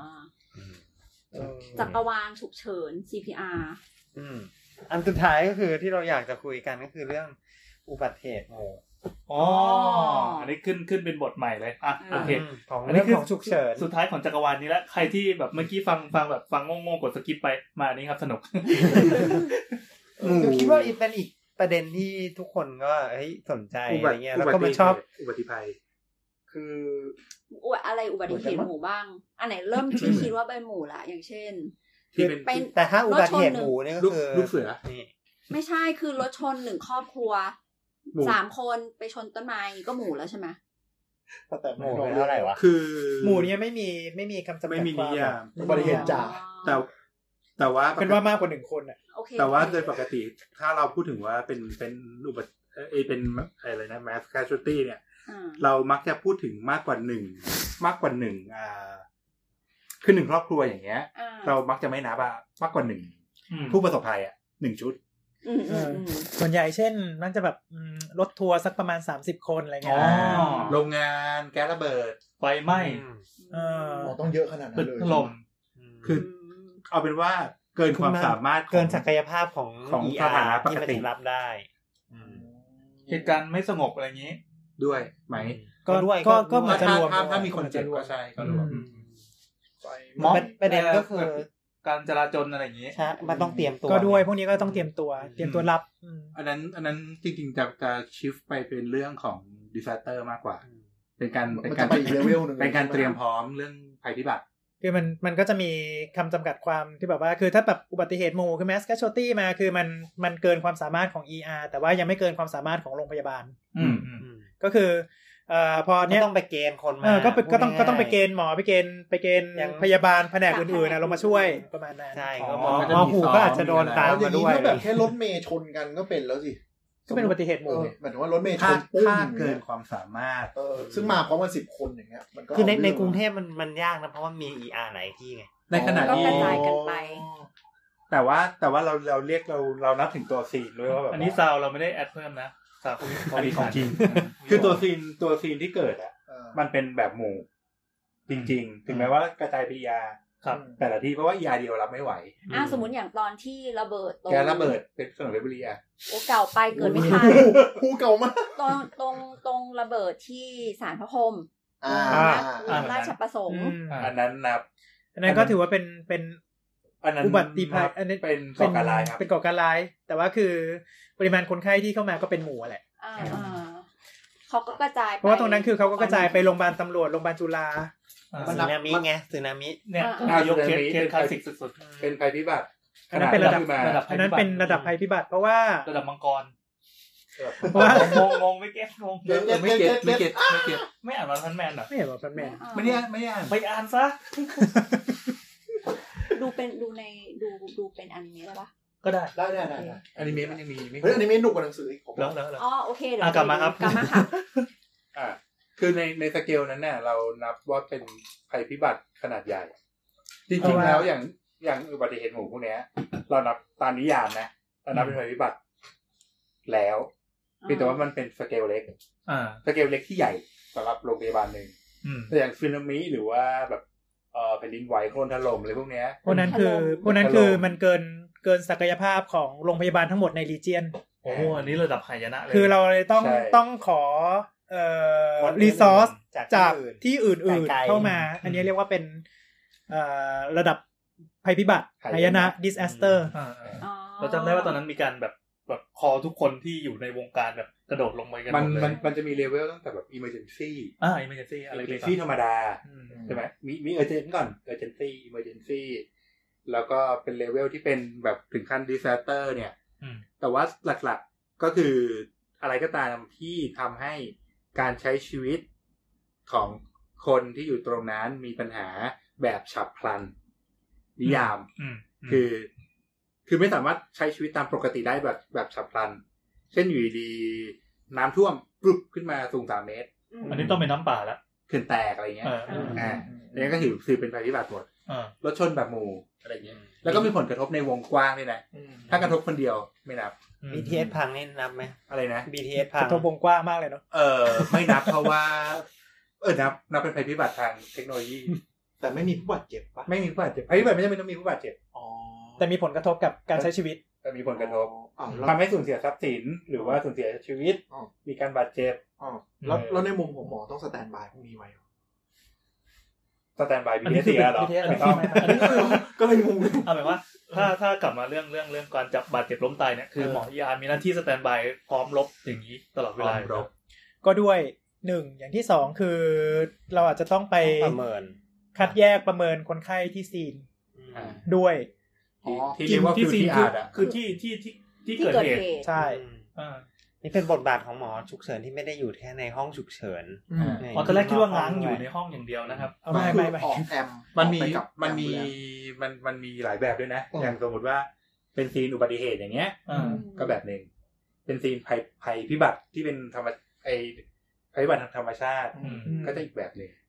จักรวาลฉุกเฉิน CPR อันสุดท้ายก็คือที่เราอยากจะคุยกันก็คือเรื่องอุบัติเหตุหมู่อันนี้ขึ้นเป็นบทใหม่เลยโอเคอันนี้คือฉุกเฉินสุดท้ายของจักรวาลนี้แล้วใครที่แบบเมื่อกี้ฟังโง่ๆกดสกิปไปมานี่ครับสนุกคือคิดว่าเป็นอีกประเด็นที่ทุกคนก็สนใจอะไรเงี้ยแล้วก็มันชอบอุบัติภัยคืออะไรอุบัติเหตุหมู่บ้างอันไหนเริ่มที่คิดว่าเป็นหมู่ละอย่างเช่นที่เป็นแต่ถ้าอุบัติเหตุหมู่นี่ก็คือลูกเสือนี่ไม่ใช่คือรถชน1ครอบครัว3คนไปชนต้นไม้ก็หมู่แล้วใช่ไหมแต่หมู่เท่าไหร่วะคือหมู่นี้ไม่มีคำจำกัดความอุบัติเหตุจ่าแต่ว่าเป็นว่ามากกว่า1คนอ่ะแต่ว่าโดยปกติถ้าเราพูดถึงว่าเป็นอุบัติเป็นอะไรนะ mass casualty เนี่ยเรามักจะพูดถึงมากกว่า1คือ1ครอบครัวอย่างเงี้ยเรามักจะไม่นับมากกว่า1ผู้ประสบภัย1ชุดส่วนใหญ่เช่นมันจะแบบรถทัวร์สักประมาณ30คนอะไรเงี้ยโรงงานแก๊สระเบิดไฟไหม้ต้องเยอะขนาดนั้นเลยถล่มคือเอาเป็นว่าเกินความสามารถเกินศักยภาพของสถานะปกติรับได้เหตุการณ์ไม่สงบอะไรอย่างนี้ด้วยไหมก็ด้วยก็เหมือนจะรวมถ้ามีคนเจ็บก็ใช่ก็รวมประเด็นก็คือการจราจรอะไรอย่างนี้ใช่มันต้องเตรียมตัวก็ด้วยพวกนี้ก็ต้องเตรียมตัวรับอันนั้นจริงๆจะชิฟไปเป็นเรื่องของดิซาสเตอร์มากกว่าเป็นการไปอีกเลเวลนึงเป็นการเตรียมพร้อมเรื่องภัยพิบัติคือมันก็จะมีคำจำกัดความที่แบบว่าคือถ้าแบบอุบัติเหตุหมู่คือ mass casualty มาคือมันเกินความสามารถของ ER แต่ว่ายังไม่เกินความสามารถของโรงพยาบาลก็คือพอเนี้ยต้องไปเกณฑ์คนมาก็ต้องไปเกณฑ์หมอไปเกณฑ์พยาบาลแผนกอื่นๆลงมาช่วยประมาณนั้นใช่ก็หมอหูก็อาจจะโดนตามมาด้วยถ้าแบบแค่รถเมล์ชนกันก็เป็นแล้วสิก็เป็นอุบัติเหตุหมู่หมายถึงว่ารถเมล์ชนปุ้งเกินความสามารถซึ่งมาพร้อมกัน10คนอย่างเงี้ยมันก็คือในกรุงเทพมันยากนะเพราะว่ามี ER หลายที่ไงในขณะที่กระจายกันไปแต่ว่าเราเรียกเรานับถึงตัวซีนด้วยว่าแบบอันนี้ซาวเราไม่ได้แอดเพิ่มนะซาวอันนี้ของจริงคือตัวซีนที่เกิดอ่ะมันเป็นแบบหมู่จริงๆถึงแม้ว่ากระจายไป ER ครับแต่ละที่เพราะว่า ER เดียวรับไม่ไหวสมมุติอย่างตอนที่ระเบิดแกระเบิดเป็นถนนเพชรบุรีโอ้เก่าไปเกิดไม่ทันผู้เก่ามากตรงระเบิดที่ศาลพระพรหมราชประสงค์อันนั้นนับอันนั้นก็ถือว่าเป็นอุบัติภัยอันนี้เป็นก่อการร้ายครับเป็นก่อการร้ายแต่ว่าคือปริมาณคนไข้ที่เข้ามาก็เป็นหมู่แหละเขาก็กระจายเพราะว่าตรงนั้นคือเขาก็กระจายไปโรงพยาบาลตำรวจโรงพยาบาลจุฬาสึนามิไงสึนามิเนี่ยยกเคสคลาสสิกสุดๆเป็นภัยพิบัติอันนั้นเป็นระดับภัยพิบัติเพราะว่าระดับมังกรว่างงไม่เก็ตงงไม่เก็ตไม่อ่านวันพันแมนเหรอไม่อ่านวันพันแมนไม่ได้อ่านไปอ่านซะดูเป็นอนิเมะได้ปะก็ได้อนิเมะมันยังมีอนิเมะหนุกกว่าหนังสืออีกแล้วโอเคเดี๋ยวกลับมาครับค่ะคือในสเกลนั้นเนี่ยเรานับว่าเป็นภัยพิบัติขนาดใหญ่จริงๆแล้วอย่างอุบัติเหตุหมู่พวกนี้เรานับตามนิยามนะเรานับเป็นภัยพิบัติแล้วแต่ว่ามันเป็นสเกลเล็กสเกลเล็กที่ใหญ่สำหรับโรงพยาบาลนึงแต่อย่างสึนามิหรือว่าแบบแผ่นดินไหวโคลนถล่มอะไรพวกนี้พวกนั้นคือมันเกินศักยภาพของโรงพยาบาลทั้งหมดในรีเจียนโอ้อันนี้ระดับหายนะเลยคือเราเลยต้องขอรีซอสจากที่อื่นๆเข้ามาอันนี้เรียกว่าเป็นระดับภัยพิบัติหายนะ disaster เราจำได้ว่าตอนนั้นมีการแบบคอทุกคนที่อยู่ในวงการแบบกระโดดลงไปกันมันจะมีเลเวลตั้งแต่แบบ emergency emergency อะไร emergency ธรรมดาใช่ไหมมี urgent ก่อน urgency emergency แล้วก็เป็นเลเวลที่เป็นแบบถึงขั้น disaster เนี่ยแต่ว่าหลักๆก็คืออะไรก็ตามที่ทำให้การใช้ชีวิตของคนที่อยู่ตรงนั้นมีปัญหาแบบฉับพลันนิยามคือไม่สามารถใช้ชีวิตตามปกติได้แบบฉับพลันเช่นอยู่ดีน้ำท่วมปุ๊บขึ้นมาสูง3 เมตรอันนี้ต้องเป็นน้ำป่าแล้วเขื่อนแตกอะไรเงี้ยนี่ก็ถือเป็นภัยพิบัติหมดรถชนแบบหมู่อะไรเงี้ยแล้วก็มีผลกระทบในวงกว้างด้วยนะถ้ากระทบคนเดียวไม่นับ BTS พังนี่นับไหมอะไรนะ BTS พังกระทบวงกว้างมากเลยเนาะไม่นับเพราะว่านับเป็นภัยพิบัติทางเทคโนโลยีแต่ไม่มีผู้บาดเจ็บปะไม่มีผู้บาดเจ็บภัยพิบัติไม่จำเป็นต้องมีผู้บาดเจ็บแต่มีผลกระทบกับการใช้ชีวิตแต่มีผลกระทบทำให้สูญเสียทรัพย์สินหรือว่าสูญเสียชีวิตมีการบาดเจ็บแล้วในมุมของหมอต้องสแตนบายพวกนี้ไว้สแตนบาย BTS เหรอไม่ต้องอันนี้คือก็เลยงงเอาหมายว่าถ้ากลับมาเรื่องการจับบาดเจ็บล้มตายเนี่ยคือหมอ ER มีหน้าที่สแตนบายพร้อมรบอย่างนี้ตลอดเวลาก็ด้วย1อย่างที่2คือเราอาจจะต้องไปประเมินคัดแยกประเมินคนไข้ที่ซีนด้วยที่เรียกว่าฟิวที่อาร์ดคือที่เกิดเหตุใช่นี่เป็นบทบาทของหมอฉุกเฉินที่ไม่ได้อยู่แค่ในห้องฉุกเฉินตอนแรกคิดว่าง้างอยู่ในห้องอย่างเดียวนะครับไม่ออกแอมมันมีหลายแบบด้วยนะอย่างสมมติว่าเป็นซีนอุบัติเหตุอย่างเงี้ยก็แบบนึงเป็นซีนภัยพิบัติที่เป็นภัยพิบัติทางธรรมชาติก็จะอีกแบบนึง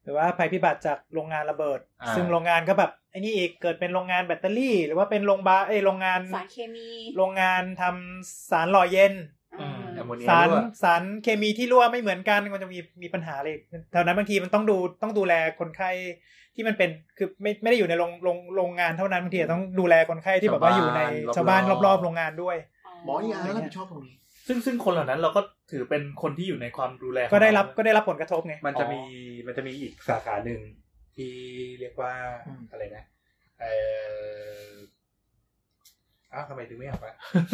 หรือว่าภัยพิบัติจากโรงงานระเบิดซึ่งโรงงานก็แบบไอ้นี่อีกเกิดเป็นโรงงานแบตเตอรี่หรือว่าเป็นโรงงานสารเคมีโรงงานทำสารหล่อเย็นสารเคมีที่รั่วไม่เหมือนกันมันจะมีปัญหาเลยแถวนั้นบางทีมันต้องดูแลคนไข้ที่มันเป็นคือไม่ได้อยู่ในโรงงานเท่านั้นบางทีต้องดูแลคนไข้ที่แบบว่าอยู่ในชาวบ้านรอบๆโรงงานด้วยหมอยารับผิดชอบตรงนี้ซึ่งคนเหล่านั้นเราก็ถือเป็นคนที่อยู่ในความดูแลก็ได้รับผลกระทบไงมันจะมีอีกสาขาหนึ่งที่เรียกว่าอะไรนะทำไมถึงไม่ออกวะ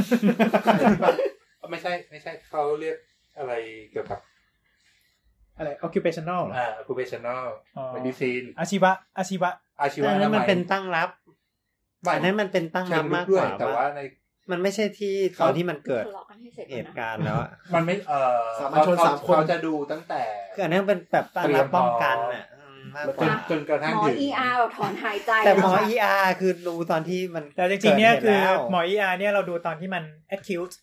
ไม่ใช่เขาเรียกอะไรเกี่ยวกับอะไร occupational occupational medicine อาชีวะนั่นมันเป็นตั้งรับนั้นมันเป็นตั้งรับมากกว่าแต่ว่าในมันไม่ใช่ที่ตอนที่มันเกิดเหตุการณ์แล้วมันไม่สามัญชน3คนเขาจะดูตั้งแต่คืออันนี้เป็นแบบตั้งรับป้องกันน่ะจนกระทั่งหมอ ER แบบถอนหายใจแต่หมอ ER คือรู้ตอนที่มันแต่จริงๆเนี่ยคือหมอ ER เนี่ยเราดูตอนที่มัน acute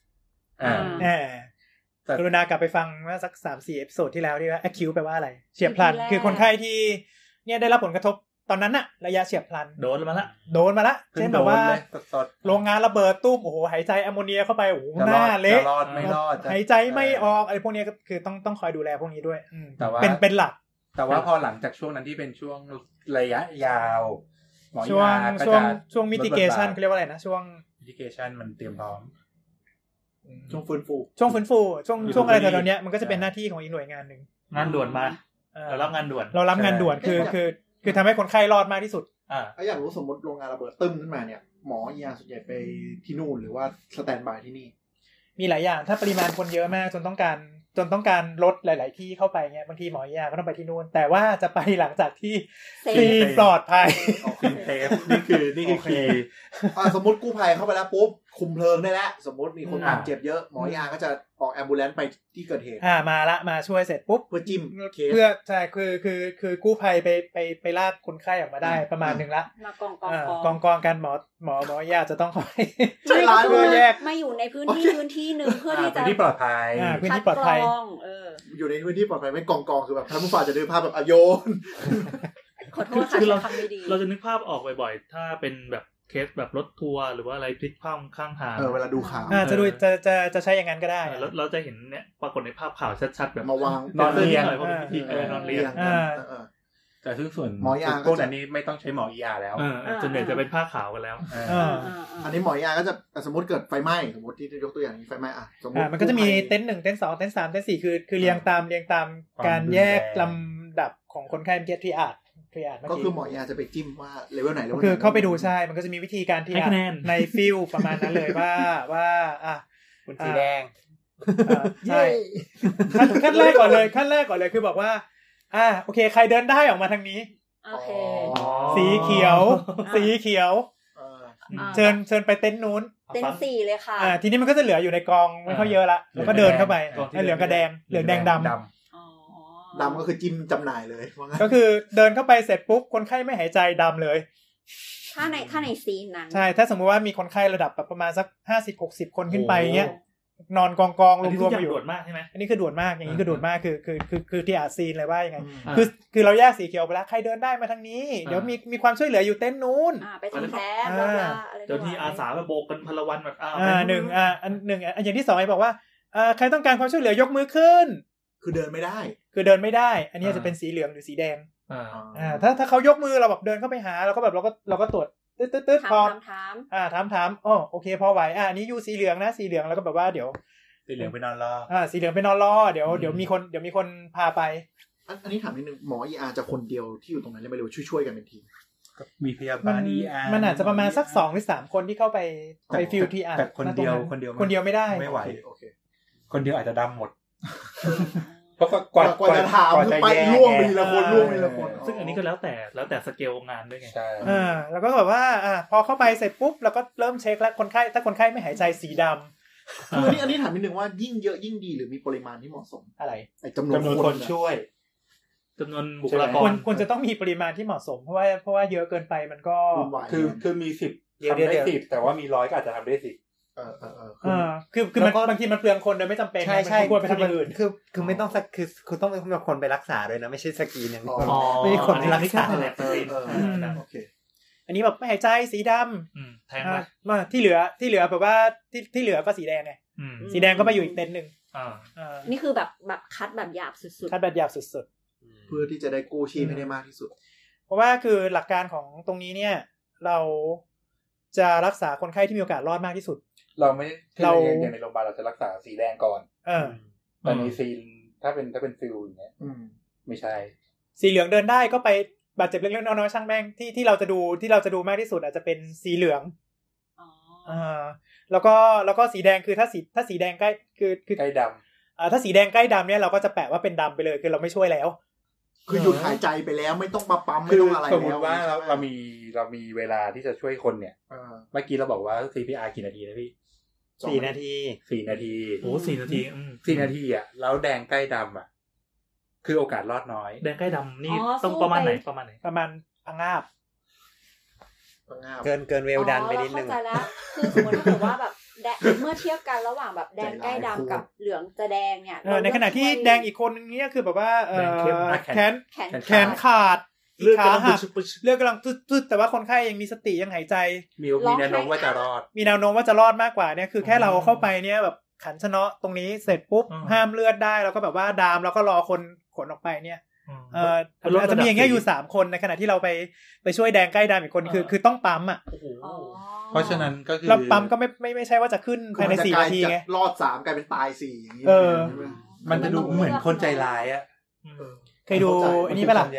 กรุณากลับไปฟังว่าสัก 3-4 เอพิโซดที่แล้วที่ว่า acute แปลว่าอะไรเฉียบพลันคือคนไข้ที่เนี่ยได้รับผลกระทบตอนนั้นน่ะระยะเฉียบพลันโดนมาละเช่นแบบว่าโรงงานระเบิดตุ้มโอ้โหหายใจแอมโมเนียเข้าไปโอ้โหหน้าเละไม่รอดหายใจไม่ออกอะไรพวกนี้ก็คือต้องคอยดูแลพวกนี้ด้วยแต่ว่าเป็นหลักแต่ว่าพอหลังจากช่วงนั้นที่เป็นช่วงระยะยาวหมอช่วง mitigation เขาเรียกว่าอะไรนะช่วง mitigation มันเตรียมพร้อมช่วงฟื้นฟูช่วงอะไรแถวๆนี้มันก็จะเป็นหน้าที่ของอีกหน่วยงานนึงงานด่วนมาเรารับงานด่วนคือทำให้คนไข้รอดมากที่สุดอยากรู้สมมติโรงงานระเบิดตึ้มขึ้นมาเนี่ยหมอยาส่วนใหญ่ไปที่นู่นหรือว่าสแตนด์บายที่นี่มีหลายอย่างถ้าปริมาณคนเยอะมากจนต้องการลดหลายๆที่เข้าไปเงี้ยบางทีหมอยาก็ต้องไปที่นู่นแต่ว่าจะไปหลังจากที่ซีนปลอดภัยเซฟนี่คือคีย์สมมติกู้ภัยเข้าไปแล้วปุ๊บคุมเพลิงได้แล้วสมมติมีคนบาดเจ็บเยอะหมอยาก็จะออกแอมบูเลนซ์ไปที่เกิดเหตุมาช่วยเสร็จปุ๊บเพื่อจิ้มเพื่อใช่คือกู้ภัยไปลากคนไข้ออกมาได้ประมาณนึงละมากองกันหมอยาจะต้องคอยเพื่อแยกมาอยู่ในพื้นที่นึงเพื่อที่จะพื้นที่ปลอดภัยอยู่ในพื้นที่ปลอดภัยไม่กองคือแบบท่านผู้ฝ่ายจะดูภาพแบบโยนขอโทษค่ะทำไม่ดีเราจะนึกภาพออกบ่อยๆถ้าเป็นแบบเคสแบบรถทัวร์หรือว่าอะไรพลิกคว่ำข้างทางเวลาดูข่าวจะใช้อย่างนั้นก็ได้แล้วเราจะเห็นเนี่ยปรากฏในภาพข่าวชัดๆแบบมาวางนอนเรียงอะไรพวกนี้นอนเรียงแต่ซึ่งส่วนหมอยาพวกนั้นนี้ไม่ต้องใช้หมอ ER แล้วส่วนใหญ่จะเป็นผ้าขาวกันแล้วอันนี้หมอยาก็จะสมมติเกิดไฟไหม้สมมติที่ยกตัวอย่างนี้ไฟไหม้สมมติมันก็จะมีเต็นท์1เต็นท์2เต็นท์3เต็นท์4คือเรียงตามการแยกลำดับของคนไข้ที่ที่อาจก็คือหมอยาจะไปจิ้มว่าเลเวลไหนคือเข้าไปดูใช่มันก็จะมีวิธีการที่ในฟิลประมาณนั้นเลยว่าคุณสีแดงใช่ขั้นแรกก่อนเลยคือบอกว่าโอเคใครเดินได้ออกมาทางนี้โอเคสีเขียวเชิญไปเต็นท์นู้นเต็นท์4เลยค่ะทีนี้มันก็จะเหลืออยู่ในกองไม่ค่อยเยอะละแล้วก็เดินเข้าไปเหลืองกับแดงเหลืองแดงดำก็คือจิ้มจำหน่ายเลยก็คือเดินเข้าไปเสร็จปุ๊บคนไข้ไม่หายใจดำเลยถ้าในซีนนั้นใช่ถ้าสมมุติว่ามีคนไข้ระดับแบบประมาณสัก 50-60 คนขึ้นไปเงี้ยนอนกองรวมๆอยู่ด่วนมากใช่ไหมอันนี้คือด่วนมากอย่างนี้คือด่วนมากคือที่อาซีนเลยว่ายังไงคือเราแยกสีเขียวไปแล้วใครเดินได้มาทางนี้เดี๋ยวมีความช่วยเหลืออยู่เต็นท์นู้นไปทำแท้เดี๋ยวที่อาสามาโบกกันพลวันแบบหนึ่งอย่างที่2ไอ้บอกว่าใครต้องการความช่วยเหลือยกมือขึ้นคือเดินไม่ได้อันนี้จะเป็นสีเหลืองหรือสีแดงถ้าเขายกมือเราแบบเดินเข้าไปหาเราก็แบบเราก็ตรวจตืดพอถามโอเคพอไหวอันนี้อยู่สีเหลืองนะสีเหลืองแล้วก็แบบว่าเดี๋ยวสีเหลืองไปนอนรอสีเหลืองไปนอนรอเดี๋ยวมีคนพาไปอันนี้ถามนิดนึงหมอ ER จะคนเดียวที่อยู่ตรงนั้นเลยไม่รู้ช่วยกันเป็นทีมมีพยาบาล ER มันอาจจะประมาณสัก2หรือ3คนที่เข้าไปฟิลที่แต่คนเดียวไม่ได้ไม่ไหวคนเดียวอาจจะดำหมดก็กว่าจะถามไปล่วงไปละคนซึ่งอันนี้ก็แล้วแต่สเกลงานด้วยไงใช่แล้วก็แบบว่าพอเข้าไปเสร็จปุ๊บเราก็เริ่มเช็คแล้วคนไข้ถ้าคนไข้ไม่หายใจสีดำคืออันนี้ถามนิดนึงว่ายิ่งเยอะยิ่งดีหรือมีปริมาณที่เหมาะสมอะไรจำนวนคนช่วยจำนวนบุคลากรควรจะต้องมีปริมาณที่เหมาะสมเพราะว่าเยอะเกินไปมันก็คือมี10ทำได้10แต่ว่ามี100ก็อาจจะทำได้10 คือมันบางทีมันเปลืองคนโดยไม่จำเป็นใช่ควรไปทำอย่างอื่นคือไม่ต้องคือต้องเป็นคนไปรักษาด้วยนะไม่ใช่สกรีนอย่างเดียวไม่ใช่คนไปรักษาโอเคอันนี้แบบไม่หายใจสีดำแทงมาที่เหลือแบบว่าที่เหลือก็สีแดงไงสีแดงก็ไปอยู่อีกเต็นท์นึงนี่คือแบบคัดแบบหยาบสุดๆคัดแบบหยาบสุดๆเพื่อที่จะได้กู้ชีพให้ได้มากที่สุดเพราะว่าคือหลักการของตรงนี้เนี่ยเราจะรักษาคนไข้ที่มีโอกาสรอดมากที่สุดเราไม่เราอย่างในโรงพยาบาลเราจะรักษาสีแดงก่อนแต่ในซีนถ้าเป็นฟิลอย่างเงี้ยไม่ใช่สีเหลืองเดินได้ก็ไปบาดเจ็บเล็กๆน้อยๆช่างแม่งที่เราจะดูมากที่สุดอาจจะเป็นสีเหลืองแล้วก็สีแดงคือถ้าสีแดงใกล้คือใกล้ดำถ้าสีแดงใกล้ดำเนี่ยเราก็จะแปะว่าเป็นดำไปเลยคือเราไม่ช่วยแล้วคือหยุดหายใจไปแล้วไม่ต้องมาปั๊มไม่ต้องอะไรแล้วสมมติว่าเรามีเวลาที่จะช่วยคนเนี่ยเมื่อกี้เราบอกว่า CPR กี่นาทีนะพี่ 4 นาที 4 นาทีโอ้4 นาที 4 นาทีอ่ะแล้วแดงใกล้ดำอ่ะคือโอกาสรอดน้อยแดงใกล้ดำนี่ต้องประมาณไหนประมาณพังงาบเกินเวลดันไปนิดนึงเข้าใจแล้วคือสมมติถ้าเกิดว่าแบบเมื่อเทียบกันระหว่างแบบแดงใกล้ดำกับเหลืองจะแดงเนี่ยในขณะที่แดงอีกคนนึงเนี่ยคือแบบว่าแขนขาดเลือดกำลังตึ๊ดแต่ว่าคนไข้ยังมีสติยังหายใจมีแนวโน้มว่าจะรอดมากกว่าเนี่ยคือแค่เราเข้าไปเนี่ยแบบขันชนะตรงนี้เสร็จปุ๊บห้ามเลือดได้แล้วก็แบบว่าดามแล้วก็รอคนขนออกไปเนี่ยอาจจะมีอย่างเงี้ยอยู่3คนในขณะที่เราไปช่วยแดงใกล้ดำอีกคนคือต้องปั๊มอ่ะเพราะฉะนั้นก็คือเราปั๊มก็ไม่ใช่ว่าจะขึ้นภายใน4 นาทีไงรอด3กลายเป็นตาย4อย่างงี้มันจะดูเหมือนคนใจร้ายอ่ะเคยดูอันนี้ป่ะล่ะ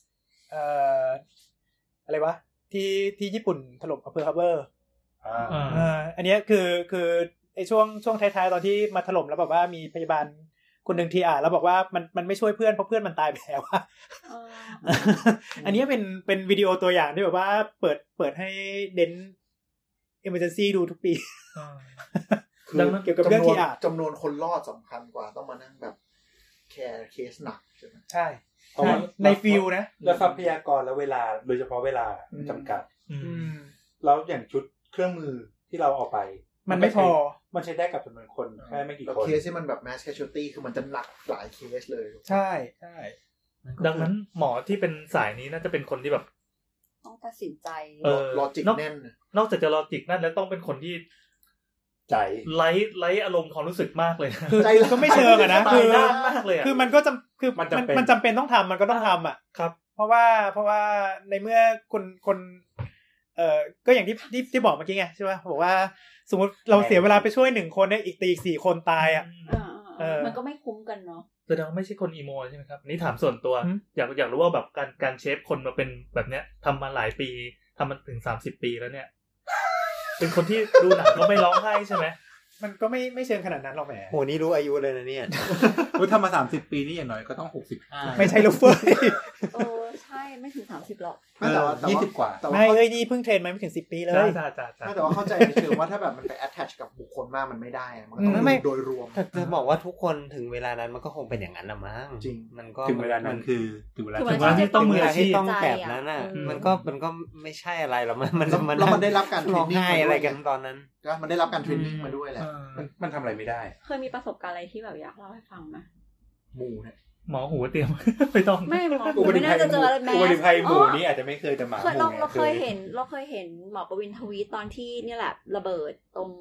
อะไรวะที่ญี่ปุ่นถล่มเพิร์ลฮาร์เบอร์อันนี้คือไอ้ช่วงท้ายๆตอนที่มาถล่มแล้วแบบว่ามีพยาบาลคนหนึ่งที่แล้วบอกว่ามันไม่ช่วยเพื่อนเพราะเพื่อนมันตายไปแล้วว่าอันนี้เป็นวิดีโอตัวอย่างที่แบบว่าเปิดให้เดนemergency ดูทุกปีดังนั้นเกี่ยวกับเรื่องที่จำนวนคนรอดสำคัญกว่าต้องมานั่งแบบแคร์เคสหนักใช่ไหมใช่ในฟิลนะแล้วทรัพยากรและเวลาโดยเฉพาะเวลาจำกัดแล้วอย่างชุดเครื่องมือที่เราเอาไปมันไม่พอมันใช้ได้กับจำนวนคนแค่ไม่กี่คนเคสที่มันแบบ mass casualty คือมันจะหนักหลายเคสเลยใช่ดังนั้นหมอที่เป็นสายนี้น่าจะเป็นคนที่แบบต้องตัดสินใจลอจิกแน่นนอกจากจะลอจิกนั่นแล้วต้องเป็นคนที่ใจไร้อารมณ์ความรู้สึกมากเลยคือก็ไม่เชิงอะนะคือด้านมากเลยคือมันก็คือมันจำเป็นต้องทำมันก็ต้องทำอ่ะครับเพราะว่าในเมื่อคนก็อย่างที่บอกเมื่อกี้ไงใช่ป่ะบอกว่าสมมติเราเสียเวลาไปช่วย1คนเนี่ยอีก4 คนตายอ่ะมันก็ไม่คุ้มกันเนาะแสดงว่าไม่ใช่คนอีโมใช่ไหมครับนี่ถามส่วนตัวอยากรู้ว่าแบบการเชฟคนมาเป็นแบบเนี้ยทำมาหลายปีทำมันถึง30 ปีแล้วเนี่ยเป็นคนที่ดูหนังก็ไม่ร้องไห้ใช่ไหมมันก็ไม่เชิงขนาดนั้นหรอกแหมโหนี่รู้อายุเลยนะเนี่ยรู้ทำมา30 ปีนี่อย่างน้อยก็ต้อง65 ไม่ใช่ลูกเฟยใช่ไม่ถึง30หรอกแต่ว่า 20 กว่าไม่นี่เพิ่งเทรนมาไม่ถึง10 ปีเลยแต่ว่าเข้าใจในเชิงว่าถ้าแบบมันไป attach กับบุคคลมากมันไม่ได้มันต้องโดยรวมจะบอกว่าทุกคนถึงเวลานั้นมันก็คงเป็นอย่างนั้นละมั้งจริงมันก็ถึงเวลานั้นคือถึงเวลาที่ต้องมืออาชีพต้องแบบนั้นน่ะมันก็ไม่ใช่อะไรหรอกมันได้รับการเทรนนิ่งอะไรกันตอนนั้นก็มันได้รับการเทรนนิ่งมาด้วยแหละมันทำอะไรไม่ได้เคยมีประสบการณ์อะไรที่แบบอยากเล่าให้ฟังไหมหมูเนี่ยหมอหูเตรียมไม่ต้องไม่หมอหูไม่น่าจะเจอแมสอุบัติภัยหมูนี่อาจจะไม่เคยแต่หมาเราเคยเห็นหมอประวินทวีตตอนที่นี่แหละระเบิดตรง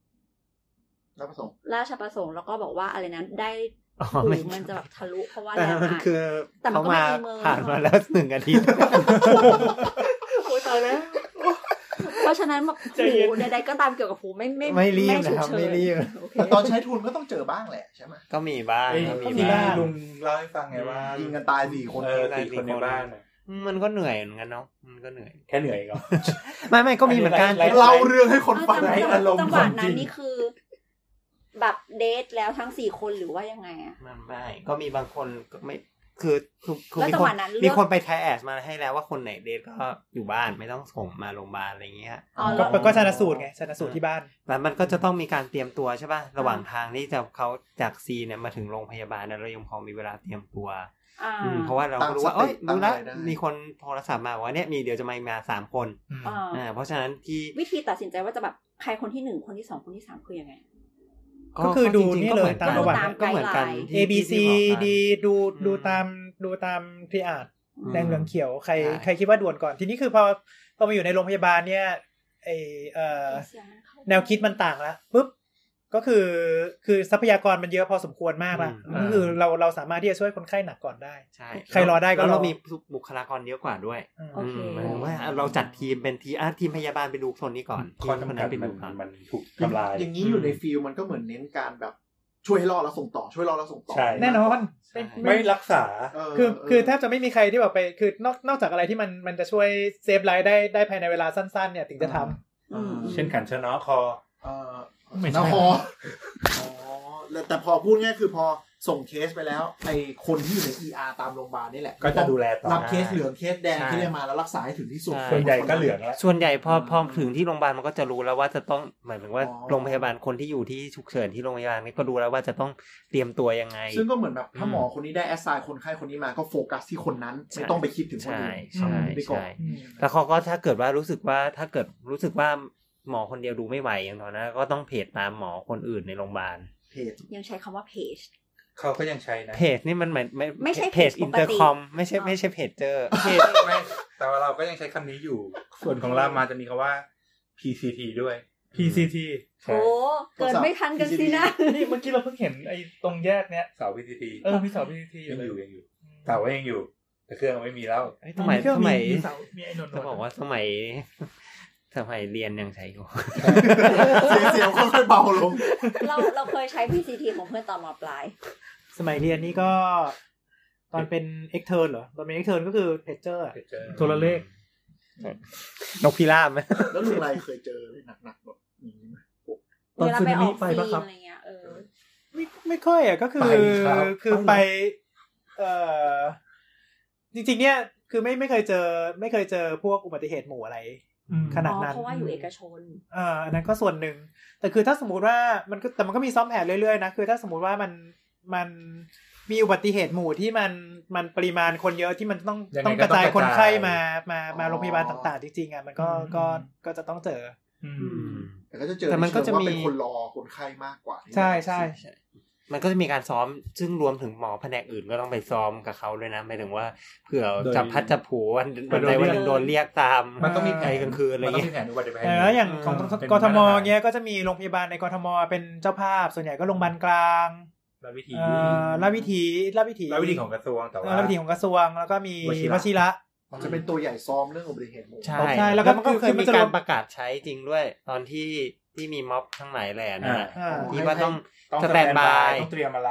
ราชประสงค์แล้วก็บอกว่าอะไรนั้นได้มันจะแบบทะลุเพราะว่าแรงอัดแต่เขามาผ่านมาแล้ว1 อาทิตย์โอ้ยตายแล้วเพราะฉะนั้นแบบหูใดๆก็ตามเกี่ยวกับหูไม่รีบนะครับไม่รีบแต่ตอนใช้ทุนก็ต้องเจอบ้างแหละใช่ไหมก็มีบ้างลุงเล่าให้ฟังไงว่ายิงกันตาย4 คน 4 คนในบ้านมันก็เหนื่อยเหมือนกันเนาะมันก็เหนื่อยแค่เหนื่อยก็ไม่ก็มีเหมือนกันเล่าเรื่องให้คนฟังให้อารมณ์จังหวะนั้นนี่คือแบบเดทแล้วทั้ง4 คนหรือว่ายังไงอ่ะไม่ก็มีบางคนก็ไม่คือมีคนไปแทสแอสมาให้แล้วว่าคนไหนเดทก็อยู่บ้านไม่ต้องส่งมาโรงพยาบาลอะไรเงี้ยก็ชันสูตรไงชันสูตรที่บ้านแต่มันก็จะต้องมีการเตรียมตัวใช่ป่ะระหว่างทางที่จะเขาจากซีเนี่ยมาถึงโรงพยาบาลเรายังพอมีเวลาเตรียมตัวเพราะว่าเรารู้ว่ารู้แล้วมีคนโทรศัพท์มาว่าเนี่ยมีเดี๋ยวจะมา3 คนเพราะฉะนั้นที่วิธีตัดสินใจว่าจะแบบใครคนที่1 คนที่2 คนที่3คือยังไงก็คือดูนี่เลยตามประวัติก็เหมือนกัน A B C D ดูตามพรีอาร์ตแดงเหลืองเขียวใครคิดว่าด่วนก่อนทีนี้คือพอมาอยู่ในโรงพยาบาลเนี่ยแนวคิดมันต่างแล้วปุ๊บก็คือทรัพยากรมันเยอะพอสมควรมากละก็คือเราสามารถที่จะช่วยคนไข้หนักก่อนได้ใครรอได้ก็เรามีบุคลากรเยอะกว่าด้วยหมายถึงว่าเราจัดทีมเป็นทีมพยาบาลไปดูคนนี้ก่อนข้อจำกัดมันถูกทำลายอย่างนี้อยู่ในฟิลมันก็เหมือนเน้นการแบบช่วยให้รอดแล้วส่งต่อช่วยรอดแล้วส่งต่อแน่นอนไม่รักษาคือแทบจะไม่มีใครที่แบบไปคือนอกจากอะไรที่มันจะช่วยเซฟไลฟ์ได้ภายในเวลาสั้นๆเนี่ยถึงจะทำเช่นขันชะเนาะคอไม่ใช่คอแต่พอพูดง่ายคือพอส่งเคสไปแล้วไอ้คนที่อยู่ใน ER ตามโรงพยาบาลนี่แหละก็จะดูแลต่อรับเคสเหลืองเคสแดงที่ได้มาแล้วรักษาให้ถึงที่สุดส่วนใหญ่ก็เหลืองแล้วส่วนใหญ่พอถึงที่โรงพยาบาลมันก็จะรู้แล้วว่าจะต้องหมายถึงว่าโรงพยาบาลคนที่อยู่ที่ฉุกเฉินที่โรงพยาบาลนี่ก็รู้แล้วว่าจะต้องเตรียมตัวยังไงซึ่งก็เหมือนแบบถ้าหมอคนนี้ได้แอสไซน์คนไข้คนนี้มาก็โฟกัสที่คนนั้นไม่ต้องไปคิดถึงคนอื่นใช่แล้วเขาก็ถ้าเกิดว่ารู้สึกว่าหมอคนเดียวดูไม่ไหวอย่างนั้นนะก็ต้องเพจตามหมอคนอื่นในโรงพยาบาลเพจยังใช้คำว่าเพจเขาก็ยังใช้นะเพจนี่มันไม่ใช่เพจอินเตอร์คอมไม่ใช่เพจเจอเพจไม่แต่ว่าเราก็ยังใช้คำนี้อยู่ส่วนของเรามาจะมีคำว่า PCT ด้วย PCT โอ้เกิดไม่ทันกันสินะนี่เมื่อกี้เราเพิ่งเห็นไอ้ตรงแยกเนี้ยเสา PCT มีเสา PCT ยังอยู่เสายังอยู่แต่เครื่องไม่มีแล้วสมัยมีไอ้นนท์จะบอกว่าสมัยเรียนยังใช้อยู่เสียงค่อยๆเบาลงเราเคยใช้ PCT ของเพื่อนตอนม.ปลายสมัยเรียนนี่ก็ตอนเป็น extern เหรอตอนเป็น extern ก็คือเพจเจอร์โทรเลขนกพิราบไหมแล้วลุงไรเคยเจอเลยหนักๆแบบนี้ไหมตอนซึนามิไปป่ะครับไม่ค่อยอ่ะก็คือไปจริงๆเนี่ยคือไม่เคยเจอพวกอุบัติเหตุหมู่อะไรขนาดนั้นเพราะว่าอยู่เอกชนอันนั้นก็ส่วนหนึ่งแต่คือถ้าสมมุติว่ามันก็มีซ่อมแผนเรื่อยๆนะคือถ้าสมมุติว่ามันมีอุบัติเหตุหมู่ที่มันปริมาณคนเยอะที่มันต้องกระจายคนไข้มาโรงพยาบาลต่างๆจริงๆอ่ะมันก็จะต้องเจอแต่ก็จะเจอแต่มันก็จะมีคนรอคนไข้มากกว่าใช่มันก็จะมีการซ้อมซึ่งรวมถึงหมอแผนกอื่นก็ต้องไปซ้อมกับเขาด้วยนะหมายถึงว่าเผื่อจับพัดจับผูวันใดวันหนึ่งโดนเรียกตามมันต้องมีไปกลางคืนอะไรเงี้ยแล้วอย่างของกทมเงี้ยก็จะมีโรงพยาบาลในกทมเป็นเจ้าภาพส่วนใหญ่ก็โรงพยาบาลกลางราชวิถีของกระทรวงแต่ว่าราชวิถีของกระทรวงแล้วก็มีวชิระจะเป็นตัวใหญ่ซ้อมเรื่องอุบัติเหตุใช่แล้วก็เคยมีการประกาศใช้จริงด้วยตอนที่มีม็อบทั้งหลายแหล่นะที่ว่าต้องสแตนบายต้องเตรียมอะไร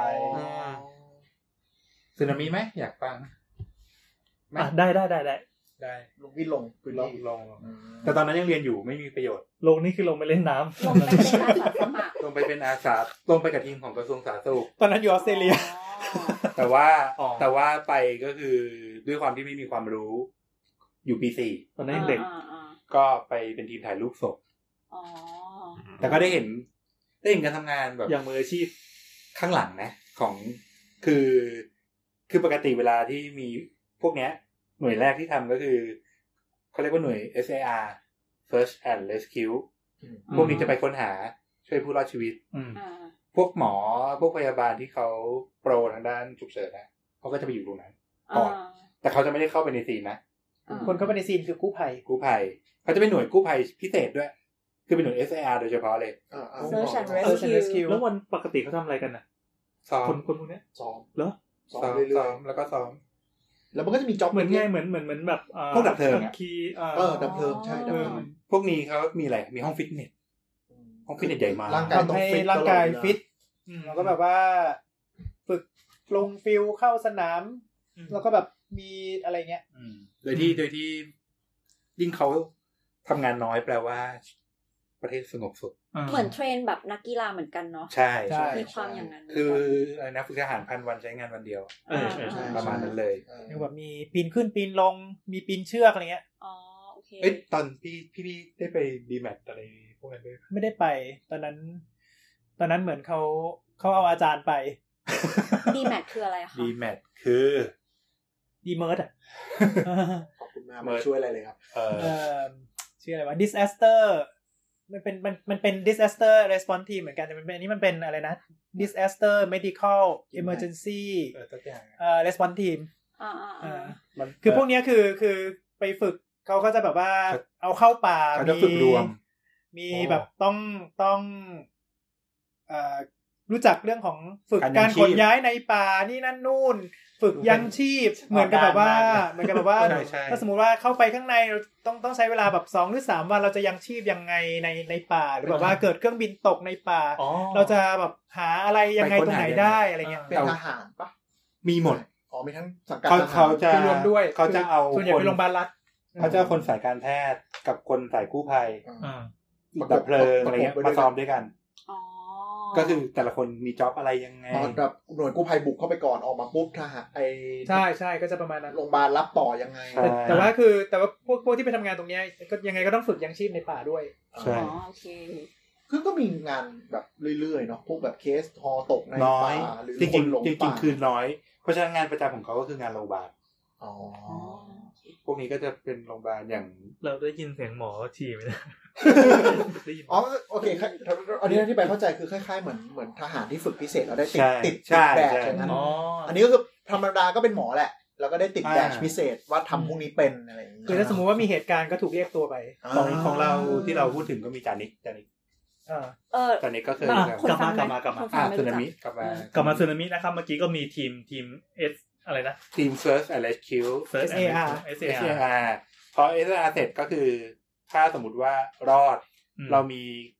สึนามิไหมอยากฟังได้ลงวิ่งลงแต่ตอนนั้นยังเรียนอยู่ไม่มีประโยชน์ลงนี่คือลงไปเล่นน้ำลงไปเป็นอาสาลงไปกับทีมของกระทรวงสาธารณสุขตอนนั้นอยู่ออสเตรเลียแต่ว่าไปก็คือด้วยความที่ไม่มีความรู้อยู่ปี 4ตอนนั้นเด็กก็ไปเป็นทีมถ่ายรูปศพแต่ก็ได้เห็นการทำงานแบบอย่างมืออาชีพข้างหลังนะของคือปกติเวลาที่มีพวกเนี้ยหน่วยแรกที่ทำก็คือเขาเรียกว่าหน่วย SAR Search and Rescue พวกนี้จะไปค้นหาช่วยผู้รอดชีวิตพวกหมอพวกพยาบาลที่เขาโปรทางด้านฉุกเฉินนะเขาก็จะไปอยู่ตรงนั้นก่อนแต่เขาจะไม่ได้เข้าไปในซีนนะคนเข้าไปในซีนคือกู้ภัยเขาจะเป็นหน่วยกู้ภัยพิเศษด้วยคือเป็นหน่วย SAR โดยเฉพาะเลย Search and Rescue แล้ววันปกติเขาทำอะไรกันน่ะซ้อมคนพวกนี้ซ้อมเหรอซ้อมแล้วก็ซ้อมแล้วมันก็จะมีจ็อบเหมือนแบบพวกดับเพลิงดับเพลิงใช่ดับเพลิงพวกนี้เขามีอะไรมีห้องฟิตเนสใหญ่มากร่างกายฟิตแล้วก็แบบว่าฝึกลงฟิลเข้าสนามแล้วก็แบบมีอะไรเงี้ยโดยที่ยิ่งเขาทำงานน้อยแปลว่าประเทศสงบสุขเหมือนเทรนแบบนักกีฬาเหมือนกันเนาะใช่มีความอย่างนั้นคือนักฝึกทหาร1,000 วันใช้งานวันเดียวประมาณนั้นเลยแบบมีปีนขึ้นปีนลงมีปีนเชือกอะไรเงี้ยอ๋อโอเคตอนพี่ได้ไปดีแมทอะไรพวกนั้นด้วยไม่ได้ไปตอนนั้นเหมือนเขาเอาอาจารย์ไปดีแมทคืออะไรคะดีแมทคือดีเมิร์ดขอบคุณมากมาช่วยอะไรเลยครับชื่ออะไรวะ disaster มันเป็น disaster response team เหมือนกันแต่อันนี้มันเป็นอะไรนะ disaster medical emergency response team คือพวกนี้คือไปฝึกเขาก็จะแบบว่าเอาเข้าป่ามีแบบต้องรู้จักเรื่องของฝึกการขนย้ายในป่านี่นั่นนู่นฝึกยังชีพเหมือนกับแบบว่าถ้าสมมุติว่าเข้าไปข้างในเราต้องใช้เวลาแบบ2หรือ3วันเราจะยังชีพยังไงในป่าหรือแบบว่าเกิดเครื่องบินตกในป่าเราจะแบบหาอะไรยังไงตรงไหนได้อะไรเงี้ยเป็นทหารปะมีหมดมีทั้งสังกัดเขาจะรวมด้วยเขาจะเอาส่วนใหญ่เป็นโรงพยาบาลรัฐเขาจะคนสายการแพทย์กับคนสายกู้ภัยดับเพลิงอะไรเงี้ยมาซ้อมด้วยกันก็คือแต่ละคนมีจ็อบอะไรยังไงแบบหน่วยกู้ภัยบุกเข้าไปก่อนออกมาปุ๊บทหารใช่ก็จะประมาณนั้นโรงพยาบาลรับต่อยังไงแต่ว่าพวกที่ไปทำงานตรงนี้ก็ยังไงก็ต้องฝึกยังชีพในป่าด้วยโอเคคือก็มีงานแบบเรื่อยๆเนาะพวกแบบเคสฮอตกในป่าหรือคนหลงป่าจริงๆคือน้อยเพราะฉะนั้นงานประจำของเขาก็คืองานโรงพยาบาลพวกนี้ก็จะเป็นโรงพยาบาลอย่างเราได้ยินเสียงหมอฉี่ไหมนะโอเคอันนี้ที่ไปเข้าใจคือคล้ายๆเหมือนทหารที่ฝึกพิเศษแล้วได้ติดแบดอย่างนั้นอันนี้ก็คือธรรมดาก็เป็นหมอแหละแล้วก็ได้ติดแบดพิเศษว่าทำพวกนี้เป็นอะไรอย่างนี้คือถ้าสมมุติว่ามีเหตุการณ์ก็ถูกเรียกตัวไปของเราที่เราพูดถึงก็มีจานิกตอนนี้ก็เคยกลับมาสึนามิกลับมาสึนามินะครับเมื่อกี้ก็มีทีม S อะไรนะทีม Search and Rescue SAR พอ SAR เสร็จก็คือถ้าสมมุติว่ารอดเรามี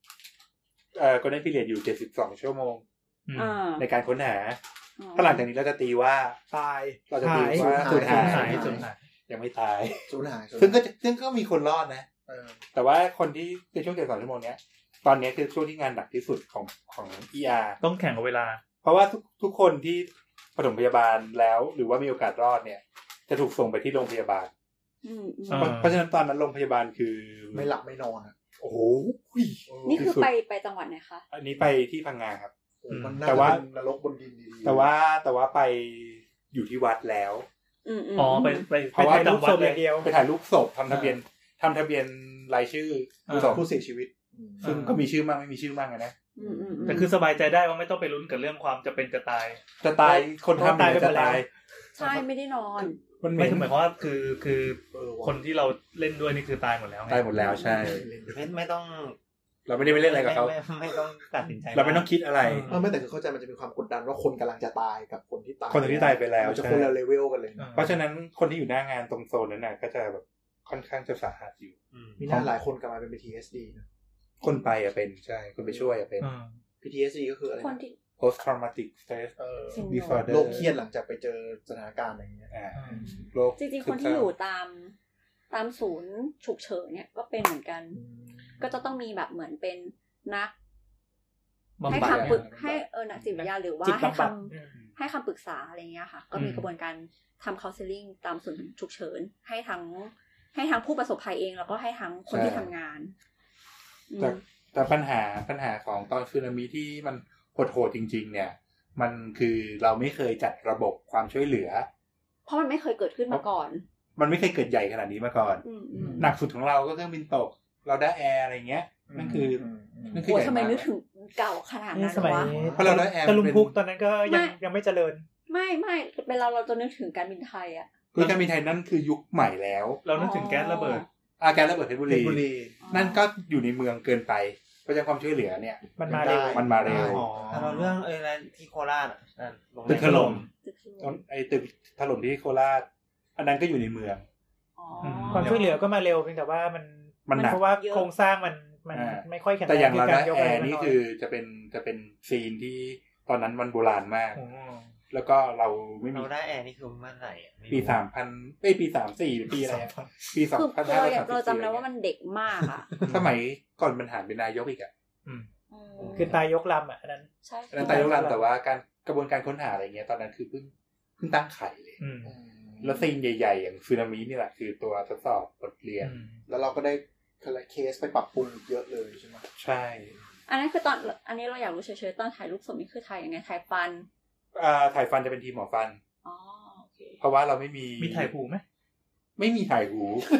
golden period อยู่72ชั่วโมงในการค้นหาถ้าหลังจากนี้เราจะตีว่าตายเราจะตีว่าสูญหายยังไม่ตายซึ่งก็มีคนรอดนะแต่ว่าคนที่ในช่วง72ชั่วโมงเนี้ยตอนนี้คือช่วงที่งานหนักที่สุดของ ER ต้องแข่งกับเวลาเพราะว่าทุกคนที่ปฐมพยาบาลแล้วหรือว่ามีโอกาสรอดเนี่ยจะถูกส่งไปที่โรงพยาบาลเพราะฉะนั้นตอนนั้นโรงพยาบาลคือไม่หลับไม่นอนโอ้โหนี่คือไปจังหวัดไหนคะอันนี้ไปที่พังงาครับแต่ว่านรกบนดินดีแต่ว่าไปอยู่ที่วัดแล้วไปถ่ายรูปศพอย่างเดียวไปถ่ายรูปศพทำทะเบียนรายชื่อผู้เสียชีวิตซึ่งก็มีชื่อมากไม่มีชื่อมากนะแต่คือสบายใจได้ว่าไม่ต้องไปลุ้นกับเรื่องความจะเป็นจะตายคนทำจะตายใช่ไม่ได้นอนไม่คือหมายความว่าคือคนที่เราเล่นด้วยนี่คือตายหมดแล้วตายหมดแล้วใช่ไม่ต้องเราไม่ได้ไปเล่นอะไรกับเขาไม่ต้องตัดสินใจเราไม่ต้องคิดอะไรไม่แต่คือเข้าใจมันจะมีความกดดันว่าคนกำลังจะตายกับคนที่ตายไปแล้วจะคนละเลเวลกันเลยเพราะฉะนั้นคนที่อยู่หน้างานตรงโซนนั้นน่ะก็จะแบบค่อนข้างจะสาหัสอยู่มีน่าหลายคนกลับมาเป็น PTSD นะคนไปเป็นใช่คนไปช่วยเป็น PTSD ก็คืออะไร post traumatic stress disorder โรคเครียดหลังจากไปเจอสถานการณ์อะไรอย่างเงี้ยจริงๆคนที่อยู่ตามศูนย์ฉุกเฉินเนี่ยก็เป็นเหมือนกันก็จะต้องมีแบบเหมือนเป็นนักให้คำปรึกให้นักจิตวิทยาหรือว่าให้คำปรึกษาอะไรเงี้ยค่ะก็มีกระบวนการทำ counseling ตามศูนย์ฉุกเฉินให้ทั้งผู้ประสบภัยเองแล้วก็ให้ทั้งคนที่ทำงานแต่ปัญหาของตอนสึนามิที่มันโหดจริงๆเนี่ยมันคือเราไม่เคยจัดระบบความช่วยเหลือเพราะมันไม่เคยเกิดขึ้นมาก่อนมันไม่เคยเกิดใหญ่ขนาดนี้มาก่อนหนักสุดของเราก็เครื่องบินตกเราได้แอร์อะไรเงี้ยนั่นคือโอ้ทำไมนึกถึงเก่าขนาดนั้นวะเพราะเราได้แอร์ตะลุมพุกตอนนั้นก็ยังไม่เจริญไม่เป็นเราจะนึกถึงการบินไทยอ่ะคือการบินไทยนั่นคือยุคใหม่แล้วเรานึกถึงแก๊สระเบิดแก๊สระเบิดเพชรบุรีนั่นก็อยู่ในเมืองเกินไปเพราะฉะนั้นความช่วยเหลือเนี่ยมันมาเร็วเราเรื่องอะไรที่โคราชตึกถล่มตึกถล่มที่โคราชอันนั้นก็อยู่ในเมืองความช่วยเหลือก็มาเร็วเพียงแต่ว่ามันเพราะว่าโครงสร้างมันไม่ค่อยแข็งแรงแต่อย่างเราได้แอร์นี่คือจะเป็นซีนที่ตอนนั้นมันโบราณมากแล้วก็เราไม่มีเราได้แอร์นี่คือเมื่อไหร่ปี3000ปี34หรือปีอะไรปี2534 เราจำได้ว่ามันเด็กมากอ่ะสมัยก่อนมันหันเป็นนายกอีกอ่ะคือตายยกลำอ่ะนั้นใช่ตายยกลำแต่ว่าการกระบวนการค้นหาอะไรเงี้ยตอนนั้นคือเพิ่งตั้งไข่เลยแล้วซีนใหญ่ๆอย่างสึนามินี่แหละคือตัวทดสอบบทเรียนแล้วเราก็ได้เคสไปปรับปรุงเยอะเลยใช่ไหมใช่อันนั้นคืออันนี้เราอยากรู้เฉยๆตอนถ่ายรูปศพนี่คือถ่ายยังไงถ่ายฟันถ่ายฟันจะเป็นทีมหมอฟันโอเคเพราะว่าเราไม่มีถ่ายหูไหมไม่มีถ่ายหู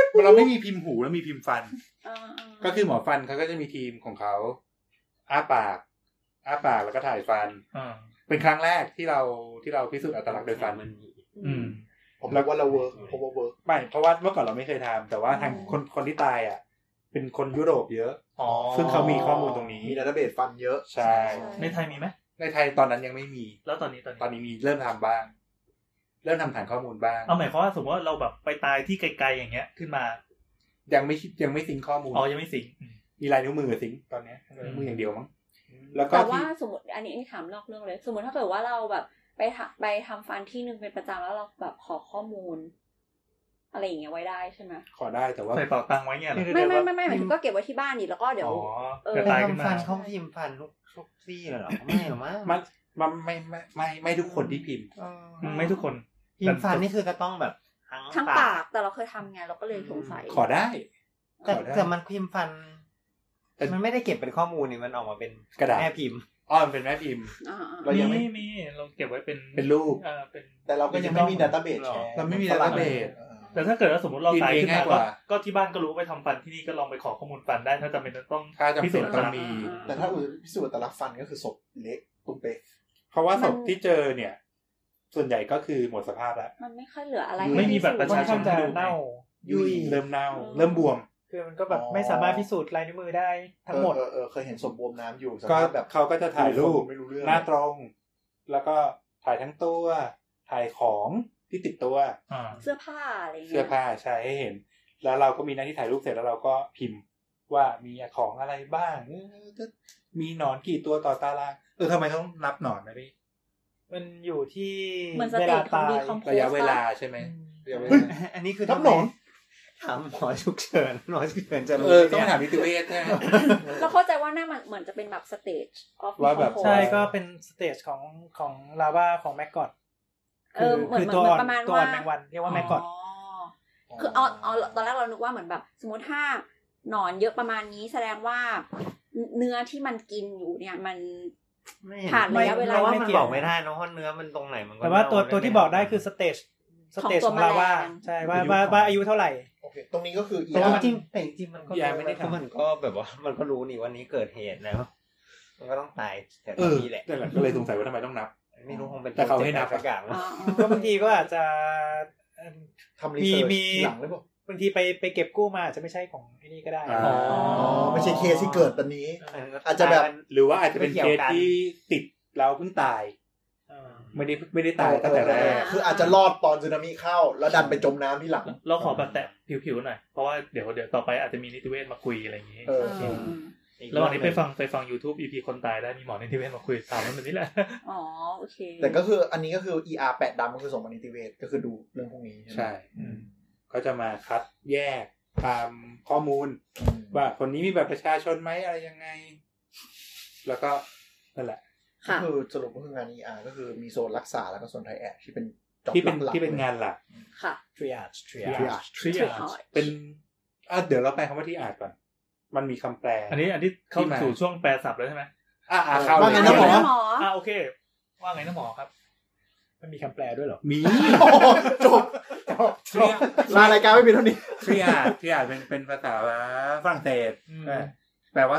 เราไม่มีพิมพ์หูแล้วมีพิมพ์ฟันๆก็คือหมอฟันเขาก็จะมีทีมของเขาอ้าปากแล้วก็ถ่ายฟันเป็นครั้งแรกที่เราพิสูจน์อัตลักษณ์โดยฟันผมนึกว่าเราเวิร์กผมว่าเวิร์กไม่เพราะว่าเมื่อก่อนเราไม่เคยทำแต่ว่าทางคนที่ตายอ่ะเป็นคนยุโรปเยอะซึ่งเขามีข้อมูลตรงนี้มีดัตเตอร์เบสฟันเยอะใช่ในไทยมีไหมในไทยตอนนั้นยังไม่มีแล้วตอนนี้มีเริ่มทำบ้างเริ่มทำฐานข้อมูลบ้างเอาหมายความว่าสมมติว่าเราแบบไปตายที่ไกลๆอย่างเงี้ยขึ้นมายังไม่ซิงข้อมูลยังไม่ซิงมีลายนิ้วมือซิงตอนนี้ลายนิ้วมืออย่างเดียวมั้งแล้วก็แต่ว่าสมมติอันนี้ถามนอกเรื่องเลยสมมติถ้าเกิดว่าเราแบบไปทำฟันที่นึงเป็นประจำแล้วเราแบบขอข้อมูลอะไรอย่างเงี้ยไว้ได้ใช่ไหมขอได้แต่ว่าใส่เป๋าตังค์ไว้เงี้ยไม่หมายถึงก็เก็บไว้ที่บ้านดิแล้วก็เดี๋ยวตายขึ้นมาเขาพิมพ์ฟันทุกซี่เหรอไม่หรอมันไม่ทุกคนที่พิมพ์ไม่ทุกคนพิมพ์ฟันนี่คือจะต้องแบบทั้งปากแต่เราเคยทำไงเราก็เลยสงสัยขอได้แต่มันพิมพ์ฟันมันไม่ได้เก็บเป็นข้อมูลนี่มันออกมาเป็นกระดาษแม่พิมพ์มันเป็นแม่พิมพ์เรายังไม่มีเราเก็บไว้เป็นรูปแต่เราก็ยังไม่มีดัตเตอร์เบสเราไม่มีดัตเตอร์เบสแต่ถ้าเกิดว่าสมมติเราตายขึ้นมาก็ที่บ้านก็รู้ไปทำฟันที่นี่ก็ลองไปขอข้อมูลฟันได้ถ้าจำเป็นต้องพิสูจน์ต้องมีแต่ถ้าพิสูจน์แต่ละฟันก็คือศพเล็กตุ้มเป๊ะเพราะว่าศพที่เจอเนี่ยส่วนใหญ่ก็คือหมดสภาพแล้วมันไม่ค่อยเหลืออะไรไม่มีบัตรประชาชนจะเน่ายุ่ยเริ่มเน่าเริ่มบวมคือมันก็แบบไม่สามารถพิสูจน์ลายนิ้วมือได้ทั้งหมดเคยเห็นศพบวมน้ำอยู่ก็แบบเขาก็จะถ่ายรูปหน้าตรงแล้วก็ถ่ายทั้งตัวถ่ายของที่ติดตัวเสื้อผ้าอะไรเงี้ยเสื้อผ้าใช้ให้เห็นแล้วเราก็มีหน้าที่ถ่ายรูปเสร็จแล้วเราก็พิมพ์ว่ามีของอะไรบ้างมีหนอนกี่ตัวต่อตารางทำไมต้องนับหนอนนะพี่มันอยู่ที่เวลาตายระยะเวลาใช่ไหมอันนี้คือนับหนอนถามหมอฉุกเฉินจะรู้ต้องถามนิติเวชใช่ไหมเราเข้าใจว่าหน้ามันเหมือนจะเป็นแบบสเตจว่าแบบใช่ก็เป็นสเตจของลาวาของแมกกอตคือตัวอ่อนแมงวันเรียกว่าแมกกอตคือตอนแรกเรานึกว่าเหมือนแบบสมมติถ้าหนอนเยอะประมาณนี้แสดงว่าเนื้อที่มันกินอยู่เนี่ยมันผ่านระยะเวลาว่ามันบอกไม่ได้นะเพราะเนื้อมันตรงไหนมันก็แต่ว่าตัวที่บอกได้คือสเตจของลาวาใช่ว่าอายุเท่าไหร่โอเคตรงนี้ก็คือแต่จริงแต่จริงมันก็ไม่ได้มันก็แบบว่ามันก็รู้นี่วันนี้เกิดเหตุแล้วมันก็ต้องตายแต่นี้แหละก็เลยสงสัยว่าทำไมต้องนับไม่รู้คงเป็นแต่เขาให้นับสักอย่างก็บางทีก็อาจจะทำรีเสิร์ชหลังหรือเปล่าบางทีไปเก็บกู้มาอาจจะไม่ใช่ของไอ้นี่ก็ได้ไม่ใช่เคสที่เกิดตอนนี้อาจจะแบบหรือว่าอาจจะเป็นเคสที่ติดเราเพิ่งตายไม่ได้ตายตั้งแต่แรกคืออาจจะรอดตอนสึนามิเข้าแล้วดันไปจมน้ำที่หลังเราขอแบบแตะผิวๆหน่อยเพราะว่าเดี๋ยวต่อไปอาจจะมีนิติเวชมาคุยอะไรอย่างงี้ระหว่างนี้ไปฟัง YouTube EP คนตายได้มีหมอนิติเวชมาคุยถามมันนี้แหละโอเคแต่ก็คืออันนี้ก็คือ ER แปะดำก็คือส่งมานิติเวชก็คือดูเรื่องพวกนี้ใช่ก็จะมาคัดแยกตามข้อมูลว่าคนนี้มีบัตรประชาชนไหมอะไรยังไงแล้วก็นั่นแหละก็คือสรุปก็คืองาน ER ก็คือมีโซนรักษาแล้วก็โซนไทแอดที่เป็นที่เป็นงานหลักค่ะ triage เป็นเดี๋ยวเราแปลคำว่าที่อาจก่อนมันมีคำแปลอันนี้เข้าสู่ช่วงแปลศัพท์แล้วใช่ไหมเข้าว่าไงนะหมโอเคว่าไงนะหมอครับมันมีคำแปลด้วยเหรอมีจบลารายการไม่มีเท่านี้ที่อาจเป็นภาษาฝรั่งเศสแปลว่า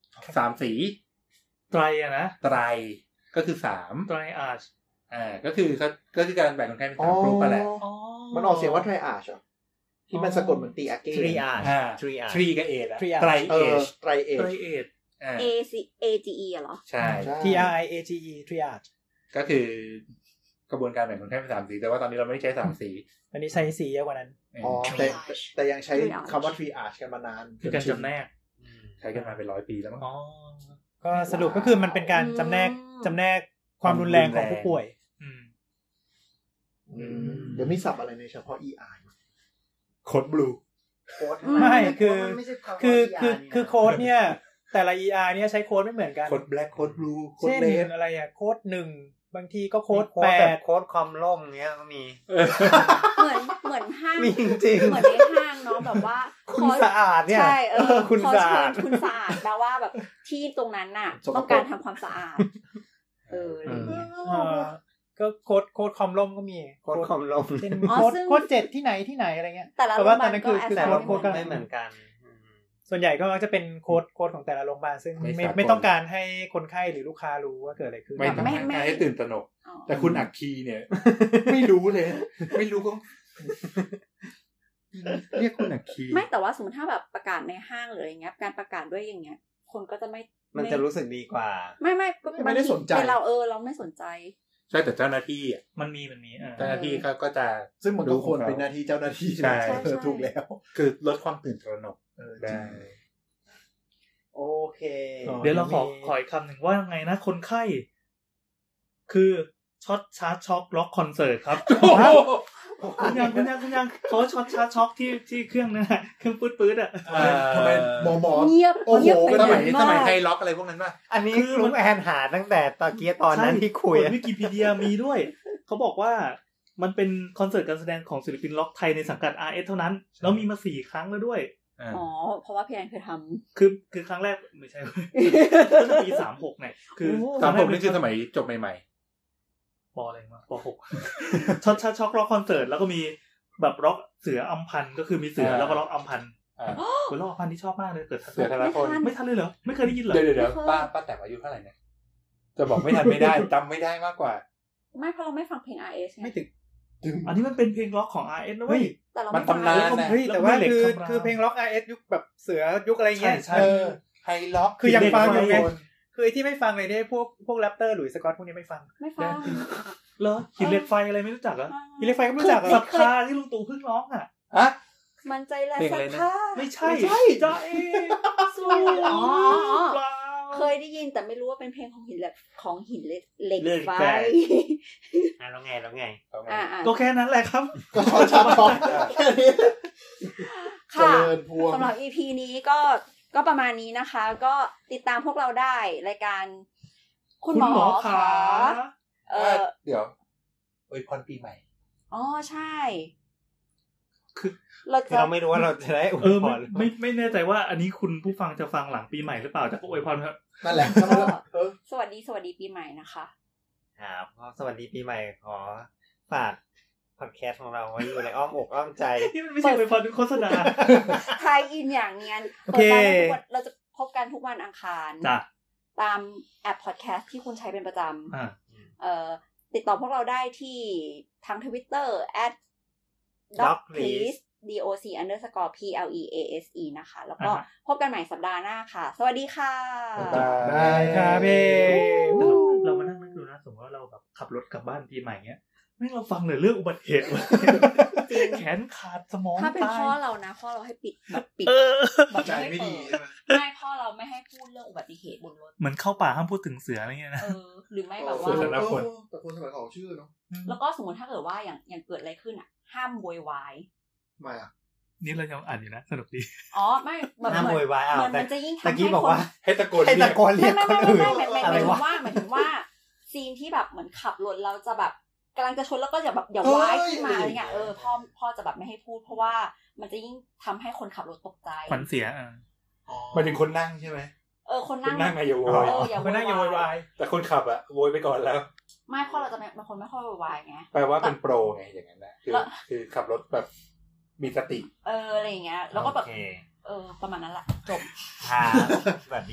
3สีไตรอะนะไตรก็คือ3 ไตรอาชก็คือการแบ่งคนไข้เป็น3กลุ่มไปแหละมันออกเสียงว่าไตรอาชที่มันสะกดเหมือนตีอาเก้ทรีกับเอทไตรเอช AGE เหรอใช่ TRIAGE triage ก็คือกระบวนการแบ่งคนไข้เป็น3สีแต่ว่าตอนนี้เราไม่ได้ใช้3สีอันนี้ใช้สีเยอะกว่านั้นแต่ยังใช้คำว่า triage กันมานานคือการจำแนกใช้กันมาเป็น100 ปีแล้วมั้งก็สรุปก็คือมันเป็นการจำแนกความรุนแรงของผู้ป่วยเดี๋ยวมีศัพท์อะไรในเฉพาะ ER โค้ดบลูไม่คือโค้ดเนี่ยแต่ละ ER เนี่ยใช้โค้ดไม่เหมือนกันโค้ดแบล็คโค้ดบลูโค้ดเลดอะไรอ่ะโค้ด1บางทีก็โค้ด8 โค้ดคอมล่มเงี้ยก็มีเหมือนห้างมีจริงเหมือนในห้างเนาะแบบว่าคุณสะอาดเนี่ยใช่คุณสะอาดคุณสะอาดแปลว่าแบบที่ตรงนั้นน่ะต้องการทำความสะอาดอะไรเงี้ยก็โค้ดคอมล่มก็มีโค้ดคอมลงเป็นโค้ด7ที่ไหนอะไรเงี้ยแต่ว่าตอนนั้นคือแต่โค้ดก็ไม่เหมือนกันส่วนใหญ่ก็มักจะเป็นโค้ดของแต่ละโรงพยาบาลซึ่งไม่ต้องการให้คนไข้หรือลูกค้ารู้ว่าเกิดอะไรขึ้นไม่ต้องการให้ตื่นตระหนกแต่คุณอักคีเนี่ยไม่รู้เลยไม่รู้ก็เรียกคุณอักคีไม่แต่ว่าสมมติถ้าแบบประกาศในห้างหรืออะไรเงี้ยการประกาศด้วยอย่างเงี้ยคนก็จะมันจะรู้สึกดีกว่าไม่ได้สนใจเราไม่สนใจใช่แต่เจ้าหน้าที่อ่ะมันมีเจ้าหน้าที่ก็จะซึ่งมันก็ควรเป็นหน้าที่เจ้าหน้าที่ใช่ถูกแล้วคือลดความตื่นตระหนกได้โอเคเดี๋ยวเราขออีกคำหนึ่งว่าไงนะคนไข้คือช็อตชาร์จช็อกล็อกคอนเสิร์ตครับคุณยังเขาช็อตชาร์จช็อกที่เครื่องนั่นแหละเครื่องปื๊ดๆอ่ะทำไมหมอเงียบโอ้โหสมัยไทยล็อกอะไรพวกนั้นป่ะอันนี้ลุงแอนหาตั้งแต่ตอนกี้ตอนนั้นที่คุยวิกิพีเดียมีด้วยเขาบอกว่ามันเป็นคอนเสิร์ตการแสดงของศิลปินล็อกไทยในสังกัด RS เท่านั้นแล้วมีมา4ครั้งแล้วด้วยอ๋อเพราะว่าพี่แอนเคยทำคือครั้งแรกไม่ใช่ตั้งแต่ปี36เนี่ยคือ 36นี่คือสมัยจบใหม่ๆปอะไรมาป6ช็อกล็อกคอนเสิร์ตแล้วก็มีแบบล็อกเสืออัมพันธ์ก็คือมีเสือแล้วก็ล็อกอัมพันธ์ล็อกอัมพันธ์ที่ชอบมากเลยเกิดเสือธนพลไม่ทันเลยเหรอไม่เคยได้ยินเหรอเดี๋ยวป้าแต่อายุเท่าไหร่เนี่ยจะบอกไม่ทันไม่ได้จำไม่ได้มากกว่าไม่เพราะเราไม่ฟังเพลง RS ไม่ถึงอันนี้มันเป็นเพลงล็อกของ RS นะเว้ยมันตำนานนะแต่ว่าคือเพลงล็อก RS ยุคแบบเสือยุคอะไรเงี้ยไฮล็อกคือยังฟังอยู่ไงคือที่ไม่ฟังเลยเนี่ยพวกแรปเตอร์หลุยส์สกอตพวกนี้ไม่ฟังเหรอหินเหล็กไฟอะไรไม่รู้จักเหรอหินเหล็กไฟก็ไม่รู้จักศรัทธาที่ลุงตู่เพิ่งร้องอ่ะมันใจและศรัทธาไม่ใช่จ้าสู้เคยได้ยินแต่ไม่รู้ว่าเป็นเพลงของหินเหล็กไฟแล้วไงก็แค่นั้นแหละครับก็ชอบแค่นี้ค่ะสำหรับ EP นี้ก็ประมาณนี้นะคะก็ติดตามพวกเราได้รายการคุณหมอขาเดี๋ยวอวยพรปีใหม่อ๋อใช่คือเราไม่รู้ว่าเราจะได้อวยพรไม่แน่ใจว่าอันนี้คุณผู้ฟังจะฟังหลังปีใหม่หรือเปล่าจะอวยพรครับนั่นแหละสวัสดีปีใหม่นะคะครับสวัสดีปีใหม่ขอฝากพอดแคสต์ของเราไว้อยู่ในอ้อมอกอ้อมใจนี่มันไม่ใช่อวยพรเป็นโฆษณาไทยอินอย่างเงี้ยเราจะพบกันทุกวันอังคารตามแอปพอดแคสต์ที่คุณใช้เป็นประจำติดต่อพวกเราได้ที่ทาง Twitter @docplease doc_please นะคะแล้วก็พบกันใหม่สัปดาห์หน้าค่ะสวัสดีค่ะบายค่ะเพ่เรามานั่งนึกดูนะสมมติว่าเราแบบขับรถกลับบ้านปีใหม่เงี้ยไม่เราฟังเลยเรื่องอุบัติเหตุแขนขาดสมองถ้าเป็นพ่อเรานะพ่อเราให้ปิดแบบใจไม่ดีไม่พ่อเราไม่ให้พูดเรื่องอุบัติเหตุบนรถเหมือนเข้าป่าห้ามพูดถึงเสืออะไรเงี้ยนะหรือไม่แบบว่าแต่คนสมัยก่อนชื่อเนาะแล้วก็สมมติถ้าเกิดว่าอย่างเกิดอะไรขึ้นอ่ะห้ามโวยวายไม่อ่ะนี่เรายังอ่านอยู่นะสนุกดีอ๋อไม่ห้ามโวยวายมันจะยิ่งทำให้บอกว่าให้ตะโกนเรียกคนอื่นอะไรวะหมายถึงว่าซีนที่แบบเหมือนขับรถเราจะแบบกำลังจะชนแล้วก็อย่าแบบอย่าว้ายขึ้นมาอะไรเงี้ยพ่อจะแบบไม่ให้พูดเพราะว่ามันจะยิ่งทำให้คนขับรถตกใจขวัญเสียหมายถึงคนนั่งใช่ไหมคนนั่งอย่าโวยคนนั่งอย่าโวยวายแต่คนขับอะโวยไปก่อนแล้วไม่พ่อเราจะเป็นคนไม่ค่อยโวยวายไงแปลว่าเป็นโปรไงอย่างนั้นนะคือขับรถแบบมีสติอะไรอย่างเงี้ยแล้วก็แบบประมาณนั้นแหละจบ